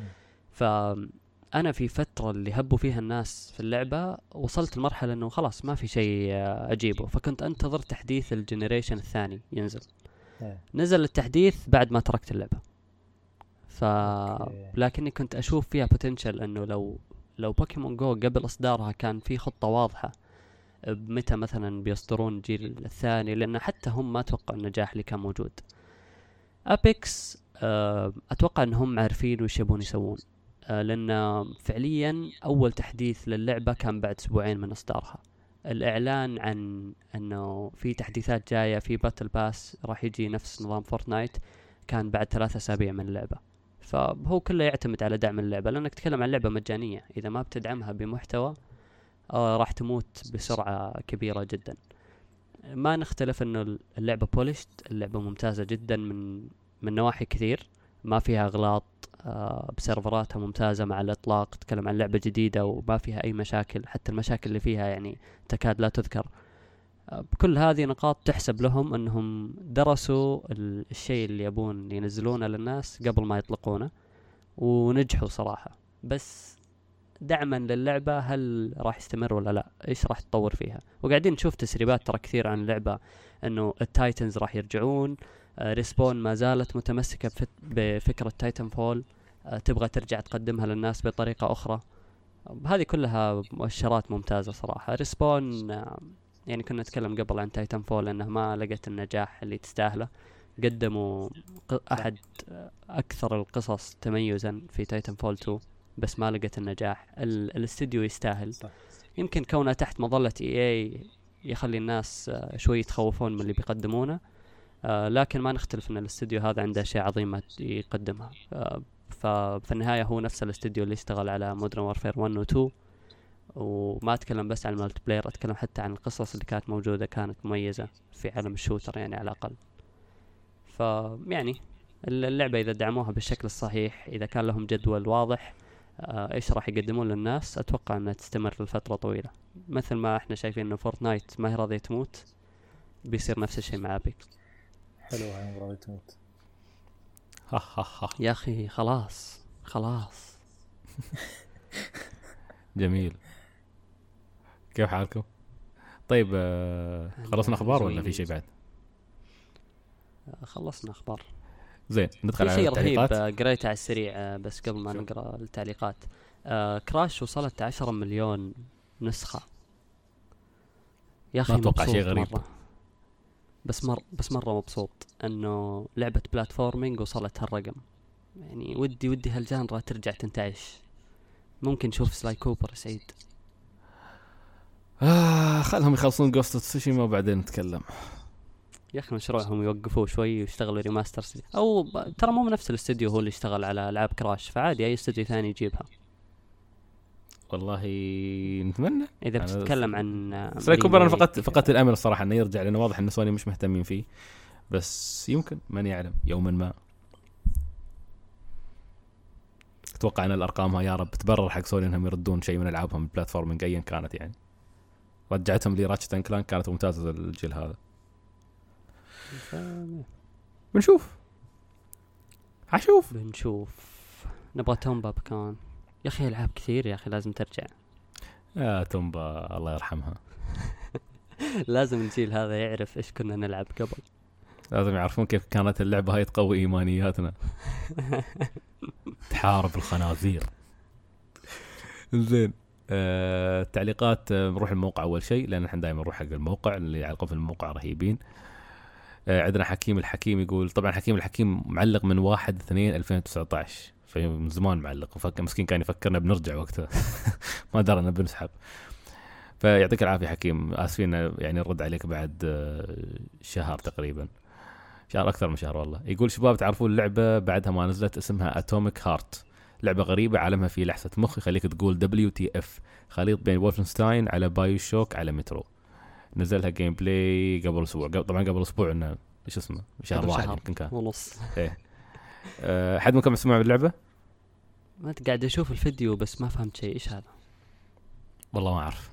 فانا في فتره اللي هبوا فيها الناس في اللعبه وصلت لمرحله انه خلاص ما في شيء اجيبه، فكنت انتظر تحديث الجنريشن الثاني ينزل. نزل التحديث بعد ما تركت اللعبه. ف لكني كنت اشوف فيها بوتنشل انه لو لو بوكيمون جو قبل اصدارها كان في خطه واضحه بمتى مثلا بيصدرون الجيل الثاني، لان حتى هم ما توقعوا النجاح اللي كان موجود. ابيكس اتوقع انهم عارفين وش يبون يسوون، لان فعليا اول تحديث للعبه كان بعد اسبوعين من اصدارها. الاعلان عن انه في تحديثات جايه في باتل باس راح يجي نفس نظام فورتنايت كان بعد ثلاثة اسابيع من اللعبه. فهو كله يعتمد على دعم اللعبه، لانك تتكلم عن لعبه مجانيه، اذا ما بتدعمها بمحتوى آه راح تموت بسرعه كبيره جدا. ما نختلف انه اللعبه بوليشت، اللعبه ممتازه جدا من من نواحي كثير، ما فيها اغلاط، آه بسيرفراتها ممتازه مع الاطلاق. تتكلم عن لعبه جديده وما فيها اي مشاكل، حتى المشاكل اللي فيها يعني تكاد لا تذكر. آه كل هذه نقاط تحسب لهم انهم درسوا الشيء اللي يبون ينزلونه للناس قبل ما يطلقونه ونجحوا صراحه. بس دعما للعبة هل راح يستمر ولا لا، ايش راح تطور فيها. وقاعدين نشوف تسريبات ترى كثير عن اللعبة انه التايتنز راح يرجعون، آه ريسبون ما زالت متمسكة بفت بفكرة تايتن فول، آه تبغى ترجع تقدمها للناس بطريقة اخرى. هذه كلها مؤشرات ممتازة صراحة. ريسبون آه يعني كنا نتكلم قبل عن تايتن فول انه ما لقت النجاح اللي تستاهله، قدموا احد اكثر القصص تميزا في تايتن فول تو بس ما لقت النجاح. الاستديو يستاهل صح. يمكن كونه تحت مظلة اي اي يخلي الناس شوي يتخوفون من اللي بيقدمونه، آه لكن ما نختلف ان الاستديو هذا عنده اشياء عظيمة يقدمها. آه ففي النهاية هو نفس الاستديو اللي اشتغل على مودرن وارفير واحد و تو، وما اتكلم بس عن الملتي بلاير، اتكلم حتى عن القصص اللي كانت موجودة كانت مميزة في عالم الشوتر يعني على الاقل. فيعني اللعبة اذا دعموها بالشكل الصحيح، اذا كان لهم جدول واضح آه ايش راح يقدمون للناس، اتوقع انها تستمر لفترة طويلة. مثل ما احنا شايفين انه فورتنايت ما هي راضية تموت، بيصير نفس الشيء مع ابيك. حلو هاي راضية تموت. يا اخي خلاص خلاص. جميل. كيف حالكم؟ طيب آه خلصنا اخبار ولا في شيء بعد؟ آه خلصنا اخبار. زين ندخل على التعليقات. آه قريتها على السريع آه بس قبل ما نقرا التعليقات. آه كراش وصلت عشرة مليون نسخة. يا اخي مبسوط شيء غريب مرة. بس مر بس مرة مبسوط انه لعبة بلاتفورمينج وصلت هالرقم. يعني ودي ودي هالجانرة ترجع تنتعش. ممكن نشوف سلاي كوبر سعيد. آه خلهم يخلصون جوست اوف تسوشيما وبعدين نتكلم. يا اخي مشروعهم يوقفوه شوي ويشتغلوا ريماسترز، او ب... ترى مو نفس الاستديو هو اللي اشتغل على العاب كراش، فعادي اي استديو ثاني يجيبها. والله نتمنى. اذا بتتكلم عن سلاي كوبر انا فقط فقط الامل الصراحه انه يرجع، لانه واضح ان سوني مش مهتمين فيه، بس يمكن من يعلم يوما ما. اتوقع ان الارقام يا رب تبرر حق سوني انهم يردون شيء من العابهم البلاتفورمينج ايا كانت. يعني رجعتهم لي راتشت اند كلانك كانت ممتازه الجيل هذا. بنشوف هشوف بنشوف نبغى تومبا بكان. يا اخي العاب كثير يا اخي لازم ترجع. يا تومبا الله يرحمها. لازم الجيل هذا يعرف ايش كنا نلعب قبل. لازم يعرفون كيف كانت اللعبه هاي تقوي ايمانياتنا. تحارب الخنازير. زين آه، تعليقات. نروح الموقع اول شيء لان احنا دائما نروح حق الموقع اللي يعلقون في الموقع رهيبين. آه، عندنا حكيم الحكيم يقول طبعا حكيم الحكيم معلق من واحد اثنين ألفين وتسعة عشر، فمن زمان معلق، وفكر مسكين كان يفكرنا بنرجع وقتها. ما درنا بنسحب. فيعطيك العافيه حكيم، اسفين يعني نرد عليك بعد شهر تقريبا، شهر اكثر من شهر والله. يقول شباب تعرفون اللعبه بعدها ما نزلت اسمها اتوميك هارت، لعبه غريبه عالمها فيه لحسه مخ يخليك تقول دبليو تي اف، خليط بين وولفنستاين على بايو شوك على مترو. نزلها جيم بلاي قبل اسبوع، طبعا قبل اسبوع انه ايش اسمه شهر واحد يمكن كان ونص. ايه أه حد منكم سمع باللعبه؟ ما قاعد اشوف الفيديو بس ما فهمت شيء. ايش هذا؟ والله ما اعرف.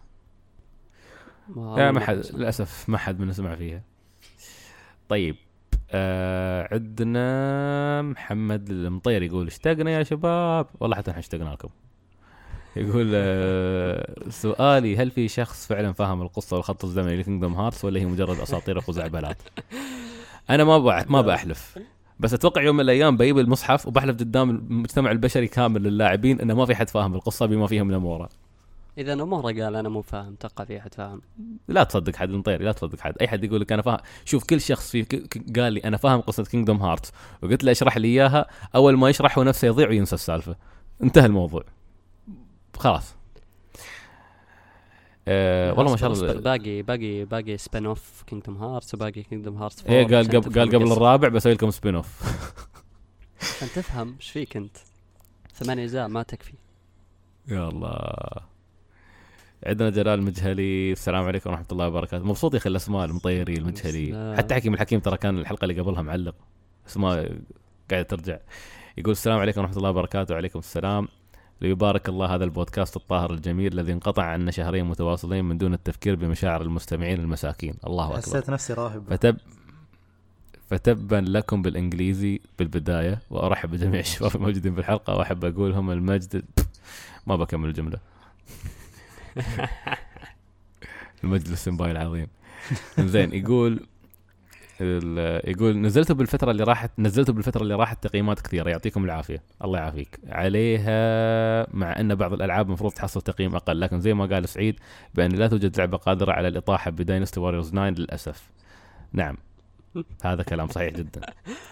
لا ما حد للاسف ما حد من سمع فيها. طيب آه عندنا محمد المطير يقول اشتقنا يا شباب. والله حتى احنا اشتقنا لكم. يقول آه سؤالي هل في شخص فعلا فاهم القصة والخط الزمني لكينغدوم هارتس ولا هي مجرد اساطير وخزعبلات؟ انا ما بع... ما بحلف، بس اتوقع يوم من الايام بجيب المصحف وبحلف قدام المجتمع البشري كامل للاعبين انه ما في حد فاهم القصة بما فيها من اموره. اذا اموره قال انا مو فاهم، توقع في احد فاهم. لا تصدق حد المطير، لا تصدق حد. اي حد يقول لك انا فاهم. شوف كل شخص في ك... قال لي انا فاهم قصة كينغدوم هارتس وقلت له اشرح لي اياها، اول ما يشرح هو نفسه يضيع وينسى السالفة، انتهى الموضوع خلاص. أه والله ما شاء الله. باقي باقي باقي سبين اوف كينغدوم هارتس وباقي كينغدوم هارتس ايه قال قبل قال قبل الرابع بسوي لكم سبين اوف. انت تفهم ايش فيك انت؟ ثمانية اجزاء ما تكفي يا الله. عندنا جلال المجهلي، السلام عليكم ورحمه الله وبركاته. مبسوط يا اخي الاسماء المطيري المجهلي، حتى حكيم الحكيم ترى كان الحلقه اللي قبلها معلق اسماء قاعده ترجع. يقول السلام عليكم ورحمه الله وبركاته. وعليكم السلام. ليبارك الله هذا البودكاست الطاهر الجميل الذي انقطع عنا شهرين متواصلين من دون التفكير بمشاعر المستمعين المساكين. الله اكبر. حسيت نفسي راهب. فتب فتبا لكم بالانجليزي بالبدايه، وارحب بجميع الشباب الموجودين في الحلقه، واحب اقول هم المجد ما بكمل الجملة. المجلس السنباي العظيم. زين يقول يقول نزلته بالفترة اللي راحت نزلته بالفترة اللي راحت تقييمات كثيرة، يعطيكم العافية. الله يعافيك عليها. مع أن بعض الألعاب مفروض تحصل تقييم أقل، لكن زي ما قال سعيد بأن لا توجد لعبة قادرة على الإطاحة بداينستي واريورز تسعة للأسف. نعم هذا كلام صحيح جدا.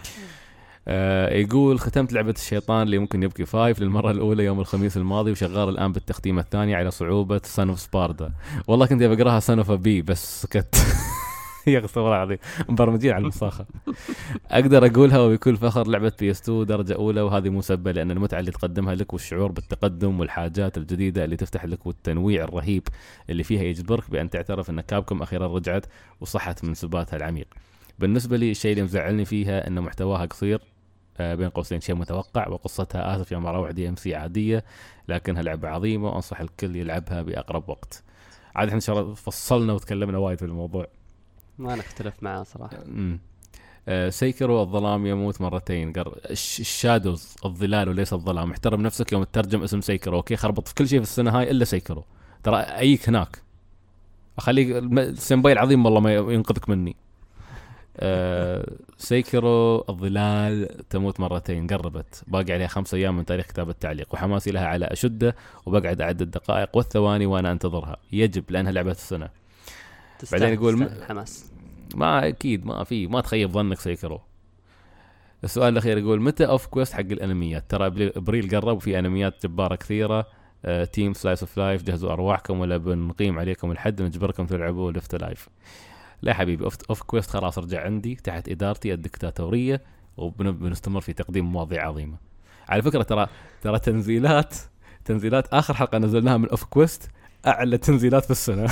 آه يقول ختمت لعبة الشيطان اللي ممكن يبكي فايف للمرة الأولى يوم الخميس الماضي، وشغال الآن بالتختيمة الثانية على صعوبة سان اوف سباردا. والله كنت بقراها سان اوف بي بس سكت. يا أخي والله العظيم مبرمجين على المصاخة. أقدر أقولها وبكل فخر لعبة بي اس تو درجة أولى، وهذه مسبة لأن المتعة اللي تقدمها لك والشعور بالتقدم والحاجات الجديدة اللي تفتح لك والتنويع الرهيب اللي فيها يجبرك بأن تعترف أن كابكم أخيرا رجعت وصحت من سباتها العميق. بالنسبة لي الشيء اللي مزعلني فيها أن محتواها قصير بين قوسين شيء متوقع، وقصتها آسف يا مراوح دي ام سي عادية، لكنها لعبة عظيمة وأنصح الكل يلعبها بأقرب وقت. عاد احنا شرط فصلنا وتكلمنا وايد في الموضوع، ما نختلف معه صراحة. امم آه سيكرو الظلام يموت مرتين. قر الشادوز الظلال وليس الظلام. احترم نفسك يوم تترجم اسم سيكرو. اوكي خربط في كل شيء في السنة هاي الا سيكرو، ترى ايك هناك. اخليك السنباي العظيم والله ما ينقذك مني. آه سيكرو الظلال تموت مرتين قربت، باقي عليها خمس ايام من تاريخ كتابة التعليق، وحماسي لها على اشده، وبقعد اعد الدقائق والثواني وانا انتظرها. يجب لانها لعبة السنة. بعدين يقول م... حماس ما اكيد ما في ما تخيب ظنك سيكرو. السؤال الاخير يقول متى اوف كويست حق الانميات؟ ترى ابريل قرب وفي انميات جبارة كثيرة. آه تيم سلايس اوف لايف جهزوا ارواحكم ولا بنقيم عليكم الحد نجبركم تلعبوا ليفت لايف. لا حبيبي اوف, أوف كويست خلاص رجع عندي تحت ادارتي الدكتاتوريه، وبنستمر في تقديم مواضيع عظيمه. على فكره ترى ترى تنزيلات تنزيلات اخر حلقه نزلناها من اوف كويست اعلى تنزيلات في السنه.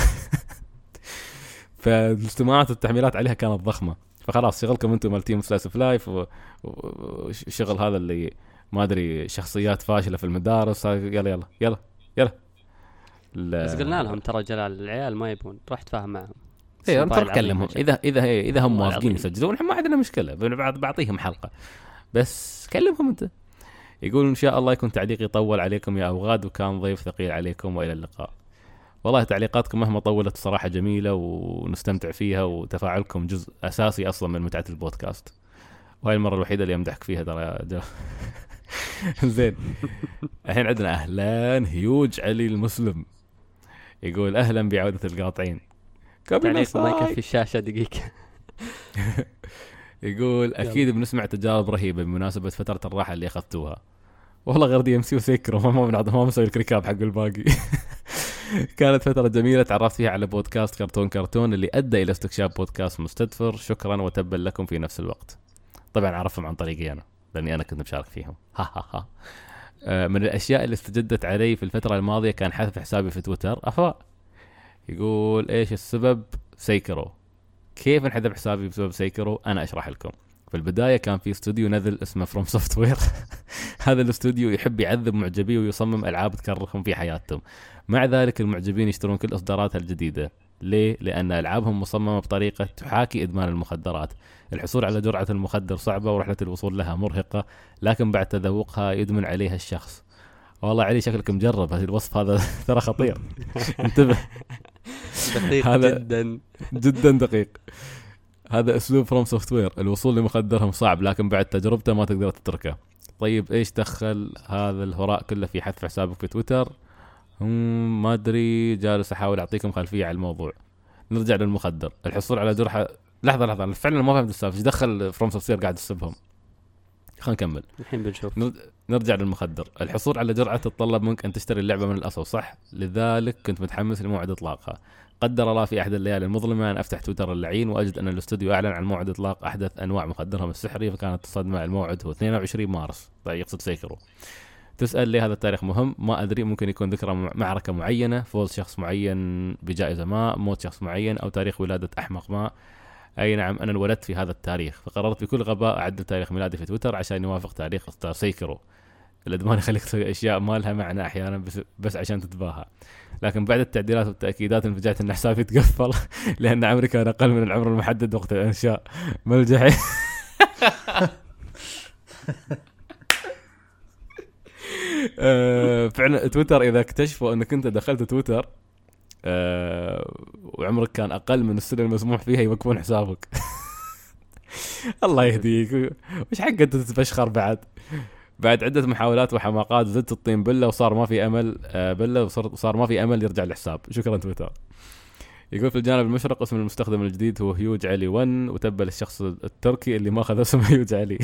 فالاجتماعات والتحميلات عليها كانت ضخمه، فخلاص شغلكم انتم مال تيم سلايس اوف لايف وشغل هذا اللي ما ادري شخصيات فاشله في المدارس. يلا يلا يلا يلا بس قلنا لهم ترى جلال العيال ما يبون، راح تفاهم معهم. ايه انا بكلمهم اذا اذا هي اذا هم موافقين يسجلون احنا ما عندنا مشكله، بعطيهم حلقه بس كلمهم انت. يقول ان شاء الله يكون تعليقي طول عليكم يا اوغاد وكان ضيف ثقيل عليكم، والى اللقاء. والله تعليقاتكم مهما طولت صراحه جميله ونستمتع فيها، وتفاعلكم جزء اساسي اصلا من متعه البودكاست، وهي المره الوحيده اللي امدحك فيها ترى. زين الحين عندنا اهلا هيوج علي المسلم. يقول اهلا بعوده القاطعين. تعليق ما يكفي الشاشة دقيقة. يقول أكيد بنسمع تجارب رهيبة بمناسبة فترة الراحة اللي أخذتوها. والله غير دي ام سي وسيكرو ما بنعض ما بنسوي الكريكاب حق الباقي. كانت فترة جميلة تعرفت فيها على بودكاست كرتون كرتون اللي أدى إلى استكشاف بودكاست مستدفر. شكرا وتبا لكم في نفس الوقت. طبعا عرفهم عن طريقي أنا لأني أنا كنت مشارك فيهم. ها ها ها. من الأشياء اللي استجدت علي في الفترة الماضية كان حذف حسابي في تويتر. أفا يقول ايش السبب؟ سيكرو. كيف انحذف حسابي بسبب سيكرو؟ انا اشرح لكم. في البداية كان في استوديو نزل اسمه فروم سوفت وير. هذا الاستوديو يحب يعذب معجبيه ويصمم العاب تكرههم في حياتهم. مع ذلك المعجبين يشترون كل اصداراتها الجديدة. ليه؟ لان العابهم مصممة بطريقة تحاكي ادمان المخدرات. الحصول على جرعة المخدر صعبة ورحلة الوصول لها مرهقة، لكن بعد تذوقها يدمن عليها الشخص. والله علي شكلك مجرب هذه الوصف، هذا ترى خطير. انتبه. دقيق جدا جدا دقيق. هذا اسلوب فروم سوفت وير، الوصول لمخدرهم صعب لكن بعد تجربته ما تقدر تتركه. طيب ايش دخل هذا الهراء كله في حذف حسابك في تويتر؟ هم ما ادري، جالس احاول اعطيكم خلفيه على الموضوع. نرجع للمخدر. الحصول على جرعه. لحظه لحظه فعلا ما فهمت السالفه، ايش دخل فروم سوفت وير قاعد تسبهم؟ خلينا نكمل الحين بنشوف. نرجع للمخدر. الحصول على جرعة تتطلب منك أن تشتري اللعبة من الأصل صح؟ لذلك كنت متحمس لموعد إطلاقها. قدر الله في أحد الليالي المظلمة أن أفتح تويتر اللعين وأجد أن الاستوديو أعلن عن موعد إطلاق أحدث أنواع مخدرهم السحري، فكانت الصدمة. الموعد هو اثنين وعشرين مارس. طيب يقصد سيكرو. تسأل ليه هذا التاريخ مهم؟ ما أدري، ممكن يكون ذكرى معركة معينة، فوز شخص معين بجائزة ما، موت شخص معين، أو تاريخ ولادة أحمق ما. أي نعم أنا انولدت في هذا التاريخ، فقررت بكل غباء أعدل تاريخ ميلادي في تويتر عشان يوافق تاريخ إصدار سيكرو. الادمان يخليك تسوي اشياء ما لها معنى احيانا بس, بس عشان تتباهى. لكن بعد التعديلات والتاكيدات انفجعت ان حسابي تقفل لان عمري كان اقل من العمر المحدد وقت الانشاء. ملجحي. آه، فعلا تويتر اذا اكتشفوا انك انت دخلت تويتر آه، وعمرك كان اقل من السنه المسموح فيها يوقفون حسابك. الله يهديك، مش حق انت تتفشخر بعد. بعد عده محاولات وحماقات زدت الطين بله وصار ما في امل آه، بله وصار صار ما في امل يرجع الحساب. شكرا تويتر. يقول في الجانب المشرق اسم المستخدم الجديد هو هيوج علي واحد، وتبل الشخص التركي اللي ما اخذ اسم هيوج علي.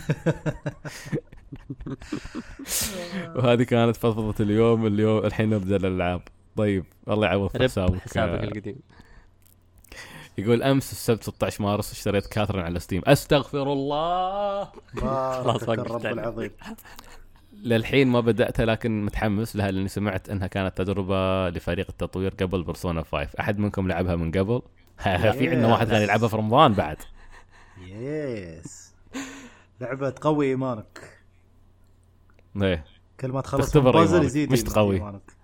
وهذه كانت فضفضة اليوم. اليوم الحين نرجع للألعاب. طيب الله يعوض في حسابك حسابك القديم. يقول امس السبت ستة عشر مارس اشتريت كاثرين على ستيم. استغفر الله. بارك الرب العظيم. للحين ما بدأتها لكن متحمس لها لاني سمعت انها كانت تجربة لفريق التطوير قبل بيرسونا خمسة. احد منكم لعبها من قبل؟ في عندنا واحد كان يلعبها في رمضان بعد. يس لعبة تقوي ايمانك. ايه كل ما تخلص تختبر بازل يزيد مش تقوي إيمانك.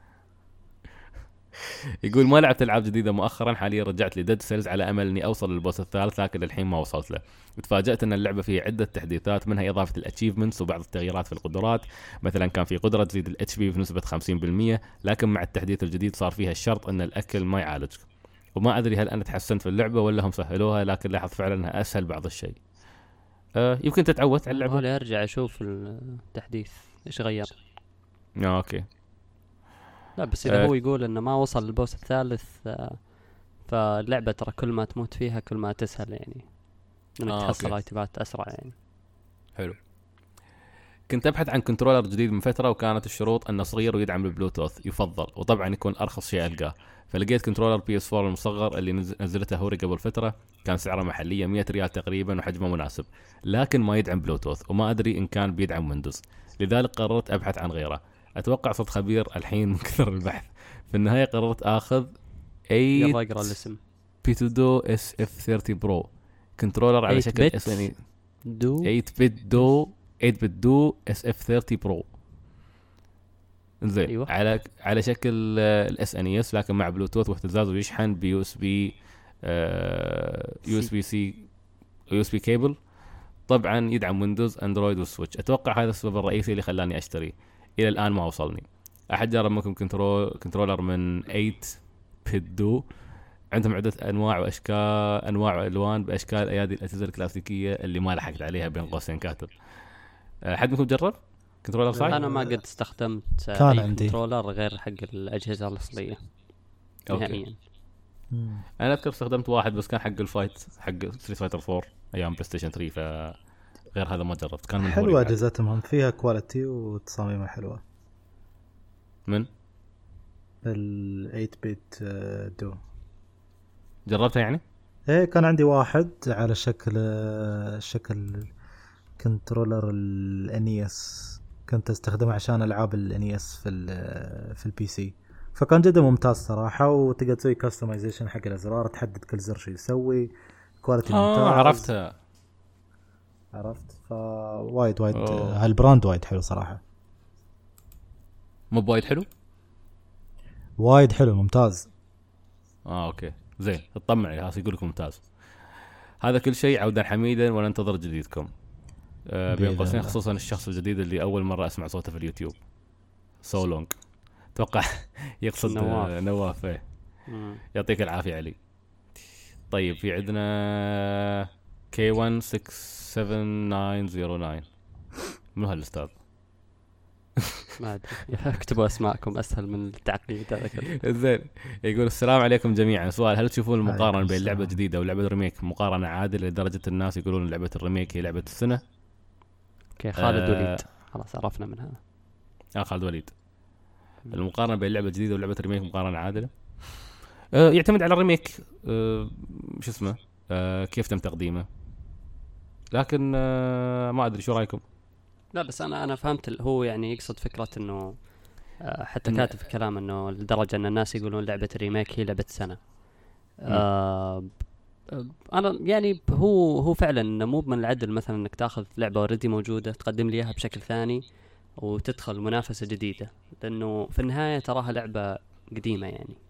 يقول ما لعبت العاب جديده مؤخرا، حاليا رجعت لي ديد سيلز على امل اني اوصل للبوس الثالث لكن الحين ما وصلت له. وتفاجأت ان اللعبه فيها عده تحديثات، منها اضافه الاتشيفمنتس وبعض التغييرات في القدرات. مثلا كان في قدره تزيد الاتش بي بنسبه خمسين بالمية، لكن مع التحديث الجديد صار فيها الشرط ان الاكل ما يعالجك. وما ادري هل انا تحسنت في اللعبه ولا هم سهلوها، لكن لاحظت فعلا انها اسهل بعض الشيء. أه يمكن تتعود على اللعبه. ولا ارجع اشوف التحديث ايش غير. اه اوكي. لا بس اذا أه هو يقول انه ما وصل للبوس الثالث آه فاللعبه ترى كل ما تموت فيها كل ما تسهل يعني انك آه تحصل ايتمات اسرع يعني. حلو. كنت ابحث عن كنترولر جديد من فتره، وكانت الشروط انه صغير ويدعم البلوتوث يفضل، وطبعا يكون ارخص شيء القاه. فلقيت كنترولر بي اس فور المصغر اللي نزلته هوري قبل فتره، كان سعره محليا مية ريال تقريبا وحجمه مناسب، لكن ما يدعم بلوتوث وما ادري ان كان بيدعم ويندوز، لذلك قررت ابحث عن غيره. اتوقع صرت خبير الحين من كثر البحث. في النهايه قررت اخذ ثمانية اقرا الاسم بيتودو اس اف ثلاثين برو، كنترولر على شكل اس ان اي دو ثمانية بت دو ثمانية بت دو اس اف ثلاثين برو. زين أيوة. على على شكل الاس ان اس لكن مع بلوتوث واهتزاز، ويشحن بيو اس بي يو اس بي سي يو اس بي كيبل. طبعا يدعم ويندوز اندرويد والسويتش. اتوقع هذا السبب الرئيسي اللي خلاني اشتري. الى الان ما وصلني. احد جرب منكم كنترول كنترولر من ثمانية بت دو؟ عندهم عدة انواع واشكال انواع والوان باشكال ايادي الاجهزه الكلاسيكيه اللي ما لحقت عليها بين قوسين كاتب. احد منكم جرب كنترولر صحيح؟ انا ما قد استخدمت كان اي عندي كنترولر غير حق الاجهزه الاصليه نهائيا. انا اذكر استخدمت واحد بس كان حق الفايت حق ستريت فايتر فور ايام بلاي ستيشن ثلاثة، فغير هذا ما جربت. كان من حلوه اجهزتهم فيها كواليتي وتصاميمها حلوه. من ال ثمانية بت دو جربتها يعني؟ ايه كان عندي واحد على شكل شكل كنترولر الانيس، كنت استخدمه عشان العاب الانيس في في البي سي، فكان جدا ممتاز صراحه. وتقدر تسوي كاستمايزيشن حق الازرار، تحدد كل زر شو يسوي، كواليتي آه ممتاز. عرفتها عرفت فوايد وايد هالبراند وايد حلو صراحه. مو وايد حلو، وايد حلو ممتاز. اه اوكي زين اطمع لي هذا يقول لكم ممتاز. هذا كل شيء عودا حميدا وننتظر جديدكم. آه بين قوسين خصوصا الشخص الجديد اللي اول مره اسمع صوته في اليوتيوب سو لونج. اتوقع يقصد نواف, نواف. ايه يعطيك العافيه علي. طيب في عندنا كي واحد ستة سبعة تسعة صفر تسعة. من هالاستاذ؟ ما ادري اكتبوا اسماءكم اسهل من التعقيد هذا كله. زين يقول السلام عليكم جميعا. سؤال: هل تشوفون المقارنه بين لعبه جديده ولعبه ريميك مقارنه عادله لدرجه الناس يقولون لعبه الريميك هي لعبه السنه؟ اوكي خالد آه وليد خلاص عرفنا من هذا. اه خالد وليد. المقارنه بين لعبه جديده ولعبه ريميك مقارنه عادله؟ آه يعتمد على الريميك آه شو اسمه آه كيف تم تقديمه، لكن آه ما ادري شو رايكم. لا بس انا انا فهمت هو يعني يقصد فكره انه حتى كاتب في كلام انه لدرجه ان الناس يقولون لعبه الريميك هي لعبه سنه. آه انا يعني هو هو فعلا مو من العدل مثلا انك تاخذ لعبه اوريدي موجوده تقدم لي اياها بشكل ثاني وتدخل منافسه جديده، لانه في النهايه تراها لعبه قديمه يعني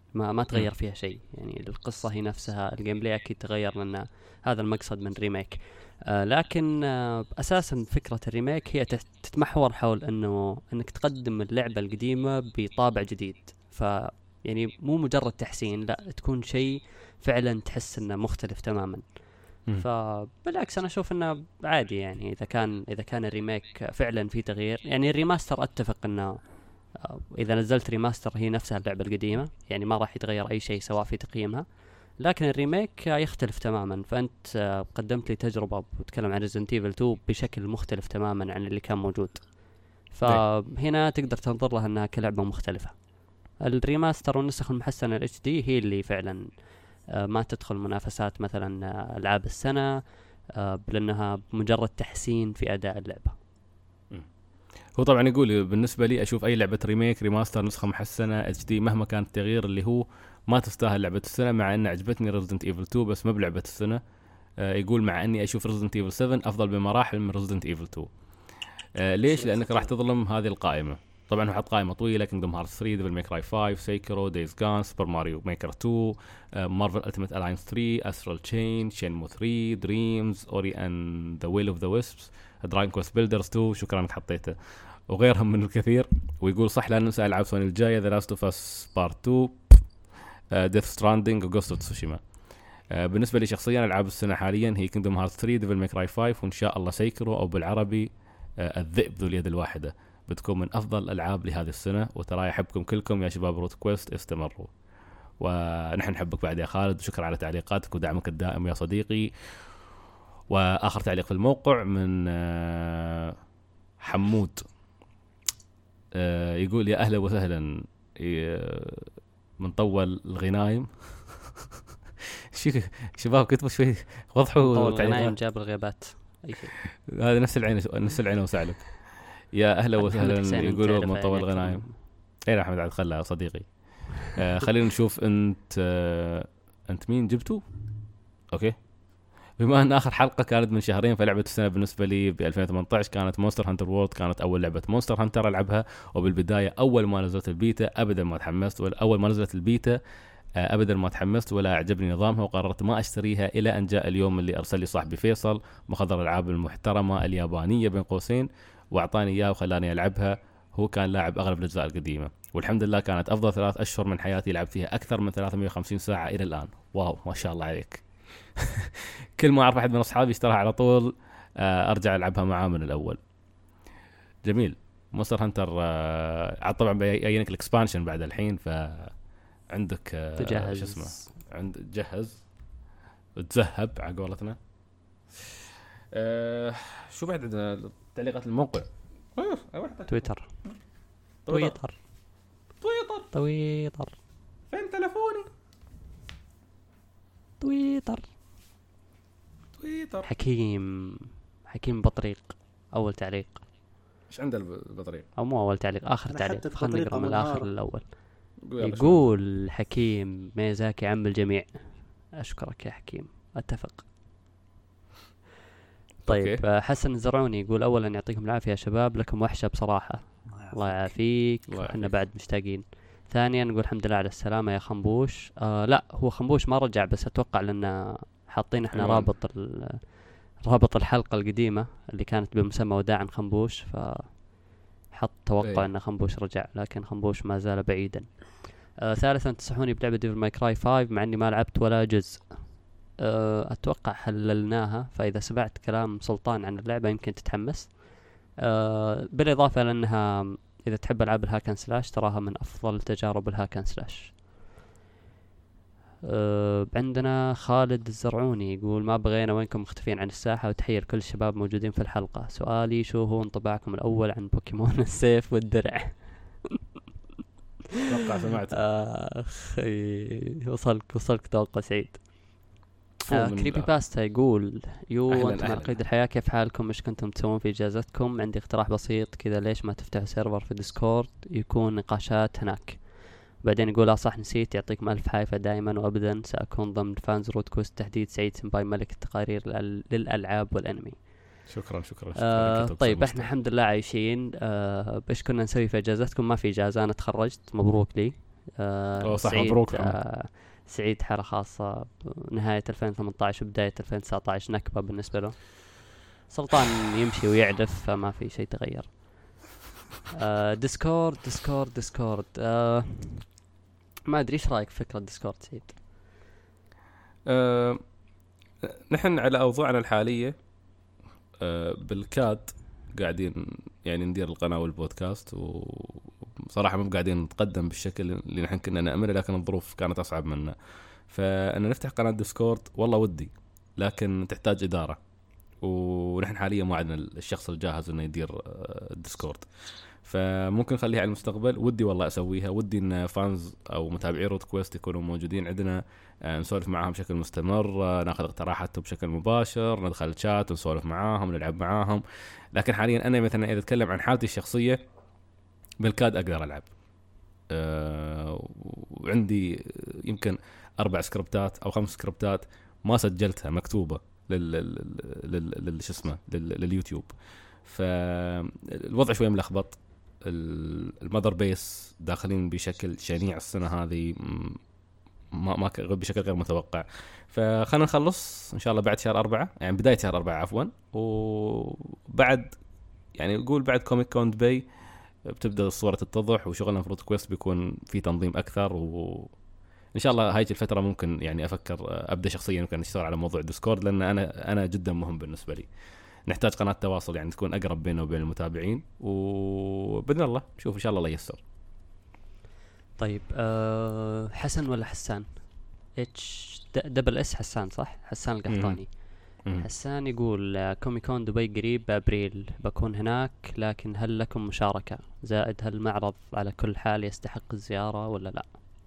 ما ما تغير فيها شيء. يعني القصة هي نفسها، الجيم بلاي أكيد تغير لأن هذا المقصد من ريميك. آه لكن آه أساسا فكرة الريميك هي تتمحور حول أنه أنك تقدم اللعبة القديمة بطابع جديد. ف يعني مو مجرد تحسين، لا تكون شيء فعلا تحس انه مختلف تماما. فبالعكس انا اشوف انه عادي، يعني اذا كان اذا كان الريميك فعلا في تغيير. يعني الريماستر اتفق انه اذا نزلت ريماستر هي نفسها اللعبه القديمه، يعني ما راح يتغير اي شيء سواء في تقييمها. لكن الريميك يختلف تماما. فانت قدمت لي تجربه وتكلم عن Resident Evil تو بشكل مختلف تماما عن اللي كان موجود، فهنا تقدر تنظر لها انها كلعبه مختلفه. الريماستر والنسخ المحسنه ال إتش دي هي اللي فعلا ما تدخل منافسات مثلا العاب السنه، لانها مجرد تحسين في اداء اللعبه. هو طبعا يقول بالنسبه لي اشوف اي لعبه ريميك ريماستر نسخه محسنه اتش دي مهما كان التغيير اللي هو ما تستاهل لعبه السنه. مع ان عجبتني Resident Evil تو بس ما بلعبه السنه. آه يقول مع اني اشوف Resident Evil سفن افضل بمراحل من Resident Evil تو. آه ليش؟ لانك راح تظلم هذه القائمه. طبعا هو حط قائمه طويله: Kingdom Hearts ثري، Devil May Cry فايف، Sekiro، Days Gone، Super Mario Maker تو، Marvel Ultimate Alliance ثري، Astral Chain، Shenmue ثري، Dreams، Ori and the Will of the Wisps، Dragon Quest Builders تو. شكرا انك حطيته. وغيرهم من الكثير. ويقول صح لا ننسى العاب سوني الجايه: The Last of Us Part تو، Death Stranding، وGhost of Tsushima. بالنسبه لي شخصيا العاب السنه حاليا هي Kingdom Hearts ثري، Devil May Cry فايف، وان شاء الله Sekiro، او بالعربي الذئب ذو اليد الواحده. بتكون من افضل الالعاب لهذه السنه. وترى يحبكم كلكم يا شباب روت كويست، استمروا. ونحن نحبك بعد يا خالد، وشكرا على تعليقاتك ودعمك الدائم يا صديقي. واخر تعليق في الموقع من حمود، يقول يا اهلا وسهلا من طول الغنايم. شباب كتبوا شوي وضحوا الغنايم جاب الغيبات اي شيء. هذا نفس العين نفس العين وسعلك. يا اهلا وسهلا يقولوا من طول الغنايم. اي يا احمد عاد خلها صديقي. آه خلينا نشوف انت آه انت مين جبتوا. اوكي، بما ان اخر حلقه كانت من شهرين فلعبه السنه بالنسبه لي ب ألفين وثمانية عشر كانت مونستر هانتر وورلد. كانت اول لعبه مونستر هانتر العبها، وبالبدايه اول ما نزلت البيتا ابدا ما تحمست، ولا اول ما نزلت البيتا ابدا ما تحمست ولا اعجبني نظامها، وقررت ما اشتريها الى ان جاء اليوم اللي ارسل لي صاحبي فيصل مخضر الالعاب المحترمه اليابانيه بين قوسين واعطاني اياه وخلاني العبها. هو كان لاعب اغلب الاجزاء القديمه، والحمد لله كانت افضل ثلاث اشهر من حياتي لعبت فيها اكثر من ثلاثمية وخمسين ساعه الى الان. واو ما شاء الله عليك. كل ما اعرف احد من اصحابي اشتراها على طول ارجع العبها معاه من الاول. جميل. مونستر هانتر عاد طبعا بيجينك الاكسبانشن بعد الحين، فعندك تجهز شو اسمه عند جهز وتذهب على قولتنا. أه شو بعد عندنا تعليقات الموقع؟ تويتر تويتر تويتر تويتر فين تلفوني؟ تويتر تويتر حكيم حكيم بطريق اول تعليق. ايش عنده البطريق؟ او مو اول تعليق، اخر تعليق. خلينا نقرا من الاخر الاول. يقول حكيم ميزاكي عم الجميع. اشكرك يا حكيم، اتفق. طيب أوكي. حسن الزرعوني يقول اولا يعطيكم العافيه يا شباب، لكم وحشه بصراحه. الله يعافيك، احنا بعد مشتاقين. ثانيا نقول الحمد لله على السلامه يا خنبوش. آه لا هو خنبوش ما رجع، بس اتوقع لان حاطين احنا أيوة. رابط رابط الحلقه القديمه اللي كانت بمسمى وداعا خنبوش، فحط توقع أيوة. ان خنبوش رجع، لكن خنبوش ما زال بعيدا. آه ثالثا تنصحوني بلعبه ديفل ماي كراي فايف مع اني ما لعبت ولا جزء. أتوقع حللناها، فإذا سمعت كلام سلطان عن اللعبة يمكن تتحمس. أه بالإضافة لأنها إذا تحب ألعاب الهاكن سلاش تراها من أفضل تجارب الهاكن سلاش. أه عندنا خالد الزرعوني يقول ما بغينا وينكم مختفين عن الساحة، وتحية لكل الشباب موجودين في الحلقة. سؤالي شو هو انطباعكم الأول عن بوكيمون السيف والدرع؟ أتوقع سمعت. أخي وصلك وصلك توقع سعيد. آه كريبي باستا يقول يو انتم على قيد الحياة، كيف حالكم؟ ايش كنتم تسوون في اجازتكم؟ عندي اقتراح بسيط كذا، ليش ما تفتح سيرفر في ديسكورد يكون نقاشات هناك؟ بعدين يقول لا صح نسيت، يعطيكم الف حايفة دائما وابدا، ساكون ضمن فانز روت كوست تحديد سعيد سمباي ملك التقارير للالعاب والانمي. شكرا شكرا, شكرا آه طيب احنا الحمد لله عايشين. آه ايش كنا نسوي في اجازتكم؟ ما في اجازة، انا تخرجت مبروك لي. آه صح، سعيد مبروك آه سعيد حالة خاصة، نهاية ألفين وثمانية عشر وبداية ألفين وتسعة عشر نكبة بالنسبة له. سلطان يمشي ويعلف فما في شيء تغير. آه ديسكورد ديسكورد ديسكورد آه ما أدري إيش رأيك فكرة ديسكورد سعيد؟ أه نحن على أوضاعنا الحالية أه بالكاد قاعدين يعني ندير القناة والبودكاست، وصراحة ما قاعدين نتقدم بالشكل اللي نحن كنا نأمله، لكن الظروف كانت أصعب منا. فأنا نفتح قناة ديسكورد والله ودي، لكن تحتاج إدارة، ونحن حاليا ما عندنا الشخص الجاهز إنه يدير الديسكورد. فممكن نخليها على المستقبل. ودي والله أسويها، ودي إن فانز أو متابعي روت كويست يكونوا موجودين عندنا، نسولف معاهم بشكل مستمر، ناخذ اقتراحاتهم بشكل مباشر، ندخل شات ونسولف معاهم، نلعب معاهم. لكن حاليا أنا مثلا إذا أتكلم عن حالتي الشخصية بالكاد أقدر ألعب، أه وعندي يمكن أربع سكريبتات أو خمس سكريبتات ما سجلتها مكتوبة لل لل لل شو اسمه لليوتيوب. فالوضع شوية ملخبط، المذر بيس داخلين بشكل شنيع السنة هذه، ما ما بشكل غير متوقع. فخلنا نخلص إن شاء الله بعد شهر أربعة، يعني بداية شهر أربعة عفوا، وبعد يعني نقول بعد كوميك كون دبي بتبدأ الصورة تتضح، وشغلنا في روت كويست بيكون في تنظيم أكثر. وإن شاء الله هاي الفترة ممكن يعني أفكر أبدأ شخصيا ممكن أشتغل على موضوع ديسكورد، لأن أنا أنا جدا مهم بالنسبة لي. نحتاج قناة تواصل يعني تكون أقرب بيننا وبين المتابعين، وبإذن الله نشوف إن شاء الله الله ييسر. طيب أه حسن ولا حسان؟ اتش دبل اس حسان صح؟ حسان القحطاني. مم. حسان يقول كوميكون دبي قريب بأبريل، بكون هناك، لكن هل لكم مشاركة؟ زائد هل المعرض على كل حال يستحق الزيارة ولا لا؟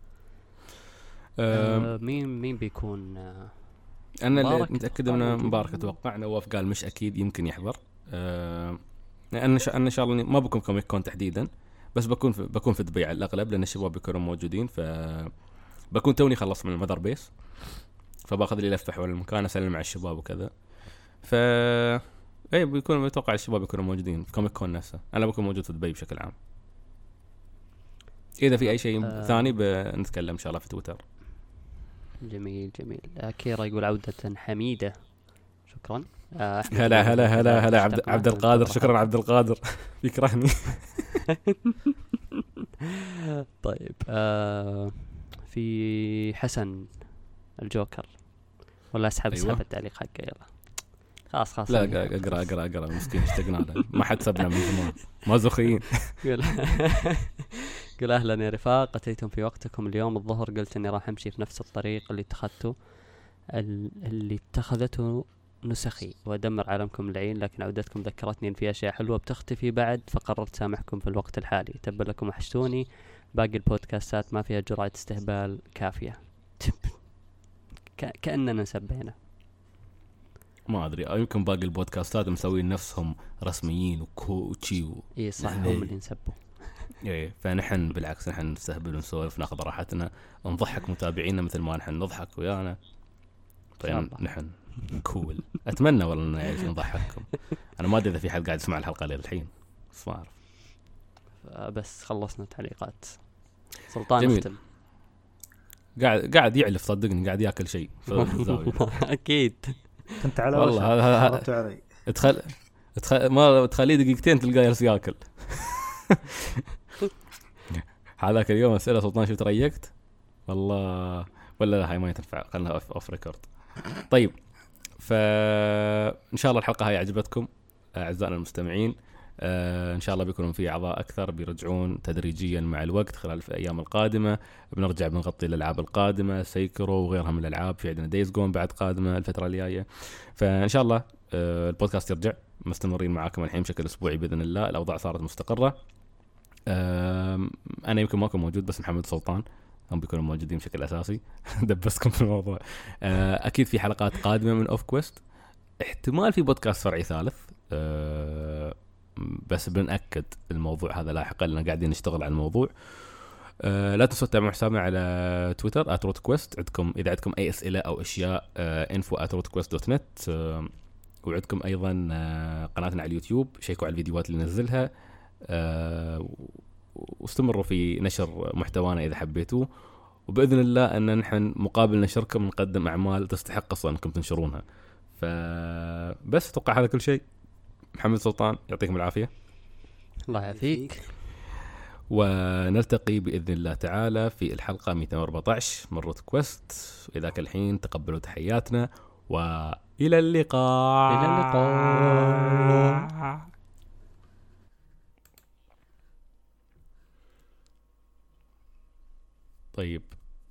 أه مين مين بيكون؟ أه أنا اللي متأكد منه مبارك، أتوقع نواف قال مش أكيد يمكن يحضر. أه أنا أنا إن شاء الله ما بكون كوميك كون تحديدا، بس بكون في بكون في دبي على الأغلب، لأن الشباب بيكونوا موجودين. ف بكون توني خلص من المذر بيس، فباخذ لي لفة حول المكان أسلم مع الشباب وكذا. ف أي بيكون متوقع الشباب يكونوا موجودين في كوميك كون نفسه. أنا بكون موجود في دبي بشكل عام. إذا في أي شيء أه ثاني بنتكلم إن شاء الله في تويتر. جميل جميل. كيرا يقول عودة حميدة، شكرا. آه هلا هلا هلا هلا عبد عبد القادر، شكرا عبد القادر يكرهني. طيب آه في حسن الجوكر ولا اسحب اسحب أيوة. التعليق حقه يلا خلاص خلاص. لا اقرا اقرا اقرا مسكين اشتقنا له، ما حد سبنا من زمان ما زخين. قل اهلا يا رفاق، اتيتم في وقتكم اليوم الظهر، قلت اني راح امشي في نفس الطريق اللي اتخذته اللي اتخذته نسخي وادمر عالمكم العين، لكن عودتكم ذكرتني ان في اشياء حلوه بتختفي بعد، فقررت سامحكم في الوقت الحالي. تبا لكم وحشتوني، باقي البودكاستات ما فيها جرعه استهبال كافيه. كأننا نسبينا ما ادري، يمكن باقي البودكاستات مسوين نفسهم رسميين وكوتشي و... اي صح هم اللي نسبوا. ايه فنحن بالعكس نحن نستهبل ونسولف ناخذ راحتنا ونضحك متابعينا مثل ما نحن نضحك ويانا. طيب نحن كول. اتمنى والله ان نعيش نضحككم. انا ما ادري اذا في حد قاعد يسمع الحلقه للحين بس ما اعرف. بس خلصنا تعليقات. سلطان جميل. اختم. قاعد قاعد يعلف صدقني، قاعد ياكل شيء اكيد. كنت على والله هذا علي ادخل ادخل ما تخليه دقيقتين تلقاه يرس ياكل. هذاك اليوم اسئله سلطان شو تريقت والله ولا لا هاي ما ينفع، خلنا اوف اوف ريكورد. طيب فان شاء الله الحلقه هاي عجبتكم اعزائنا المستمعين. آه ان شاء الله بيكونوا في اعضاء اكثر بيرجعون تدريجيا مع الوقت خلال الايام القادمه، بنرجع بنغطي الالعاب القادمه سيكرو وغيرها من الالعاب، في عندنا دايز جون بعد قادمه الفتره الجايه. فان شاء الله آه البودكاست يرجع مستمرين معاكم الحين بشكل اسبوعي باذن الله. الاوضاع صارت مستقره. آه انا يمكن ما اكون موجود بس محمد سلطان هم بيكونوا موجودين بشكل اساسي. دبسكم في الموضوع. آه اكيد في حلقات قادمه من اوف كويست، احتمال في بودكاست فرعي ثالث آه بس بنأكد الموضوع هذا لاحقا لأننا قاعدين نشتغل على الموضوع. أه لا تنسوا تتابعوا حسابنا على تويتر آت روت كويست. عندكم إذا عندكم أي أسئلة أو أشياء أه info آت روت كويست دوت نت. أه وعندكم أيضا أه قناتنا على اليوتيوب، شيكوا على الفيديوهات اللي ننزلها. أه واستمروا في نشر محتوانا إذا حبيتوا، وبإذن الله أن نحن مقابل نشركم نقدم أعمال تستحق أصلا أنكم تنشرونها. فبس أتوقع هذا كل شيء. محمد سلطان يعطيكم العافية. الله يعافيك. ونلتقي بإذن الله تعالى في الحلقة مئتين وأربعة عشر من روت كويست. إذا كالحين تقبلوا تحياتنا وإلى اللقاء. إلى اللقاء. طيب